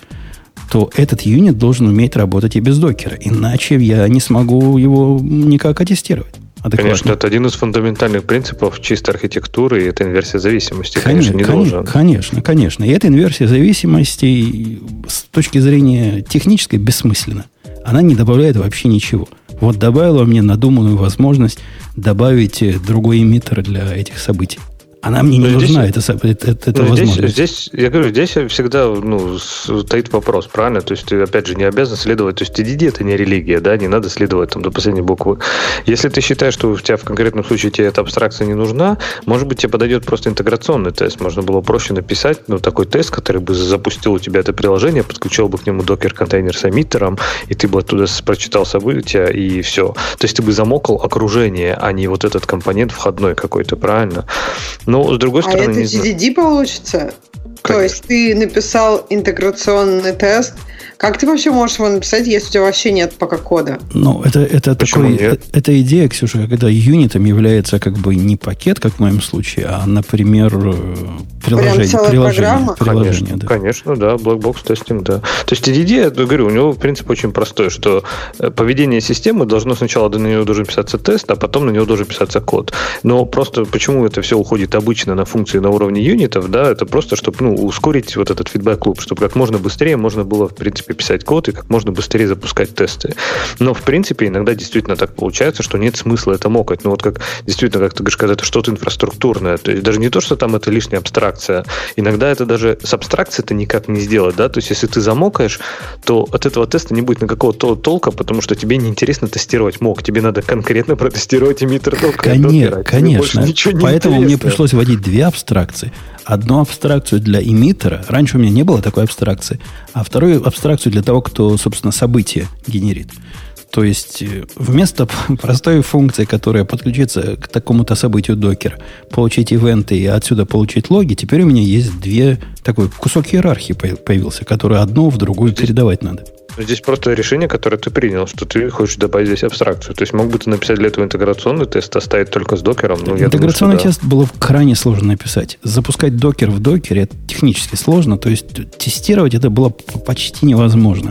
то этот юнит должен уметь работать и без докера. Иначе я не смогу его никак оттестировать. Адекватно. Конечно, это один из фундаментальных принципов чистой архитектуры, и это инверсия зависимости. Конечно, конечно, не конечно, должен. Конечно, конечно. И эта инверсия зависимости с точки зрения технической бессмысленна. Она не добавляет вообще ничего. Вот добавила мне надуманную возможность добавить другой эмиттер для этих событий. Она мне не Но нужна, здесь, это, это, это, это ну, возможность. Здесь, здесь, я говорю, здесь всегда ну, стоит вопрос, правильно? То есть ты, опять же, не обязан следовать. То есть ти ди ди это не религия, да, не надо следовать там до последней буквы. Если ты считаешь, что у тебя в конкретном случае тебе эта абстракция не нужна, может быть, тебе подойдет просто интеграционный тест. Можно было проще написать ну, такой тест, который бы запустил у тебя это приложение, подключил бы к нему докер-контейнер с эмиттером, и ты бы оттуда прочитал события, и все. То есть ты бы замокал окружение, а не вот этот компонент входной какой-то, правильно? Но, с другой стороны... А это не ти ди ди получится? Конечно. То есть ты написал интеграционный тест. Как ты вообще можешь его написать, если у тебя вообще нет пока кода? Ну, это, это, такой, это, это идея, Ксюша, когда юнитом является как бы не пакет, как в моем случае, а, например, приложение. Приложение, приложение конечно, да. конечно, да, black-box тестинг, да. То есть ти ди ди, я говорю, у него принцип очень простой, что поведение системы должно сначала на него должен писаться тест, а потом на него должен писаться код. Но просто почему это все уходит обычно на функции на уровне юнитов, да, это просто, чтобы ну, ускорить вот этот фидбэк-луп, чтобы как можно быстрее можно было, в принципе, писать код и как можно быстрее запускать тесты. Но, в принципе, иногда действительно так получается, что нет смысла это мокать. Ну, вот как действительно, как ты говоришь, когда это что-то инфраструктурное, то есть даже не то, что там это лишняя абстракция. Иногда это даже с абстракцией-то никак не сделать, да, то есть если ты замокаешь, то от этого теста не будет никакого толка, потому что тебе неинтересно тестировать мок, тебе надо конкретно протестировать эмиттер докера. Конечно, конечно. Поэтому мне пришлось вводить две абстракции. Одну абстракцию для эмиттера. Раньше у меня не было такой абстракции. А вторую абстракцию для того, кто, собственно, события генерит. То есть вместо простой функции, которая подключится к такому-то событию докера, получить ивенты и отсюда получить логи, теперь у меня есть две, такой кусок иерархии появился, который одну в другую передавать надо. Здесь просто решение, которое ты принял, что ты хочешь добавить здесь абстракцию. То есть мог бы ты написать для этого интеграционный тест, оставить только с докером. Ну, интеграционный думаю, тест да. было крайне сложно написать. Запускать докер в докере это технически сложно. То есть тестировать это было почти невозможно.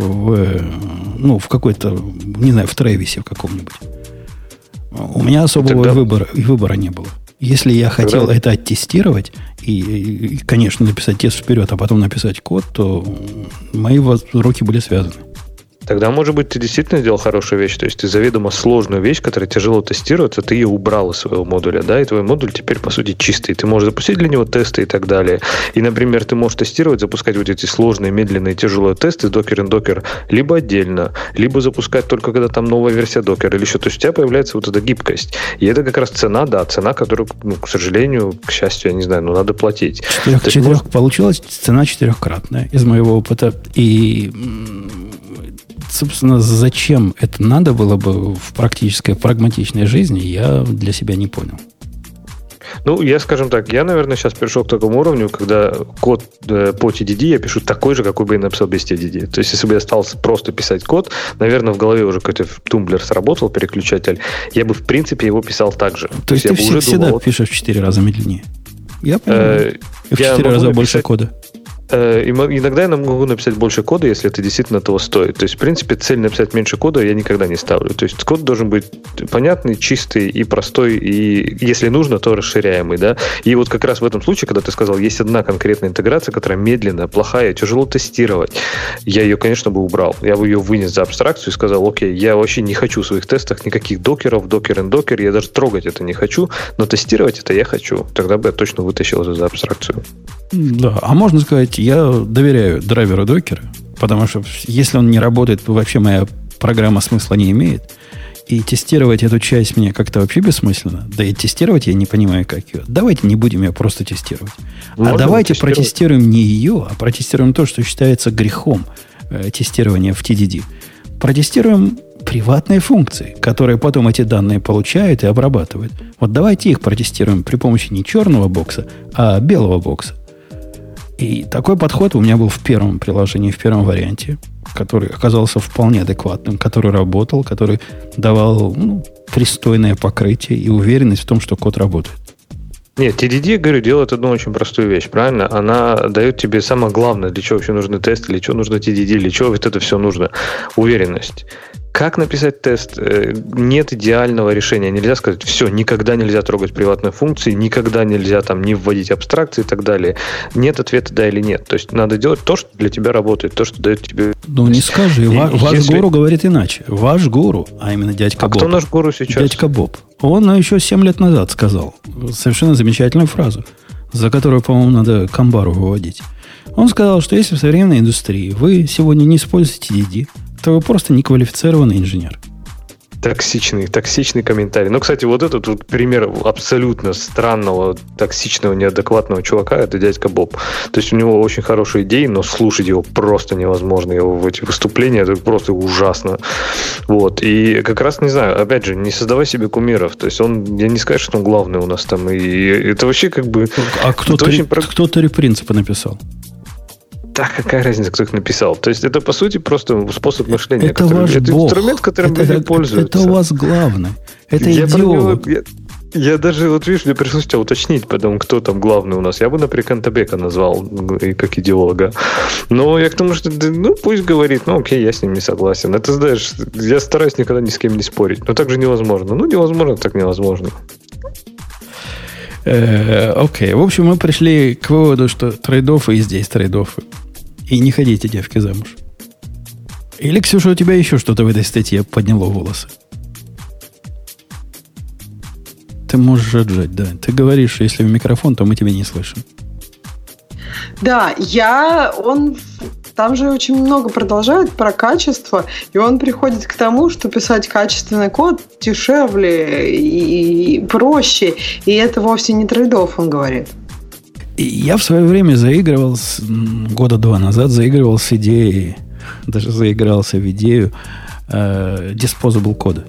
В, ну, в какой-то, не знаю, в Тревисе в каком-нибудь. У меня особого Тогда... выбора, выбора не было. Если я хотел Тогда... это оттестировать и, и, конечно, написать тест вперед, а потом написать код, то мои руки были связаны. Тогда, может быть, ты действительно сделал хорошую вещь. То есть ты заведомо сложную вещь, которая тяжело тестируется, ты ее убрал из своего модуля, да, и твой модуль теперь, по сути, чистый. Ты можешь запустить для него тесты и так далее. И, например, ты можешь тестировать, запускать вот эти сложные, медленные, тяжелые тесты докер и докер либо отдельно, либо запускать только когда там новая версия докера или еще. То есть у тебя появляется вот эта гибкость. И это как раз цена, да, цена, которую, ну, к сожалению, к счастью, я не знаю, но надо платить. Четырех, четырех, может... Получилась цена четырехкратная из моего опыта. И собственно, зачем это надо было бы в практической, прагматичной жизни, я для себя не понял. Ну, я, скажем так, я, наверное, сейчас перешел к такому уровню, когда код э, по ти ди ди я пишу такой же, какой бы я написал без ти ди ди. То есть, если бы я стал просто писать код, наверное, в голове уже какой-то тумблер сработал, переключатель, я бы, в принципе, его писал так же. То, То есть, ты все, всегда думал, пишешь в четыре раза медленнее? Я понимаю. Э, в четыре раза больше писать... кода. Иногда я могу написать больше кода, если это действительно того стоит. То есть, в принципе, цель написать меньше кода я никогда не ставлю. То есть, код должен быть понятный, чистый и простой, и, если нужно, то расширяемый. Да? И вот как раз в этом случае, когда ты сказал, есть одна конкретная интеграция, которая медленная, плохая, тяжело тестировать, я ее, конечно, бы убрал. Я бы ее вынес за абстракцию и сказал, окей, я вообще не хочу в своих тестах никаких докеров, докер и докер, я даже трогать это не хочу, но тестировать это я хочу. Тогда бы я точно вытащил это за абстракцию. Да, а можно сказать, я доверяю драйверу докера, потому что если он не работает, то вообще моя программа смысла не имеет. И тестировать эту часть мне как-то вообще бессмысленно. Да и тестировать я не понимаю, как ее. Давайте не будем ее просто тестировать. Можно а давайте протестируем не ее, а протестируем то, что считается грехом э, тестирования в ти ди ди. Протестируем приватные функции, которые потом эти данные получают и обрабатывают. Вот давайте их протестируем при помощи не черного бокса, а белого бокса. И такой подход у меня был в первом приложении, в первом варианте, который оказался вполне адекватным, который работал, который давал ну, пристойное покрытие и уверенность в том, что код работает. Нет, ти ди ди, я говорю, делает одну очень простую вещь, правильно? Она дает тебе самое главное, для чего вообще нужны тесты, для чего нужно ти ди ди, для чего вот это все нужно. Уверенность. Как написать тест? Нет идеального решения. Нельзя сказать, все, никогда нельзя трогать приватные функции, никогда нельзя там не вводить абстракции и так далее. Нет ответа да или нет. То есть надо делать то, что для тебя работает, то, что дает тебе... Ну, не скажи. И, ваш если... гуру говорит иначе. Ваш гуру, а именно дядька а Боб. А кто наш гуру сейчас? Дядька Боб. Он еще семь лет назад сказал совершенно замечательную фразу, за которую, по-моему, надо камбару выводить. Он сказал, что если в современной индустрии вы сегодня не используете ти ди ди, то вы просто неквалифицированный инженер. Токсичный, токсичный комментарий. Ну, кстати, вот этот вот пример абсолютно странного, токсичного, неадекватного чувака, это дядька Боб. То есть у него очень хорошие идеи, но слушать его просто невозможно. Его в эти выступления, это просто ужасно. Вот. И как раз, не знаю, опять же, не создавай себе кумиров. То есть он, я не скажу, что он главный у нас там. И это вообще как бы... А кто, три, очень... кто три принципа написал? Так, какая разница, кто их написал? То есть это, по сути, просто способ мышления. Это который, ваш это бог. Инструмент, которым это, люди это, пользуются. Это у вас главное. Это я идеолог. Него, я, я даже, вот видишь, мне пришлось тебя уточнить, потом, кто там главный у нас. Я бы, например, Кантабека назвал как идеолога. Но я к тому, что, ну, пусть говорит, ну, окей, я с ним не согласен. Это, знаешь, я стараюсь никогда ни с кем не спорить. Но так же невозможно. Ну, невозможно, так невозможно. Окей. В общем, мы пришли к выводу, что трейд-оффы и здесь трейд-оффы. И не ходите, девки, замуж. Или, Ксюша, у тебя еще что-то в этой статье подняло волосы? Ты можешь отжать, да. Ты говоришь, если в микрофон, то мы тебя не слышим. Да, я... Он... Там же очень много продолжают про качество, и он приходит к тому, что писать качественный код дешевле и проще, и это вовсе не трейд-офф, он говорит. Я в свое время заигрывал, с, года два назад заигрывал с идеей, даже заигрался в идею э, disposable кода.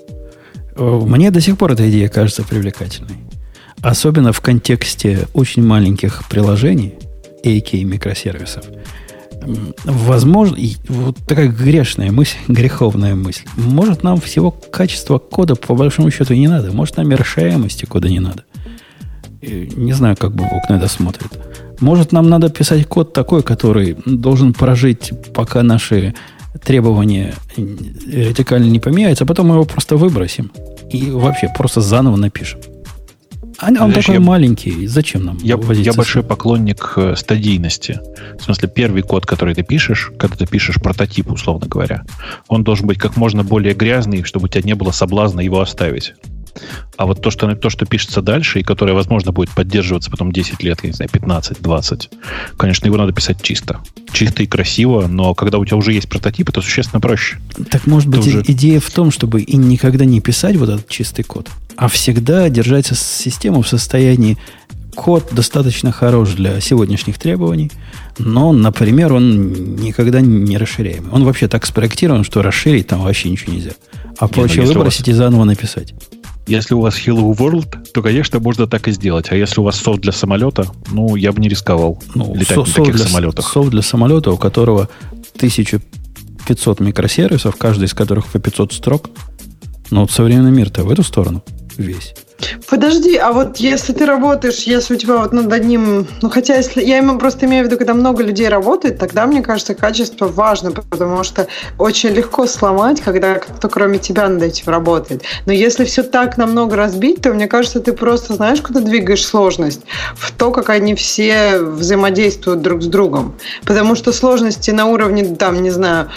Мне до сих пор эта идея кажется привлекательной. Особенно в контексте очень маленьких приложений, эй кей микросервисов. Возможно, вот такая грешная мысль, греховная мысль. Может, нам всего качества кода по большому счету и не надо. Может, нам и расширяемости кода не надо. Не знаю, как Бог на это смотрит. Может, нам надо писать код такой, который должен прожить, пока наши требования радикально не поменяются, а потом мы его просто выбросим и вообще просто заново напишем. А он Знаешь, такой я, маленький, зачем нам я, я большой поклонник стадийности. В смысле, первый код, который ты пишешь, когда ты пишешь прототип, условно говоря, он должен быть как можно более грязный, чтобы у тебя не было соблазна его оставить. А вот то, что, то, что пишется дальше, и которое, возможно, будет поддерживаться потом десять лет, я не знаю, пятнадцать-двадцать, конечно, его надо писать чисто. Чисто и красиво, но когда у тебя уже есть прототип, это существенно проще. Так, может быть, уже... идея в том, чтобы и никогда не писать вот этот чистый код, а всегда держать систему в состоянии код достаточно хорош для сегодняшних требований, но, например, он никогда не расширяемый. Он вообще так спроектирован, что расширить там вообще ничего нельзя. А проще выбросить вас... и заново написать. Если у вас Hello World, то, конечно, можно так и сделать. А если у вас софт для самолета, ну, я бы не рисковал ну, летать со- на таких для, самолетах. Софт для самолета, у которого тысяча пятьсот микросервисов, каждый из которых по пятьсот строк. Но вот современный мир-то в эту сторону весь. Подожди, а вот если ты работаешь, если у тебя вот над одним... Ну, хотя, если я ему просто имею в виду, когда много людей работает, тогда, мне кажется, качество важно, потому что очень легко сломать, когда кто кроме тебя над этим работает. Но если все так намного разбить, то, мне кажется, ты просто знаешь, куда двигаешь сложность? В то, как они все взаимодействуют друг с другом. Потому что сложности на уровне, там, не знаю,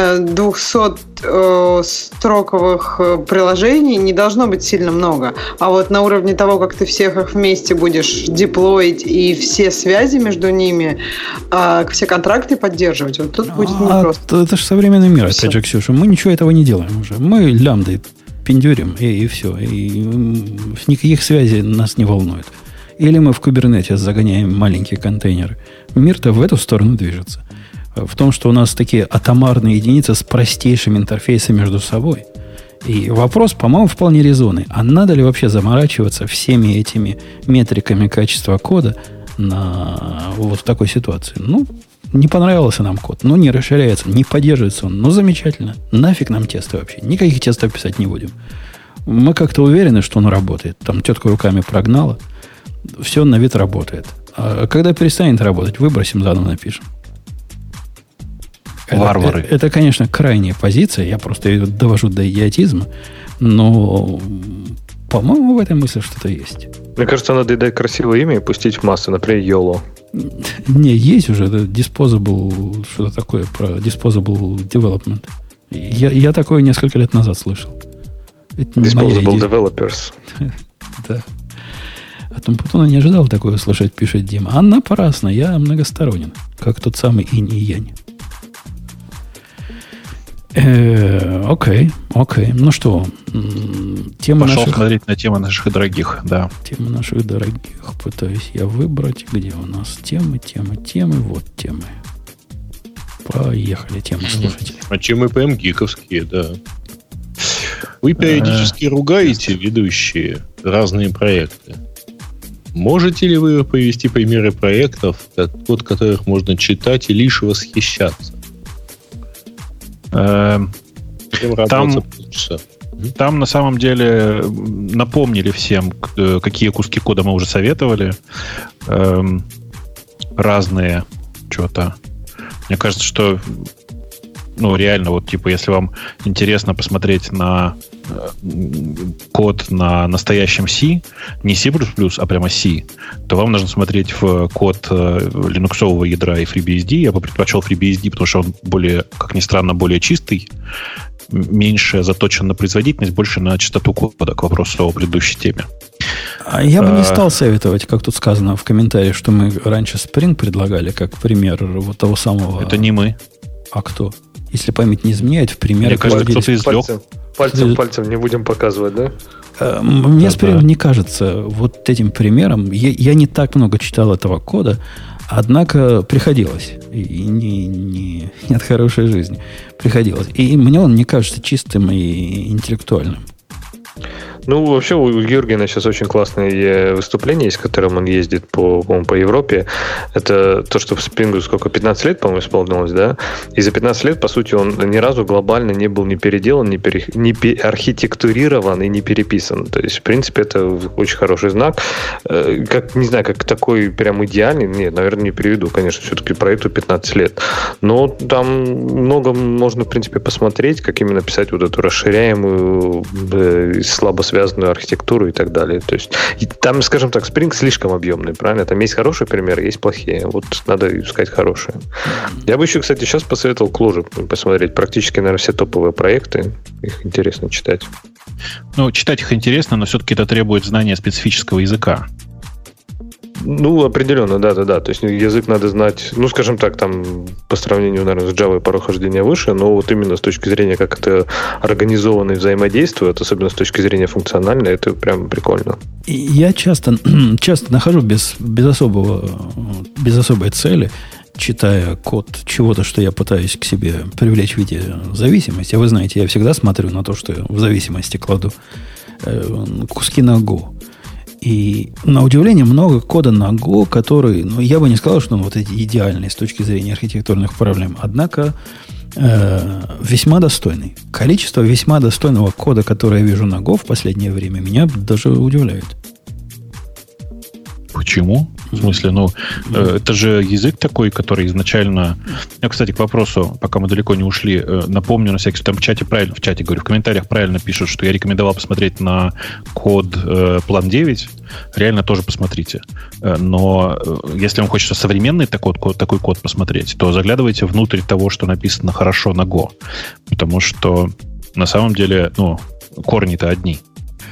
двухсотстроковых приложений не должно быть сильно много. А вот на уровне того, как ты всех их вместе будешь деплоить и все связи между ними, а, все контракты поддерживать, вот тут будет непросто. А, это же современный мир, опять все. же, Ксюша. Мы ничего этого не делаем уже. Мы лямбдой пиндюрим, и, и все. И никаких связей нас не волнует. Или мы в Kubernetes загоняем маленькие контейнеры. Мир-то в эту сторону движется. В том, что у нас такие атомарные единицы с простейшим интерфейсом между собой. И вопрос, по-моему, вполне резонный. А надо ли вообще заморачиваться всеми этими метриками качества кода на вот в такой ситуации? Ну, не понравился нам код. Ну, не расширяется, не поддерживается он. Ну, замечательно. Нафиг нам тесты вообще. Никаких тестов писать не будем. Мы как-то уверены, что он работает. Там тетка руками прогнала. Все на вид работает. А когда перестанет работать, выбросим, заново напишем. Варвары. Это, это, конечно, крайняя позиция. Я просто ее довожу до идиотизма. Но, по-моему, в этой мысли что-то есть. Мне кажется, надо дать красивое имя и пустить в массы. Например, йоло. Не, есть уже. Это disposable, что-то такое про disposable development. Я, я такое несколько лет назад слышал. Это disposable developers. Да. А Тумпутуна не ожидал такое слышать, пишет Дима. А напрасно, я многосторонен. Как тот самый инь и янь. Э, окей, окей. Ну что, тема Пошел наших... смотреть на темы наших дорогих, да. Тема наших дорогих. Пытаюсь я выбрать, где у нас темы, темы, темы. Вот темы. Поехали, темы, слушайте. А темы прям гиковские, да. Вы периодически ругаете, ведущие, разные проекты. Можете ли вы привести примеры проектов, от которых можно читать и лишь восхищаться? Там, там на самом деле напомнили всем, какие куски кода мы уже советовали. Эм, разные что-то. Мне кажется, что ну, реально, вот типа, если вам интересно посмотреть на код на настоящем C, не C++, а прямо C, то вам нужно смотреть в код линуксового ядра и FreeBSD. Я бы предпочел FreeBSD, потому что он более, как ни странно, более чистый, меньше заточен на производительность, больше на частоту кода, к вопросу о предыдущей теме. А я бы не стал советовать, как тут сказано в комментариях, что мы раньше Spring предлагали, как пример вот того самого... Это не мы. А кто? Если память не изменяет, в пример... Мне кажется, кто-то излег. Пальцем, пальцем, пальцем не будем показывать, да? Мне да, Spring да. не кажется вот этим примером. Я, я не так много читал этого кода, однако приходилось. И не, не, не от хорошей жизни. Приходилось. И мне он не кажется чистым и интеллектуальным. Ну, вообще у Юргена сейчас очень классное выступление, с которым он ездит по, по Европе. Это то, что в Spring сколько, пятнадцать лет, по-моему, исполнилось, да? И за пятнадцать лет, по сути, он ни разу глобально не был ни переделан, ни, пере, ни архитектурирован и не переписан. То есть, в принципе, это очень хороший знак. Как, не знаю, как такой прям идеальный, нет, наверное, не переведу, конечно, все-таки проекту пятнадцать лет. Но там много можно, в принципе, посмотреть, как именно писать вот эту расширяемую, слабо связанную архитектуру и так далее. То есть и там, скажем так, Spring слишком объемный, правильно? Там есть хорошие примеры, есть плохие. Вот надо искать хорошие. Я бы еще, кстати, сейчас посоветовал Clojure посмотреть. Практически, наверное, все топовые проекты. Их интересно читать. Ну, читать их интересно, но все-таки это требует знания специфического языка. Ну, определенно, да-да-да. То есть язык надо знать, ну, скажем так, там по сравнению, наверное, с Java порог хождения выше, но вот именно с точки зрения, как это организованно взаимодействует, особенно с точки зрения функциональной, это прям прикольно. Я часто, часто нахожу без, без, особого, без особой цели, читая код чего-то, что я пытаюсь к себе привлечь в виде зависимости. А вы знаете, я всегда смотрю на то, что я в зависимости кладу куски на Go. И, на удивление, много кода на Go, который, ну, я бы не сказал, что он вот идеальный с точки зрения архитектурных проблем. Однако э, весьма достойный. Количество весьма достойного кода, которое я вижу на Go в последнее время, меня даже удивляет. Почему? В смысле, ну, э, это же язык такой, который изначально... Я, кстати, к вопросу, пока мы далеко не ушли, э, напомню, на всякий случай, там в чате правильно, в чате, говорю, в комментариях правильно пишут, что я рекомендовал посмотреть на код э, план девять. Реально тоже посмотрите. Э, но э, если вам хочется современный такой код, такой код посмотреть, то заглядывайте внутрь того, что написано хорошо на Go. Потому что на самом деле, ну, корни-то одни.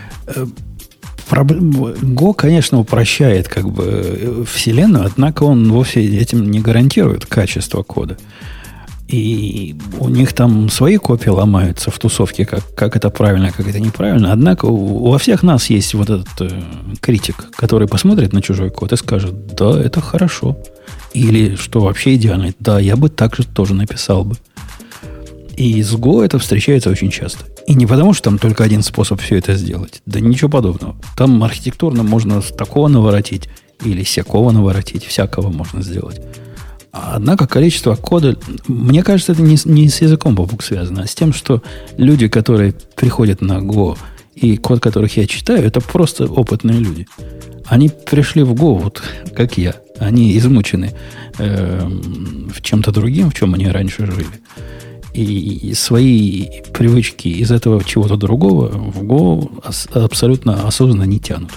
Go, конечно, упрощает как бы вселенную, однако он вовсе этим не гарантирует качество кода. И у них там свои копии ломаются в тусовке, как, как это правильно, как это неправильно. Однако у, во всех нас есть вот этот э, критик, который посмотрит на чужой код и скажет, да, это хорошо. Или, что вообще идеально, да, я бы так же тоже написал бы. И с Go это встречается очень часто. И не потому, что там только один способ все это сделать. Да ничего подобного. Там архитектурно можно такого наворотить или всякого наворотить. Всякого можно сделать. Однако количество кода... Мне кажется, это не, не с языком бабук связано, а с тем, что люди, которые приходят на Go, и код которых я читаю, это просто опытные люди. Они пришли в Go, вот как я. Они измучены э, в чем-то другим, в чем они раньше жили. И свои привычки из этого чего-то другого в Go абсолютно осознанно не тянут.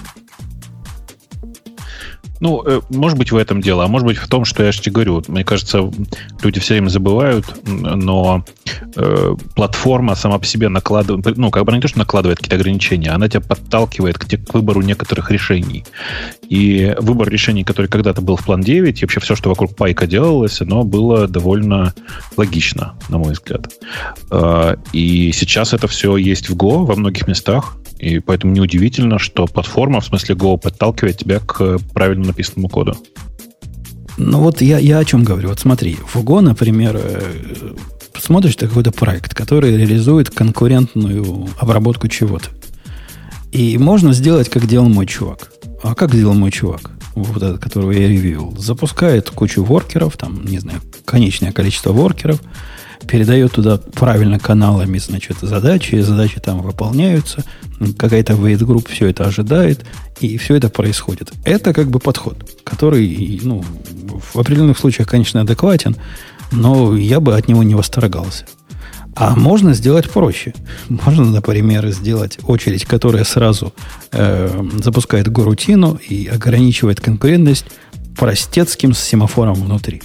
Ну, может быть, в этом дело, а может быть в том, что я же тебе говорю. Мне кажется, люди все время забывают, но э, платформа сама по себе накладывает, ну, как бы не то, что накладывает какие-то ограничения, она тебя подталкивает к, к выбору некоторых решений. И выбор решений, который когда-то был в план девять, и вообще все, что вокруг пайка делалось, оно было довольно логично, на мой взгляд. Э, и сейчас это все есть в Go во многих местах. И поэтому неудивительно, что платформа, в смысле Go, подталкивает тебя к правильно написанному коду. Ну вот я, я о чем говорю. Вот смотри, в Go, например, смотришь ты какой-то проект, который реализует конкурентную обработку чего-то. И можно сделать, как делал мой чувак. А как сделал мой чувак? Вот этот, которого я ревьюил. Запускает кучу воркеров, там, не знаю, конечное количество воркеров, передает туда правильно каналами, значит, задачи, задачи там выполняются, какая-то wait group все это ожидает, и все это происходит. Это как бы подход, который, ну, в определенных случаях, конечно, адекватен, но я бы от него не восторгался. А можно сделать проще. Можно, например, сделать очередь, которая сразу э, запускает горутину и ограничивает конкурентность простецким семафором внутри.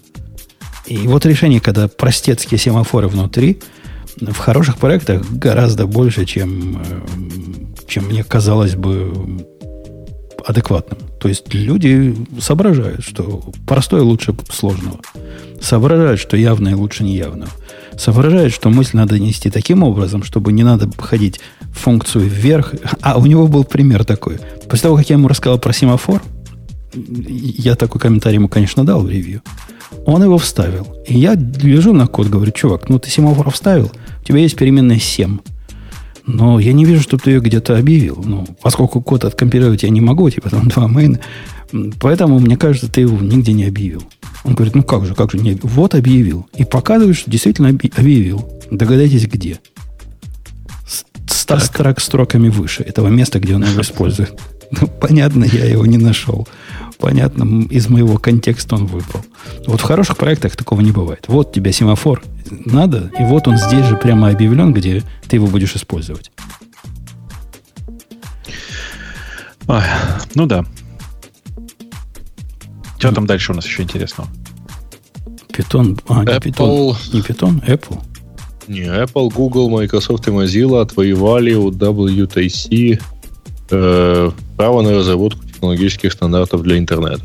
И вот решение, когда простецкие семафоры внутри, в хороших проектах гораздо больше, чем, чем мне казалось бы адекватным. То есть люди соображают, что простое лучше сложного. Соображают, что явное лучше неявного. Соображают, что мысль надо нести таким образом, чтобы не надо ходить функцию вверх. А у него был пример такой. После того, как я ему рассказал про семафор, я такой комментарий ему, конечно, дал в ревью. Он его вставил. И я лежу на код, говорю, чувак, ну ты семафор вставил, у тебя есть переменная семь. Но я не вижу, чтобы ты ее где-то объявил. Ну, поскольку код откомпилировать я не могу, типа там два мейна, поэтому, мне кажется, ты его нигде не объявил. Он говорит, ну как же, как же не объявил? Вот объявил. И показывает, что действительно объявил. Догадайтесь, где. ста строк строками выше этого места, где он его использует. Ну, понятно, я его не нашел. Понятно, из моего контекста он выпал. Вот в хороших проектах такого не бывает. Вот тебе семафор надо, и вот он здесь же прямо объявлен, где ты его будешь использовать. Ой, ну да. Что там дальше у нас еще интересного? Python, а, не Python, не Python, Apple. Не, Apple, Google, Microsoft и Mozilla отвоевали у дабл ю ти си э, право на разработку технологических стандартов для интернета.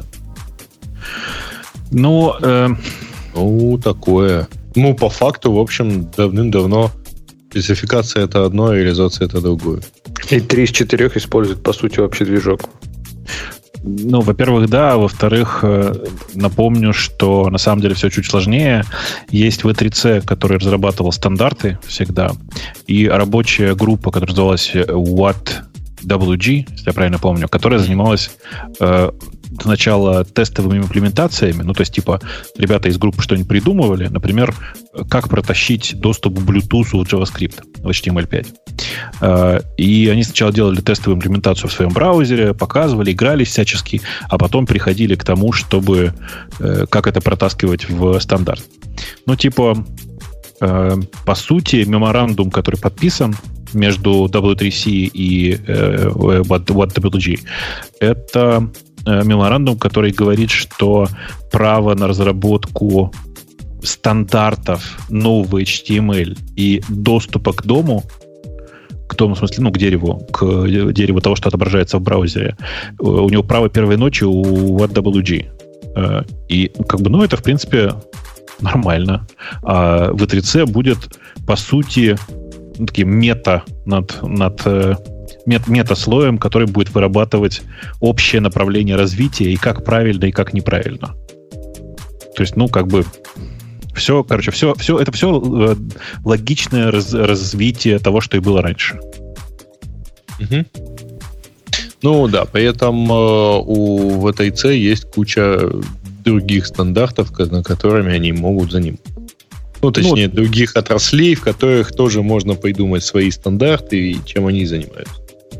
Ну, э... ну, такое. Ну, по факту, в общем, давным-давно спецификация это одно, а реализация это другое. И три из четырех используют, по сути, общий движок. Ну, во-первых, да, а во-вторых, напомню, что на самом деле все чуть сложнее. Есть ви три си, который разрабатывал стандарты всегда, и рабочая группа, которая называлась уат дабл ю джи, если я правильно помню, которая занималась э, сначала тестовыми имплементациями, ну, то есть, типа, ребята из группы что-нибудь придумывали, например, как протащить доступ к Bluetooth в JavaScript в эйч ти эм эль пять. И они сначала делали тестовую имплементацию в своем браузере, показывали, игрались всячески, а потом переходили к тому, чтобы как это протаскивать в стандарт. Ну, типа, по сути, меморандум, который подписан между дабл ю три си и уат дабл ю джи, это меморандум, который говорит, что право на разработку стандартов нового эйч ти эм эль и доступа к дому, к дому, в смысле, ну, к дереву, к дереву того, что отображается в браузере, у него право первой ночи у уат дабл ю джи. И, как бы, ну, это, в принципе, нормально. А ви три си будет, по сути, ну, таким мета над, над мет, мета-слоем, который будет вырабатывать общее направление развития и как правильно, и как неправильно. То есть, ну, как бы все, короче, все, все, это все логичное раз, развитие того, что и было раньше. Угу. Ну да, при этом э, у ви три си есть куча других стандартов, над которыми они могут заниматься. Ну, точнее, ну, других отраслей, в которых тоже можно придумать свои стандарты и чем они занимаются.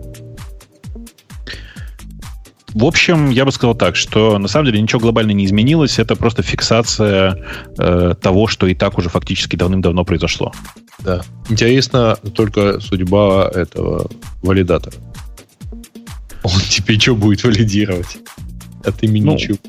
В общем, я бы сказал так, что на самом деле ничего глобально не изменилось, это просто фиксация э, того, что и так уже фактически давным-давно произошло. Да. Интересна только судьба этого валидатора. Он теперь что будет валидировать? От имени ну, чего?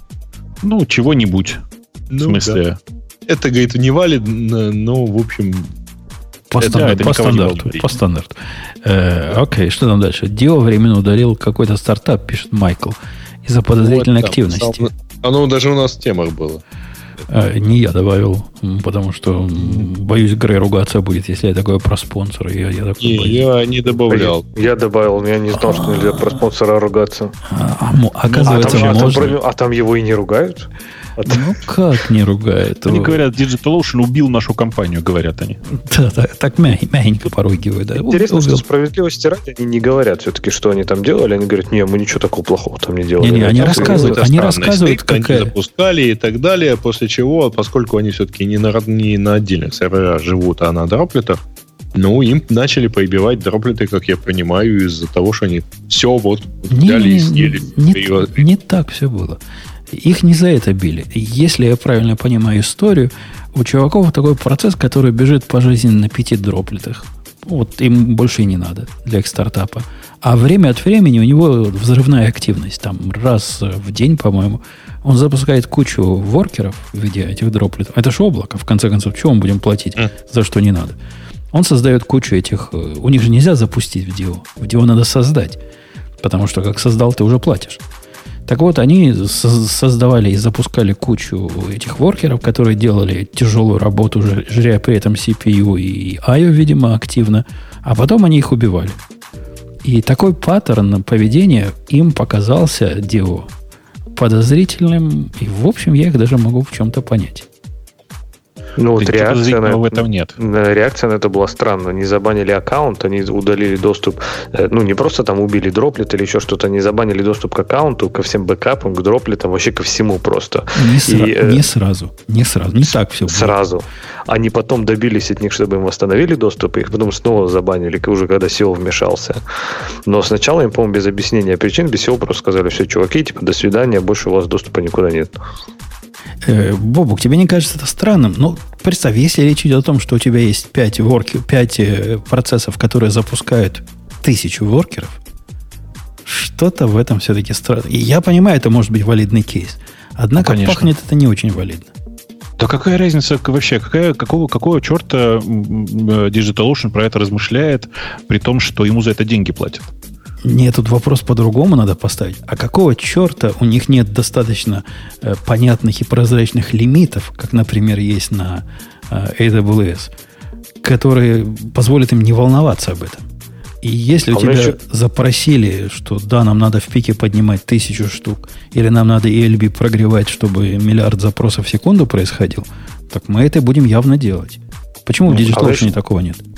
Ну, чего-нибудь. Ну, в смысле... Да. Это, говорит, не валид, но, в общем... По, это, стандарт, это по стандарту. По стандарту. Э, окей, что там дальше? Дио временно удалил какой-то стартап, пишет Майкл, из-за подозрительной вот, активности. Сам, оно даже у нас в темах было. Э, не я добавил, потому что боюсь, Грей ругаться будет, если я такое про спонсора. Я, я, не, я не добавлял. Я, я добавил, я не знал, что нельзя про спонсора ругаться. А, а, оказывается, а там, можно. А там, а там его и не ругают? Ну, как не ругают? Они говорят, DigitalOcean убил нашу компанию, говорят они. Да, да, так мягенько поругивают. Да. Интересно, убил. что справедливости ради они не говорят все-таки, что они там делали. Они говорят, не, мы ничего такого плохого там не делали. Не, не, они рассказывают, они рассказывают, как они запускали и так далее, после чего, поскольку они все-таки не на, не на отдельных серверах живут, а на дроплетах, ну, им начали поебивать дроплеты, как я понимаю, из-за того, что они все вот взяли не, и съели. Не, не, не так все было. Их не за это били. Если я правильно понимаю историю, у чуваков такой процесс, который бежит по жизни на пяти дроплетах. Вот им больше и не надо для их стартапа. А время от времени у него взрывная активность. Там раз в день, по-моему, он запускает кучу воркеров в виде этих дроплетов. Это же облако, в конце концов. Чего мы будем платить mm. за что не надо? Он создает кучу этих... У них же нельзя запустить в Dio. В Dio надо создать. Потому что как создал, ты уже платишь. Так вот, они создавали и запускали кучу этих воркеров, которые делали тяжелую работу, жря при этом си пи ю и ай о, видимо, активно, а потом они их убивали. И такой паттерн поведения им показался Dio подозрительным, и, в общем, я их даже могу в чем-то понять. Ну, вот реакция на, в этом нет. реакция на это была странная. Они забанили аккаунт, они удалили доступ. Ну, не просто там убили дроплет или еще что-то, они забанили доступ к аккаунту, ко всем бэкапам, к дроплетам, вообще ко всему просто. Не, и, сра- не сразу. Не сразу. Не так все было. Сразу. Они потом добились от них, чтобы им восстановили доступ, и их потом снова забанили, уже когда си и о вмешался. Но сначала им, по-моему, без объяснения причин, без си и о просто сказали, все, чуваки, типа, до свидания, больше у вас доступа никуда нет. Бобук, тебе не кажется это странным? Ну, представь, если речь идет о том, что у тебя есть пять ворки, пять процессов, которые запускают тысячу воркеров, что-то в этом все-таки странно. И я понимаю, это может быть валидный кейс. Однако ну, пахнет это не очень валидно. Да какая разница вообще? Какая, какого, какого черта DigitalOcean про это размышляет, при том, что ему за это деньги платят? Нет, тут вопрос по-другому надо поставить. А какого черта у них нет достаточно э, понятных и прозрачных лимитов, как, например, есть на э, эй дабл ю эс, которые позволят им не волноваться об этом? И если а у тебя еще... запросили, что да, нам надо в пике поднимать тысячу штук, или нам надо и эл би прогревать, чтобы миллиард запросов в секунду происходил, так мы это будем явно делать. Почему ну, в DigitalOcean а такого нет?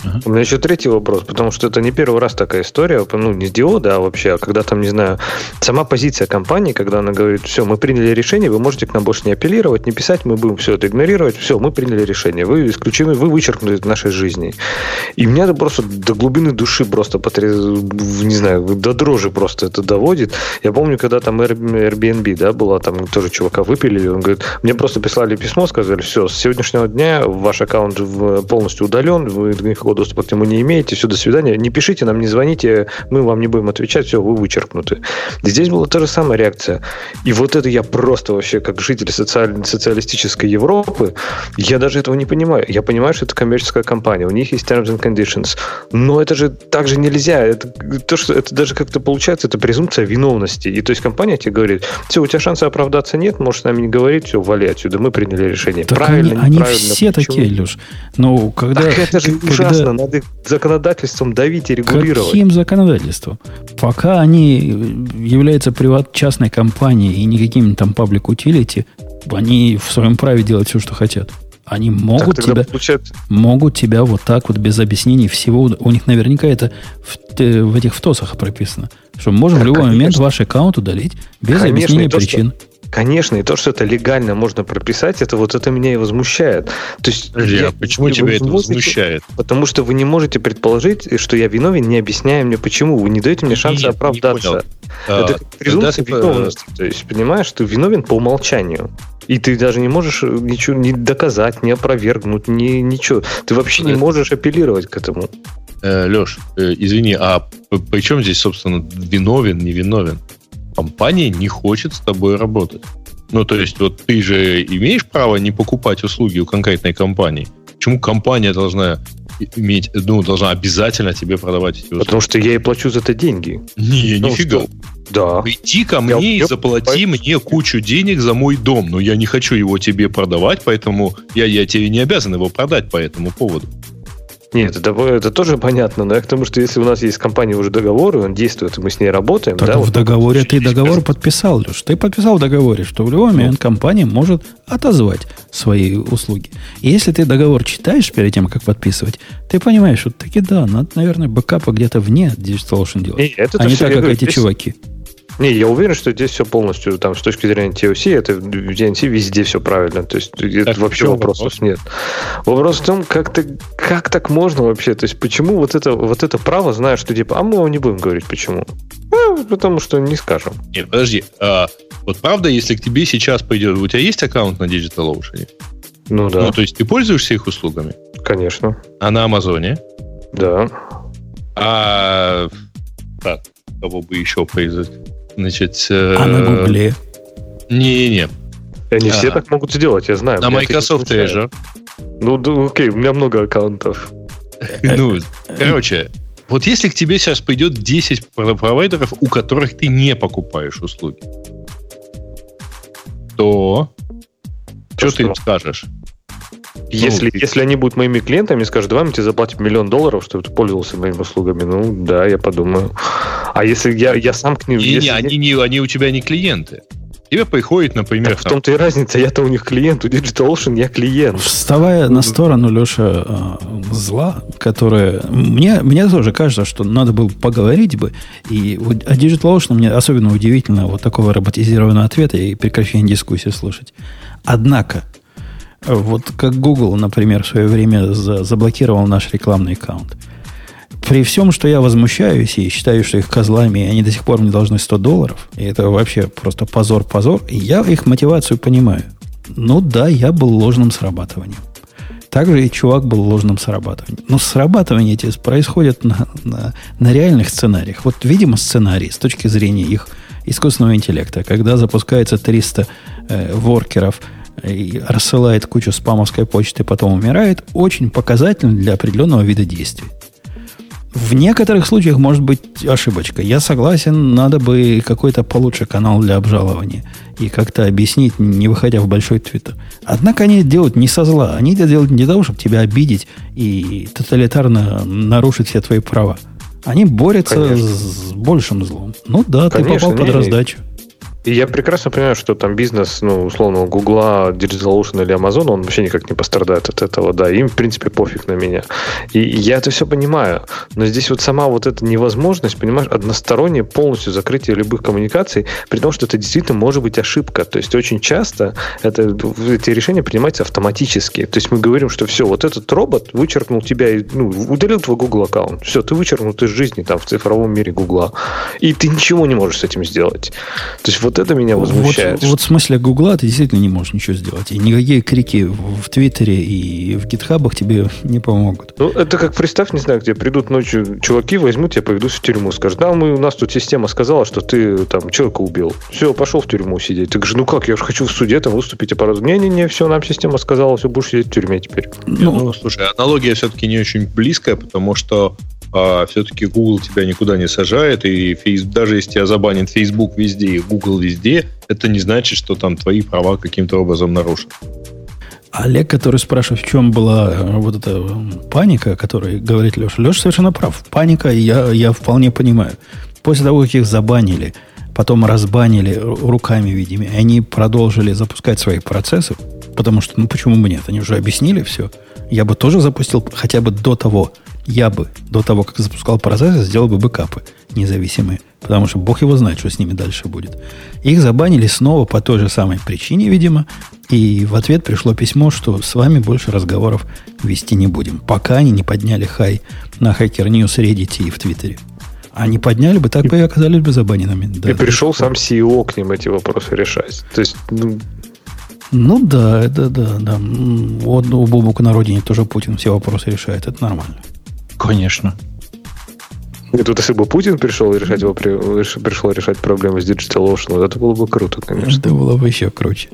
Ага. У меня еще третий вопрос, потому что это не первый раз такая история, ну, не с диода, а вообще, а когда там, не знаю, сама позиция компании, когда она говорит, все, мы приняли решение, вы можете к нам больше не апеллировать, не писать, мы будем все это игнорировать, все, мы приняли решение, вы исключены, вы вычеркнули из нашей жизни. И меня это просто до глубины души просто, потряс... не знаю, до дрожи просто это доводит. Я помню, когда там Airbnb, да, была, там тоже чувака выпилили, он говорит, мне просто прислали письмо, сказали, все, с сегодняшнего дня ваш аккаунт полностью удален, вы никакого доступа к нему не имеете, все, до свидания, не пишите нам, не звоните, мы вам не будем отвечать, все, вы вычеркнуты. Здесь была та же самая реакция. И вот это я просто вообще, как житель социаль... социалистической Европы, я даже этого не понимаю. Я понимаю, что это коммерческая компания, у них есть terms and conditions, но это же так же нельзя. Это, то, что, это даже как-то получается, это презумпция виновности. И то есть компания тебе говорит, все, у тебя шанса оправдаться нет, можешь с нами не говорить, все, вали отсюда, мы приняли решение. Так правильно, они, неправильно, они все почему? такие, Леш. Но когда, так это же когда... ужасно, надо законодательством давить и регулировать. Каким законодательством? Пока они являются приват частной компанией и не каким-то там public utility, они в своем праве делать все, что хотят. Они могут тебя, получается... могут тебя вот так вот без объяснений всего... У них наверняка это в, в этих втосах прописано. Что мы можем так, в любой конечно. момент ваш аккаунт удалить без конечно, объяснения то, причин. Что... Конечно, и то, что это легально можно прописать, это вот это меня и возмущает. То есть, Подожди, я, а почему тебя это возмущает? Потому что вы не можете предположить, что я виновен, не объясняя мне почему. Вы не даете мне шанса Нет, оправдаться. Это как презумпция виновности. То есть, понимаешь, ты виновен по умолчанию. И ты даже не можешь ничего не доказать, не опровергнуть, ни, ничего. Ты вообще не можешь апеллировать к этому. Э, Леш, э, извини, а при чем здесь, собственно, виновен, не виновен? Компания не хочет с тобой работать. Ну, то есть, вот ты же имеешь право не покупать услуги у конкретной компании. Почему компания должна иметь, ну, должна обязательно тебе продавать эти услуги? Потому что я и плачу за это деньги. Не, ну, нифига. Что? Да. Приди ко мне я, и заплати я... мне кучу денег за мой дом, но я не хочу его тебе продавать, поэтому я, я тебе не обязан его продать по этому поводу. Нет, это, это тоже понятно, но я к тому, что если у нас есть с компанией уже договор, и он действует, и мы с ней работаем... Так да, в вот договоре ты договор кажется. подписал, Леш. Ты подписал в договоре, что в любой момент компания может отозвать свои услуги. И если ты договор читаешь перед тем, как подписывать, ты понимаешь, что таки да, надо, наверное, бэкапы где-то вне DigitalOcean делать, не, это а не так, как эти здесь... чуваки. Не, я уверен, что здесь все полностью, там, с точки зрения ти о си, это в ти эн си везде все правильно. То есть, это вообще вопросов вопрос? нет. Вопрос в том, как, ты, как так можно вообще? То есть, почему вот это, вот это право, знаешь, что типа, а мы вам не будем говорить, почему? Ну, потому что не скажем. Нет, подожди. А, вот правда, если к тебе сейчас пойдет... У тебя есть аккаунт на DigitalOcean? Ну, да. Ну, то есть, ты пользуешься их услугами? Конечно. А на Амазоне? Да. А... Так, кого бы еще произойти? Значит, э... а на Гугле? Не-не-не. Они а, все так могут сделать, я знаю. На Microsoft Azure. Ну, да, окей, у меня много аккаунтов. Ну, короче, вот если к тебе сейчас пойдет десять провайдеров, у которых ты не покупаешь услуги, то что ты им скажешь? Если, ну, если они будут моими клиентами, скажут, давай мы тебе заплатим миллион долларов, чтобы ты пользовался моими услугами. Ну, да, я подумаю. А если я, я сам к ним... Не, если не, они, не, они у тебя не клиенты. Тебе приходит, например... Так в том-то и разница, я-то у них клиент, у DigitalOcean я клиент. Вставая на сторону, Леша, зла, которая... Мне, мне тоже кажется, что надо было поговорить бы. И о DigitalOcean мне особенно удивительно вот такого роботизированного ответа и прекращения дискуссии слушать. Однако... Вот как Google, например, в свое время за, заблокировал наш рекламный аккаунт. При всем, что я возмущаюсь и считаю, что их козлами, и они до сих пор мне должны сто долларов, и это вообще просто позор-позор, я их мотивацию понимаю. Ну да, я был ложным срабатыванием. Также и чувак был ложным срабатыванием. Но срабатывания эти происходят на, на, на реальных сценариях. Вот, видимо, сценарий с точки зрения их искусственного интеллекта, когда запускается триста э, воркеров, и рассылает кучу спамовской почты, потом умирает, очень показательно для определенного вида действий. В некоторых случаях может быть ошибочка. Я согласен, надо бы какой-то получше канал для обжалования и как-то объяснить, не выходя в большой твиттер. Однако они это делают не со зла. Они это делают не для того, чтобы тебя обидеть и тоталитарно нарушить все твои права. Они борются Конечно. с большим злом. Ну да, Конечно, ты попал под не, раздачу. И я прекрасно понимаю, что там бизнес, ну, условно, Гугла, DigitalOcean или Amazon, он вообще никак не пострадает от этого, да, им, в принципе, пофиг на меня. И я это все понимаю, но здесь вот сама вот эта невозможность, понимаешь, одностороннее полностью закрытие любых коммуникаций, при том, что это действительно может быть ошибка. То есть очень часто это, эти решения принимаются автоматически. То есть мы говорим, что все, вот этот робот вычеркнул тебя, ну, удалил твой Google аккаунт, все, ты вычеркнут из жизни там в цифровом мире Гугла, и ты ничего не можешь с этим сделать. То есть вот это меня возмущает. Вот, вот в смысле Гугла ты действительно не можешь ничего сделать. И никакие крики в Твиттере и в гитхабах тебе не помогут. Ну, это как, представь, не знаю, где придут ночью чуваки, возьмут тебя, поведут в тюрьму, скажут, да, мы, у нас тут система сказала, что ты там человека убил. Все, пошел в тюрьму сидеть. Ты говоришь, ну как, я же хочу в суде там выступить, а пора... Не-не-не, все, нам система сказала, все, будешь сидеть в тюрьме теперь. Ну, ну слушай, аналогия все-таки не очень близкая, потому что а, все-таки Google тебя никуда не сажает, и фейс, даже если тебя забанит Facebook везде и Google везде, это не значит, что там твои права каким-то образом нарушены. Олег, который спрашивает, в чем была вот эта паника, о которой говорит Леша. Леша совершенно прав. Паника, я, я вполне понимаю. После того, как их забанили, потом разбанили руками, видимо, и они продолжили запускать свои процессы, потому что, ну почему бы нет? Они уже объяснили все. Я бы тоже запустил хотя бы до того, я бы до того, как запускал процессы, сделал бы бэкапы независимые. Потому что бог его знает, что с ними дальше будет. Их забанили снова по той же самой причине, видимо. И в ответ пришло письмо, что с вами больше разговоров вести не будем. Пока они не подняли хай на Hacker News, Reddit и в Твиттере. Они подняли бы, так бы и оказались бы забаненными. Да, и пришел сам си и о к ним эти вопросы решать. То есть... Ну... Ну да, да, да, да. Вот у Бобука на родине тоже Путин все вопросы решает. Это нормально. Конечно. И тут, если бы Путин пришел решать его, пришел решать проблемы с DigitalOcean, вот это было бы круто, конечно. Это было бы еще круче.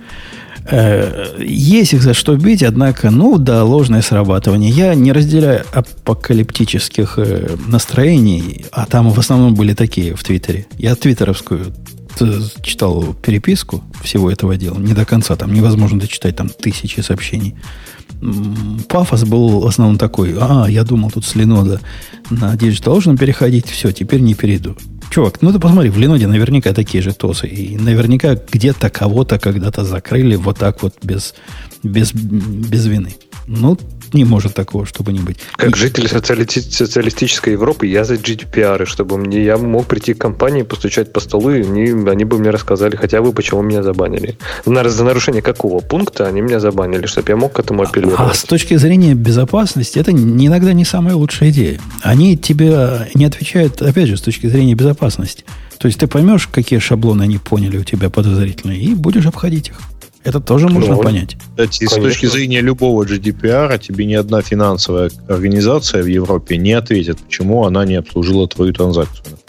Есть их за что бить, однако, ну да, ложное срабатывание. Я не разделяю апокалиптических настроений, а там в основном были такие в Твиттере. Я твиттеровскую читал переписку всего этого дела, не до конца, там невозможно дочитать, там тысячи сообщений. Пафос был в основном такой, а, я думал тут с Ленода на DigitalOcean переходить, все, теперь не перейду. Чувак, ну ты посмотри, в Леноде наверняка такие же тосы, и наверняка где-то кого-то когда-то закрыли вот так вот без, без, без вины. Ну, не может такого, чтобы не быть. Как и... житель социалисти- социалистической Европы, я за джи ди пи ар, чтобы мне, я мог прийти к компании, постучать по столу, и они, они бы мне рассказали хотя бы, почему меня забанили. За нарушение какого пункта они меня забанили, чтобы я мог к этому апеллировать. А с точки зрения безопасности, это иногда не самая лучшая идея. Они тебе не отвечают, опять же, с точки зрения безопасности. То есть ты поймешь, какие шаблоны они поняли у тебя подозрительные, и будешь обходить их. Это тоже можно ну, понять. Кстати, с точки зрения любого джи ди пи ар тебе ни одна финансовая организация в Европе не ответит, почему она не обслужила твою транзакцию.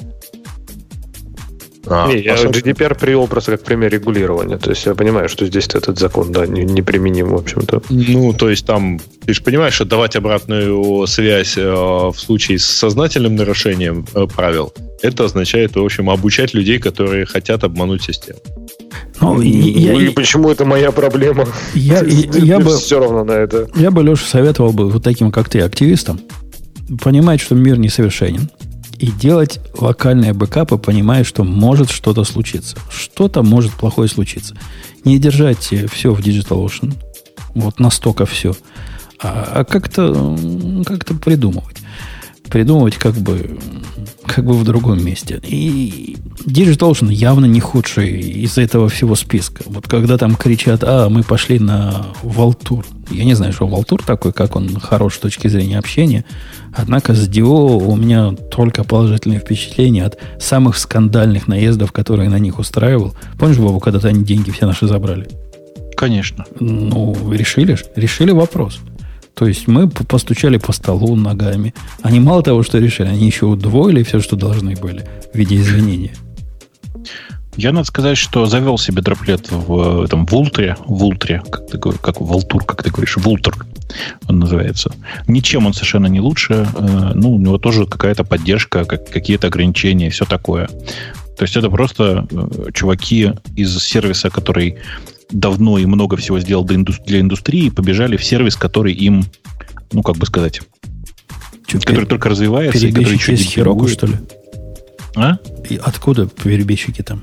А, не, я джи ди пи ар привел просто как пример регулирования. То есть я понимаю, что здесь этот закон, да, неприменим, в общем-то. Ну, то есть там, ты же понимаешь, что давать обратную связь э, в случае с сознательным нарушением э, правил, это означает, в общем, обучать людей, которые хотят обмануть систему. Ну, и, ну я, и почему это моя проблема? Я, я, я бы, все равно на это. Я бы, Леша, советовал бы вот таким, как ты, активистам, понимать, что мир несовершенен, и делать локальные бэкапы, понимая, что может что-то случиться. Что-то может плохое случиться. Не держать все в DigitalOcean, вот настолько все, а, а как-то, как-то придумывать. Придумывать как бы, как бы в другом месте. И DigitalOcean явно не худший из-за этого всего списка. Вот когда там кричат, а, мы пошли на Валтур. Я не знаю, что Валтур такой, как он хорош с точки зрения общения. Однако с ди о у меня только положительные впечатления от самых скандальных наездов, которые на них устраивал. Помнишь, Бобу, когда-то они деньги все наши забрали? Конечно. Ну, решили же. Решили вопрос. То есть мы постучали по столу ногами. Они мало того, что решили, они еще удвоили все, что должны были в виде извинения. Я, надо сказать, что завел себе дроплет в этом Вултре, Вултре, как ты говоришь, как Валтур, как ты говоришь, Вултр он называется. Ничем он совершенно не лучше. Ну, у него тоже какая-то поддержка, как, какие-то ограничения, все такое. То есть это просто чуваки из сервиса, который давно и много всего сделал для индустрии, побежали в сервис, который им, ну, как бы сказать, Чуть который пер... только развивается. Перебежчики из Хироку, что ли? А? И откуда перебежчики там?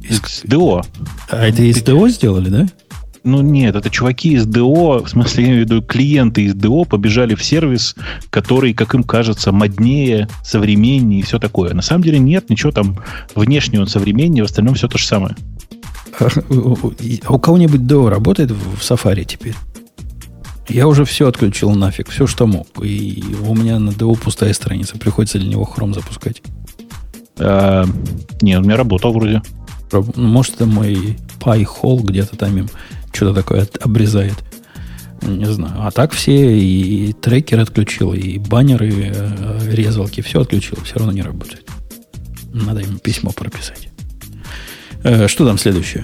Из ди о. А это из ди о сделали, да? Ну нет, это чуваки из ди о, в смысле, я имею в виду, клиенты из ди о побежали в сервис, который, как им кажется, моднее, современнее и все такое. На самом деле нет, ничего там внешне он современнее, в остальном все то же самое. А у кого-нибудь ди о работает в Safari теперь? Я уже все отключил нафиг, все, что мог. И у меня на ди о пустая страница. Приходится для него Chrome запускать. А, нет, у меня работал вроде. Может, это мой PyHole где-то там им что-то такое обрезает. Не знаю. А так все и трекер отключил, и баннеры, и резалки, все отключил. Все равно не работает. Надо им письмо прописать. Что там следующее?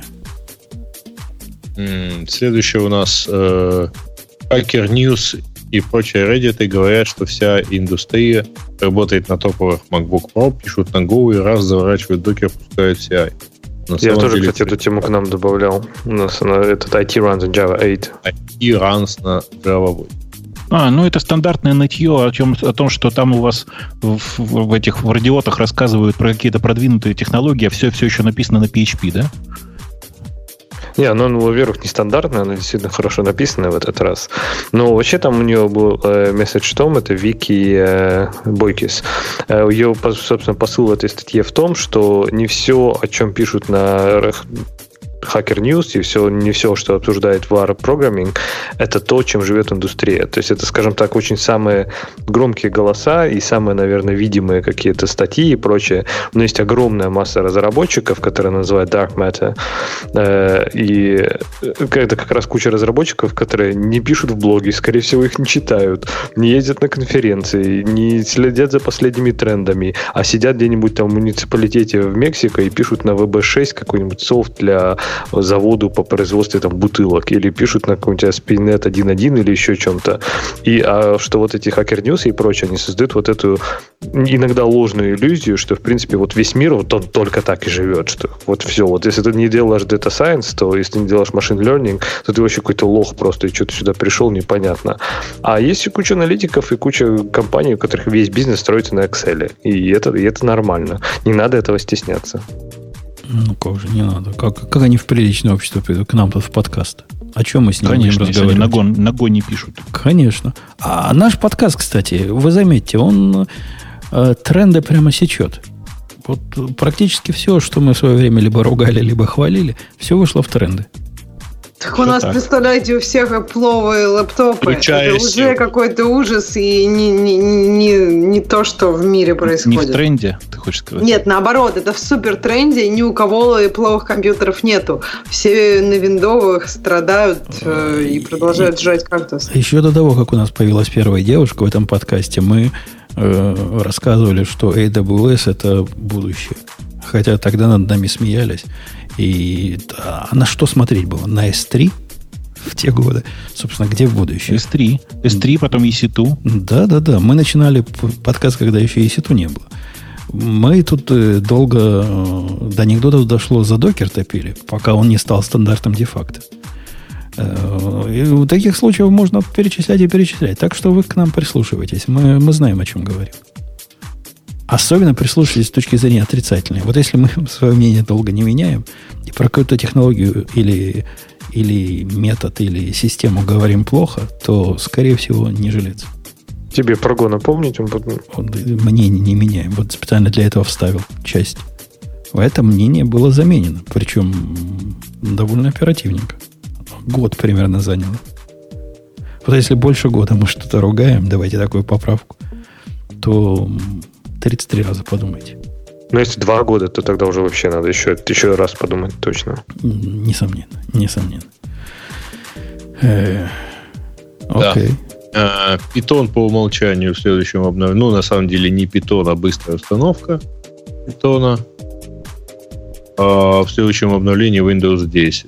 Следующее у нас э, Hacker News и прочие Reddit говорят, что вся индустрия работает на топовых MacBook Pro, пишут на Go и раз заворачивают докер, пускают си ай. На Я тоже, деле, кстати, эту тему к нам добавлял. У нас она, этот ай ти runs на Java восемь. ай ти runs на Java восемь. А, ну это стандартное нытье о, чем, о том, что там у вас в, в, в этих в радиотах рассказывают про какие-то продвинутые технологии, а все, все еще написано на пи эйч пи, да? Не, оно, ну, во-первых, нестандартное, оно действительно хорошо написано в этот раз. Но вообще там у нее был э, месседж Том, это Вики э, Бойкис. Э, ее, собственно, посыл в этой статье в том, что не все, о чем пишут на Hacker News, и все, не все, что обсуждает вар программинг, это то, чем живет индустрия. То есть это, скажем так, очень самые громкие голоса и самые, наверное, видимые какие-то статьи и прочее. Но есть огромная масса разработчиков, которые называют Dark Matter. И это как раз куча разработчиков, которые не пишут в блоге, скорее всего, их не читают, не ездят на конференции, не следят за последними трендами, а сидят где-нибудь там в муниципалитете в Мексике и пишут на ви би шесть какой-нибудь софт для заводу по производству там бутылок, или пишут на каком-нибудь эс пи нет один точка один или еще чем-то. И а что вот эти Hacker News и прочее, они создают вот эту иногда ложную иллюзию, что в принципе вот весь мир вот он только так и живет, что вот все. Вот если ты не делаешь Data Science, то если ты не делаешь Machine Learning, то ты вообще какой-то лох просто, и что ты сюда пришел, непонятно. А есть и куча аналитиков и куча компаний, у которых весь бизнес строится на Excel. И это, и это нормально. Не надо этого стесняться. Ну, как же, не надо. Как, как они в приличное общество придут к нам тут в подкаст? О чем мы с ними Конечно, будем разговаривать? на гон, на гон не пишут. Конечно. А наш подкаст, кстати, вы заметьте, он э, тренды прямо сечет. Вот практически все, что мы в свое время либо ругали, либо хвалили, все вышло в тренды. Так у нас, так. Представляете, у всех пловые лэптопы. Включая это уже какой-то ужас и не, не, не, не то, что в мире происходит. Не в тренде, ты хочешь сказать? Нет, наоборот, это в супер тренде, и ни у кого пловых компьютеров нету. Все на виндовых страдают э, и продолжают жать кактус. Еще до того, как у нас появилась первая девушка в этом подкасте, мы э, рассказывали, что эй дабл ю эс это будущее. Хотя тогда над нами смеялись. И а на что смотреть было? На эс три в те годы? Собственно, где в будущее? эс три. эс три, потом и си ту. Да-да-да. Мы начинали подкаст, когда еще и си ту не было. Мы тут долго до анекдотов дошло, за докер топили, пока он не стал стандартом де-факто. И в таких случаях можно перечислять и перечислять. Так что вы к нам прислушивайтесь. Мы, мы знаем, о чем говорим. Особенно прислушивайтесь с точки зрения отрицательной. Вот если мы свое мнение долго не меняем и про какую-то технологию или, или метод, или систему говорим плохо, то, скорее всего, не жилец. Тебе про Go напомнить? Он... Вот, мнение не меняем. Вот специально для этого вставил часть. Это мнение было заменено. Причем довольно оперативненько. Год примерно заняло. Вот если больше года мы что-то ругаем, давайте такую поправку, то тридцать три раза подумайте. Но если два года, то тогда уже вообще надо еще, еще раз подумать точно. Несомненно. Несомненно. Э, окей. Да. Python по умолчанию в следующем обновлении. Ну, на самом деле, не Python, а быстрая установка Python. А в следующем обновлении Windows десять.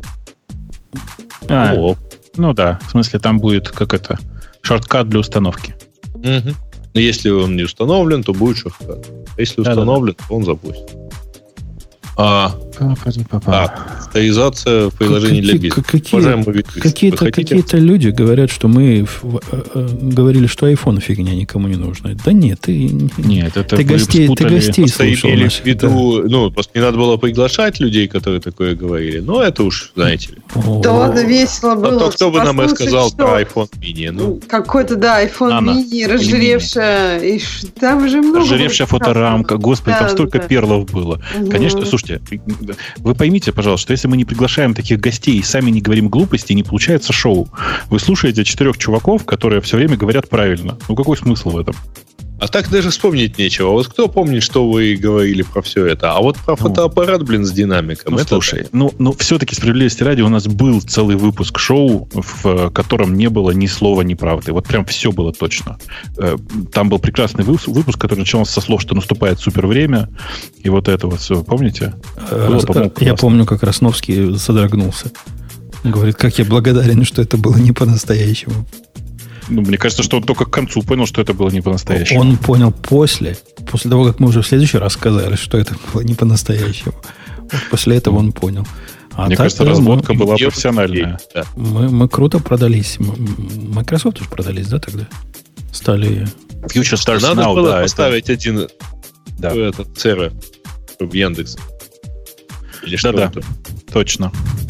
А, О. Ну да, в смысле там будет как это шорткат для установки. Угу. Но если он не установлен, то будет шорткат. А если установлен, да, да, то он запустит. А А, авторизация в приложении для бизнеса. Какие, какие-то, какие-то люди говорят, что мы в, э, говорили, что iPhone фигня никому не нужна. Да нет, ты, нет, это ты, гостей, ты гостей слушал. Имели в виду, да. Ну, просто не надо было приглашать людей, которые такое говорили. Но это уж, знаете ли. Да ладно, весело было. А то кто бы нам и сказал что? Про iPhone mini? Ну. Какой-то, да, iPhone Ана. mini, разжиревшая. И там же много. Разжиревшая фоторамка. Господи, да, там столько да. перлов было. Угу. Конечно, слушайте, вы поймите, пожалуйста, что если мы не приглашаем таких гостей и сами не говорим глупости, не получается шоу. Вы слушаете четырех чуваков, которые все время говорят правильно. Ну, какой смысл в этом? А так даже вспомнить нечего. Вот кто помнит, что вы говорили про все это? А вот про ну, фотоаппарат, блин, с динамиком. Ну, это слушай, ну, ну, все-таки справедливости ради у нас был целый выпуск шоу, в котором не было ни слова неправды. Вот прям все было точно. Там был прекрасный выпуск, который начинался со слов, что наступает супер время. И вот это вот все, помните? Было, я помню, как Росновский содрогнулся. Говорит, как я благодарен, что это было не по-настоящему. Ну, мне кажется, что он только к концу понял, что это было не по-настоящему. Он понял после, после того, как мы уже в следующий раз сказали, что это было не по-настоящему. Вот после этого он понял. А мне так, кажется, разводка мы, была профессиональная. Да. Мы, мы круто продались. Microsoft уже продались, да, тогда? Стали... Future Stars Надо Now, было да, поставить это... один да. этот сервер в Яндекс. Или что да, да, точно.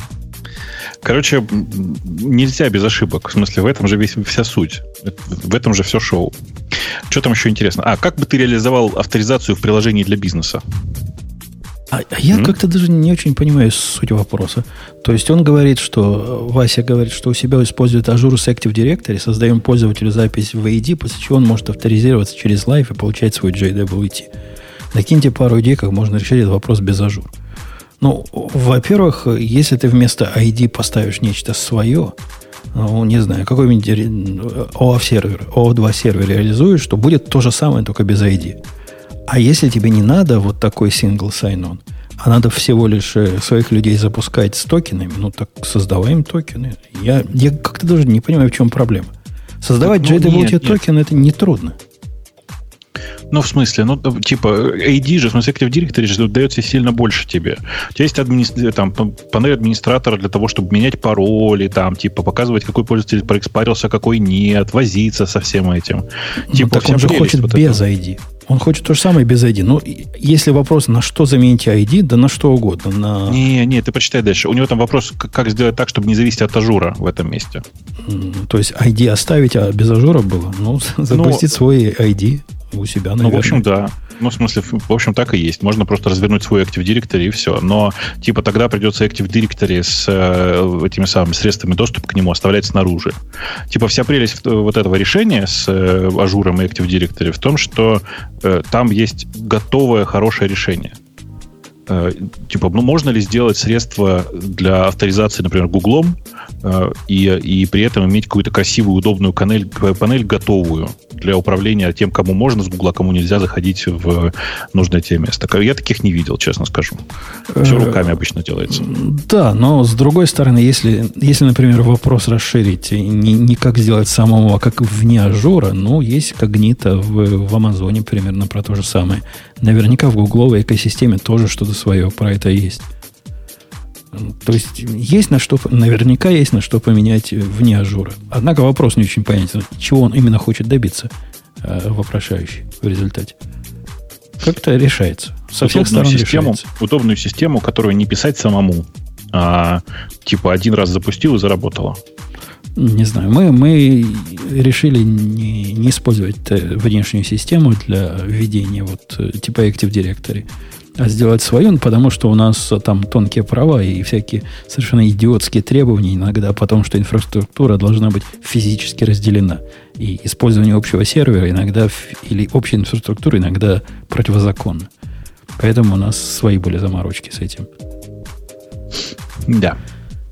Короче, нельзя без ошибок. В смысле, в этом же весь, вся суть. В этом же все шоу. Что там еще интересно? А, как бы ты реализовал авторизацию в приложении для бизнеса? А, а я mm-hmm. как-то даже не очень понимаю суть вопроса. То есть он говорит, что Вася говорит, что у себя использует Azure с Active Directory, создаем пользователю запись в эй ди, после чего он может авторизироваться через Live и получать свой джей дабл ю ти. Накиньте пару идей, как можно решить этот вопрос без Azure. Ну, во-первых, если ты вместо ай ди поставишь нечто свое, ну, не знаю, какой-нибудь о эй эф сервер, о эй два сервер реализуешь, то будет то же самое, только без ай ди. А если тебе не надо вот такой single sign-on, а надо всего лишь своих людей запускать с токенами, ну, так создаваем токены. Я, я как-то даже не понимаю, в чем проблема. Создавать джей дабл ю ти токен это нетрудно. Ну, в смысле, ну, типа, эй ди же, в смысле, Active Directory же дается сильно больше тебе. У тебя есть админи... там, панель администратора для того, чтобы менять пароли, там, типа, показывать, какой пользователь проэкспарился, какой нет, возиться со всем этим. Ну, типа, так он же хочет вот без этого. ай ди. Он хочет то же самое без ай ди. Ну, если вопрос, на что заменить ай ди, да на что угодно. На... Не, не, ты почитай дальше. У него там вопрос, как сделать так, чтобы не зависеть от ажура в этом месте. То есть ай ди оставить, а без ажура было? Ну, запустить ну, свой ай ди у себя, наверное. Ну, в общем, да. Ну, в смысле, в общем, так и есть. Можно просто развернуть свой Active Directory и все. Но, типа, тогда придется Active Directory с э, этими самыми средствами доступа к нему оставлять снаружи. Типа, вся прелесть вот этого решения с э, ажуром и Active Directory в том, что э, там есть готовое хорошее решение. Э, типа, ну, можно ли сделать средства для авторизации, например, Гуглом, э, и, и при этом иметь какую-то красивую, удобную панель, панель готовую для управления тем, кому можно с Гугла, кому нельзя заходить в нужное тебе место. Я таких не видел, честно скажу. Все руками обычно делается. Да, но с другой стороны, если, если например, вопрос расширить не, не как сделать самому, а как вне ажура, ну, есть когнито в, в Амазоне примерно про то же самое. Наверняка в гугловой экосистеме тоже что-то свое про это есть. То есть, есть на что, наверняка есть на что поменять вне ажура. Однако вопрос не очень понятен, чего он именно хочет добиться, э, вопрошающий в результате. Как-то решается. Со всех сторон систему, решается. Удобную систему, которую не писать самому, а типа один раз запустил и заработало. Не знаю. Мы, мы решили не, не использовать внешнюю систему для введения вот типа Active Directory, а сделать свою, потому что у нас там тонкие права и всякие совершенно идиотские требования иногда, потому что инфраструктура должна быть физически разделена. И использование общего сервера иногда, или общей инфраструктуры иногда противозаконно. Поэтому у нас свои были заморочки с этим. Да.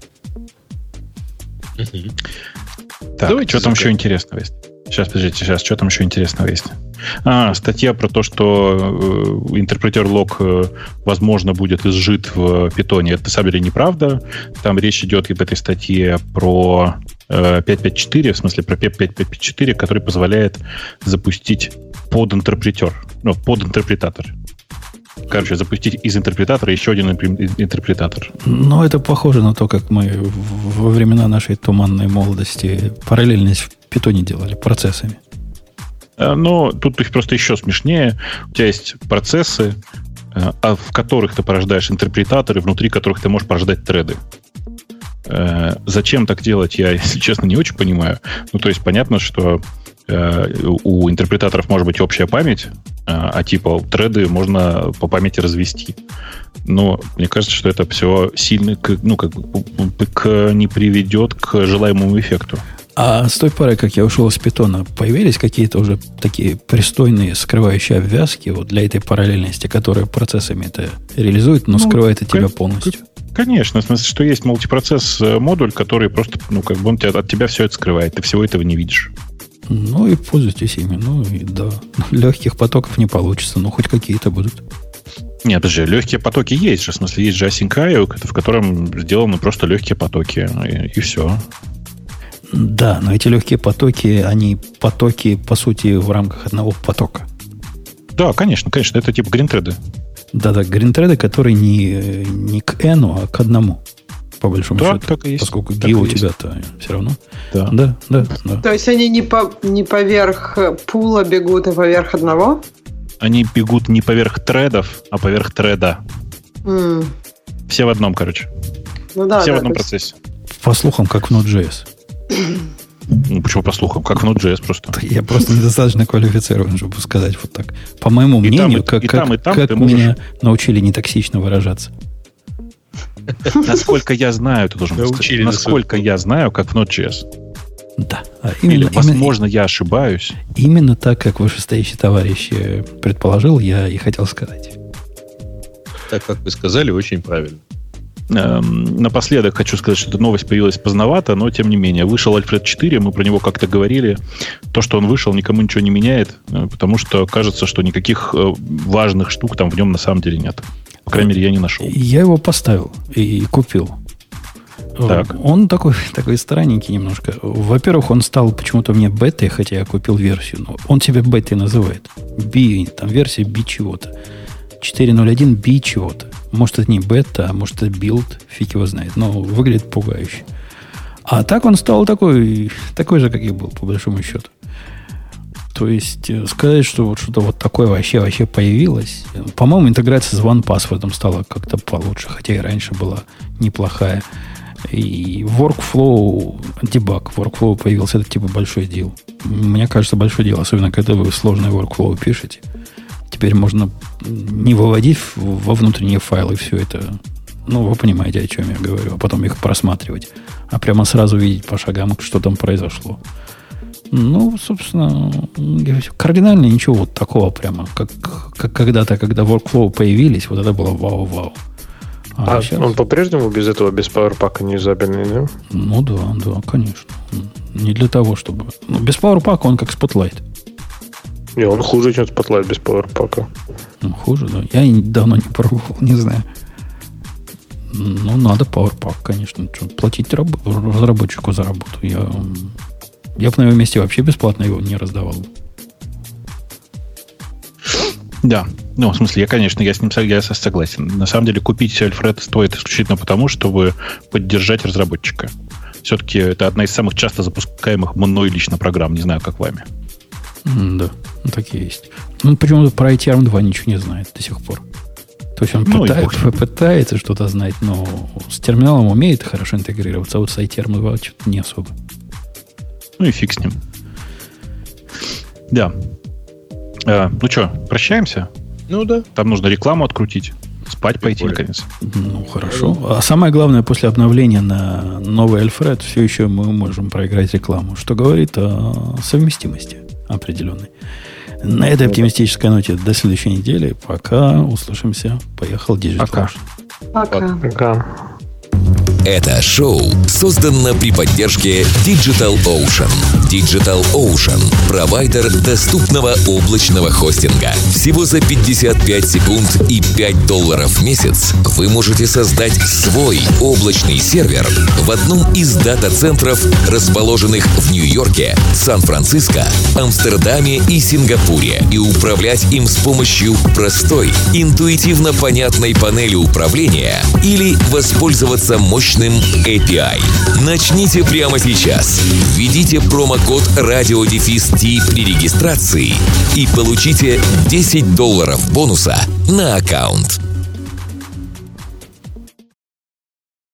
Так, давайте что там еще интересного есть? Сейчас, подождите, сейчас, что там еще интересного есть? А, статья про то, что э, интерпретер лог, э, возможно, будет изжит в питоне. Это, на самом деле, неправда. Там речь идет в этой статье про э, пять пять четыре, в смысле про пять пять пять четыре, который позволяет запустить подинтерпретер, ну, подинтерпретатор. Короче, запустить из интерпретатора еще один интерпретатор. Ну, это похоже на то, как мы во времена нашей туманной молодости параллельность в питоне делали процессами. Но тут их просто еще смешнее. У тебя есть процессы, в которых ты порождаешь интерпретаторы, внутри которых ты можешь порождать треды. Зачем так делать, я, если честно, не очень понимаю. Ну, то есть, понятно, что у интерпретаторов может быть общая память, а типа треды можно по памяти развести. Но мне кажется, что это все сильно к, ну, как, к, не приведет к желаемому эффекту. А с той поры, как я ушел из питона, появились какие-то уже такие пристойные скрывающие обвязки вот для этой параллельности, которые процессами это реализуют, но ну, скрывает от тебя полностью? Конечно, в смысле, что есть мультипроцесс модуль, который просто, ну, как бы он от тебя все это скрывает, ты всего этого не видишь. Ну и пользуйтесь ими. Ну и да. Легких потоков не получится, но хоть какие-то будут. Нет, подожди, легкие потоки есть же. В смысле, есть же Async ай о, в котором сделаны просто легкие потоки. И, и все. Да, но эти легкие потоки, они потоки, по сути, в рамках одного потока. Да, конечно, конечно. Это типа гринтреды. Да-да, гринтреды, которые не, не к n, а к одному. По большому да, счету. Так и есть. Поскольку гео у тебя-то все равно. Да. Да, да, да. То есть они не, по, не поверх пула бегут, а поверх одного? Они бегут не поверх тредов, а поверх треда. Mm. Все в одном, короче. Ну, да, Все да, в одном есть... процессе. По слухам, как в Node.js. Ну, почему по слухам? Как в Node.js просто. Я просто недостаточно квалифицирован, чтобы сказать вот так. По моему и мнению, там, как, и как, там, и там как можешь... меня научили нетоксично выражаться. Насколько я знаю, ты должен сказать. Насколько я знаю, как в Node.js. Да. А именно, Или, возможно, именно, я ошибаюсь. Именно так, как вышестоящий товарищ предположил, я и хотел сказать. Так, как вы сказали, очень правильно. Эм, напоследок хочу сказать, что эта новость появилась поздновато, но тем не менее. Вышел Альфред четыре, мы про него как-то говорили. То, что он вышел, никому ничего не меняет, потому что кажется, что никаких важных штук там в нем на самом деле нет. По крайней мере, я не нашел. Я его поставил и купил. Так. Он такой, такой странненький немножко. Во-первых, он стал почему-то мне бетой, хотя я купил версию. Но он себя бетой называет. Би, там версия би чего-то. четыре ноль один би чего-то. Может, это не бета, а может, это билд. Фиг его знает. Но выглядит пугающе. А так он стал такой, такой же, как и был, по большому счету. То есть, сказать, что вот что-то вот такое вообще, вообще появилось. По-моему, интеграция с OnePassword стала как-то получше, хотя и раньше была неплохая. И workflow, дебаг, workflow появился, это типа большой дел. Мне кажется, большой дел, особенно когда вы сложные workflow пишете. Теперь можно не выводить во внутренние файлы все это. Ну, вы понимаете, о чем я говорю. А потом их просматривать. А прямо сразу видеть по шагам, что там произошло. Ну, собственно, кардинально ничего вот такого прямо, как, как когда-то, когда workflow появились, вот это было вау-вау. А, а он по-прежнему без этого, без PowerPack не юзабельный, да? Ну да, да, конечно. Не для того, чтобы... Ну, без PowerPack он как Spotlight. Не, он хуже, чем Spotlight без PowerPack. Ну, хуже, да. Я давно не пробовал, не знаю. Ну, надо PowerPack, конечно. Что, платить раб... разработчику за работу. Я... Я бы на его месте вообще бесплатно его не раздавал. Да. Ну, в смысле, я, конечно, я с ним я согласен. На самом деле, купить Альфред стоит исключительно потому, чтобы поддержать разработчика. Все-таки это одна из самых часто запускаемых мной лично программ. Не знаю, как вами. Mm, да, такие есть. Ну, почему-то про ай ти арм два ничего не знает до сих пор. То есть он ну, пытается, пытается что-то знать, но с терминалом умеет хорошо интегрироваться, а вот с ай ти арм два что-то не особо. Ну и фиг с ним. Да. А, ну что, прощаемся? Ну да. Там нужно рекламу открутить. Спать пойти, наконец. Ну, хорошо. А самое главное, после обновления на новый Альфред все еще мы можем проиграть рекламу, что говорит о совместимости определенной. На этой оптимистической ноте до следующей недели. Пока. Услышимся. Поехал Digital. Пока. Пока. Пока. Это шоу создано при поддержке DigitalOcean. DigitalOcean – провайдер доступного облачного хостинга. Всего за пятьдесят пять секунд и пять долларов в месяц вы можете создать свой облачный сервер в одном из дата-центров, расположенных в Нью-Йорке, Сан-Франциско, Амстердаме и Сингапуре, и управлять им с помощью простой, интуитивно понятной панели управления или воспользоваться мощным эй пи ай. Начните прямо сейчас. Введите промокод радиодефис-ти при регистрации и получите десять долларов бонуса на аккаунт.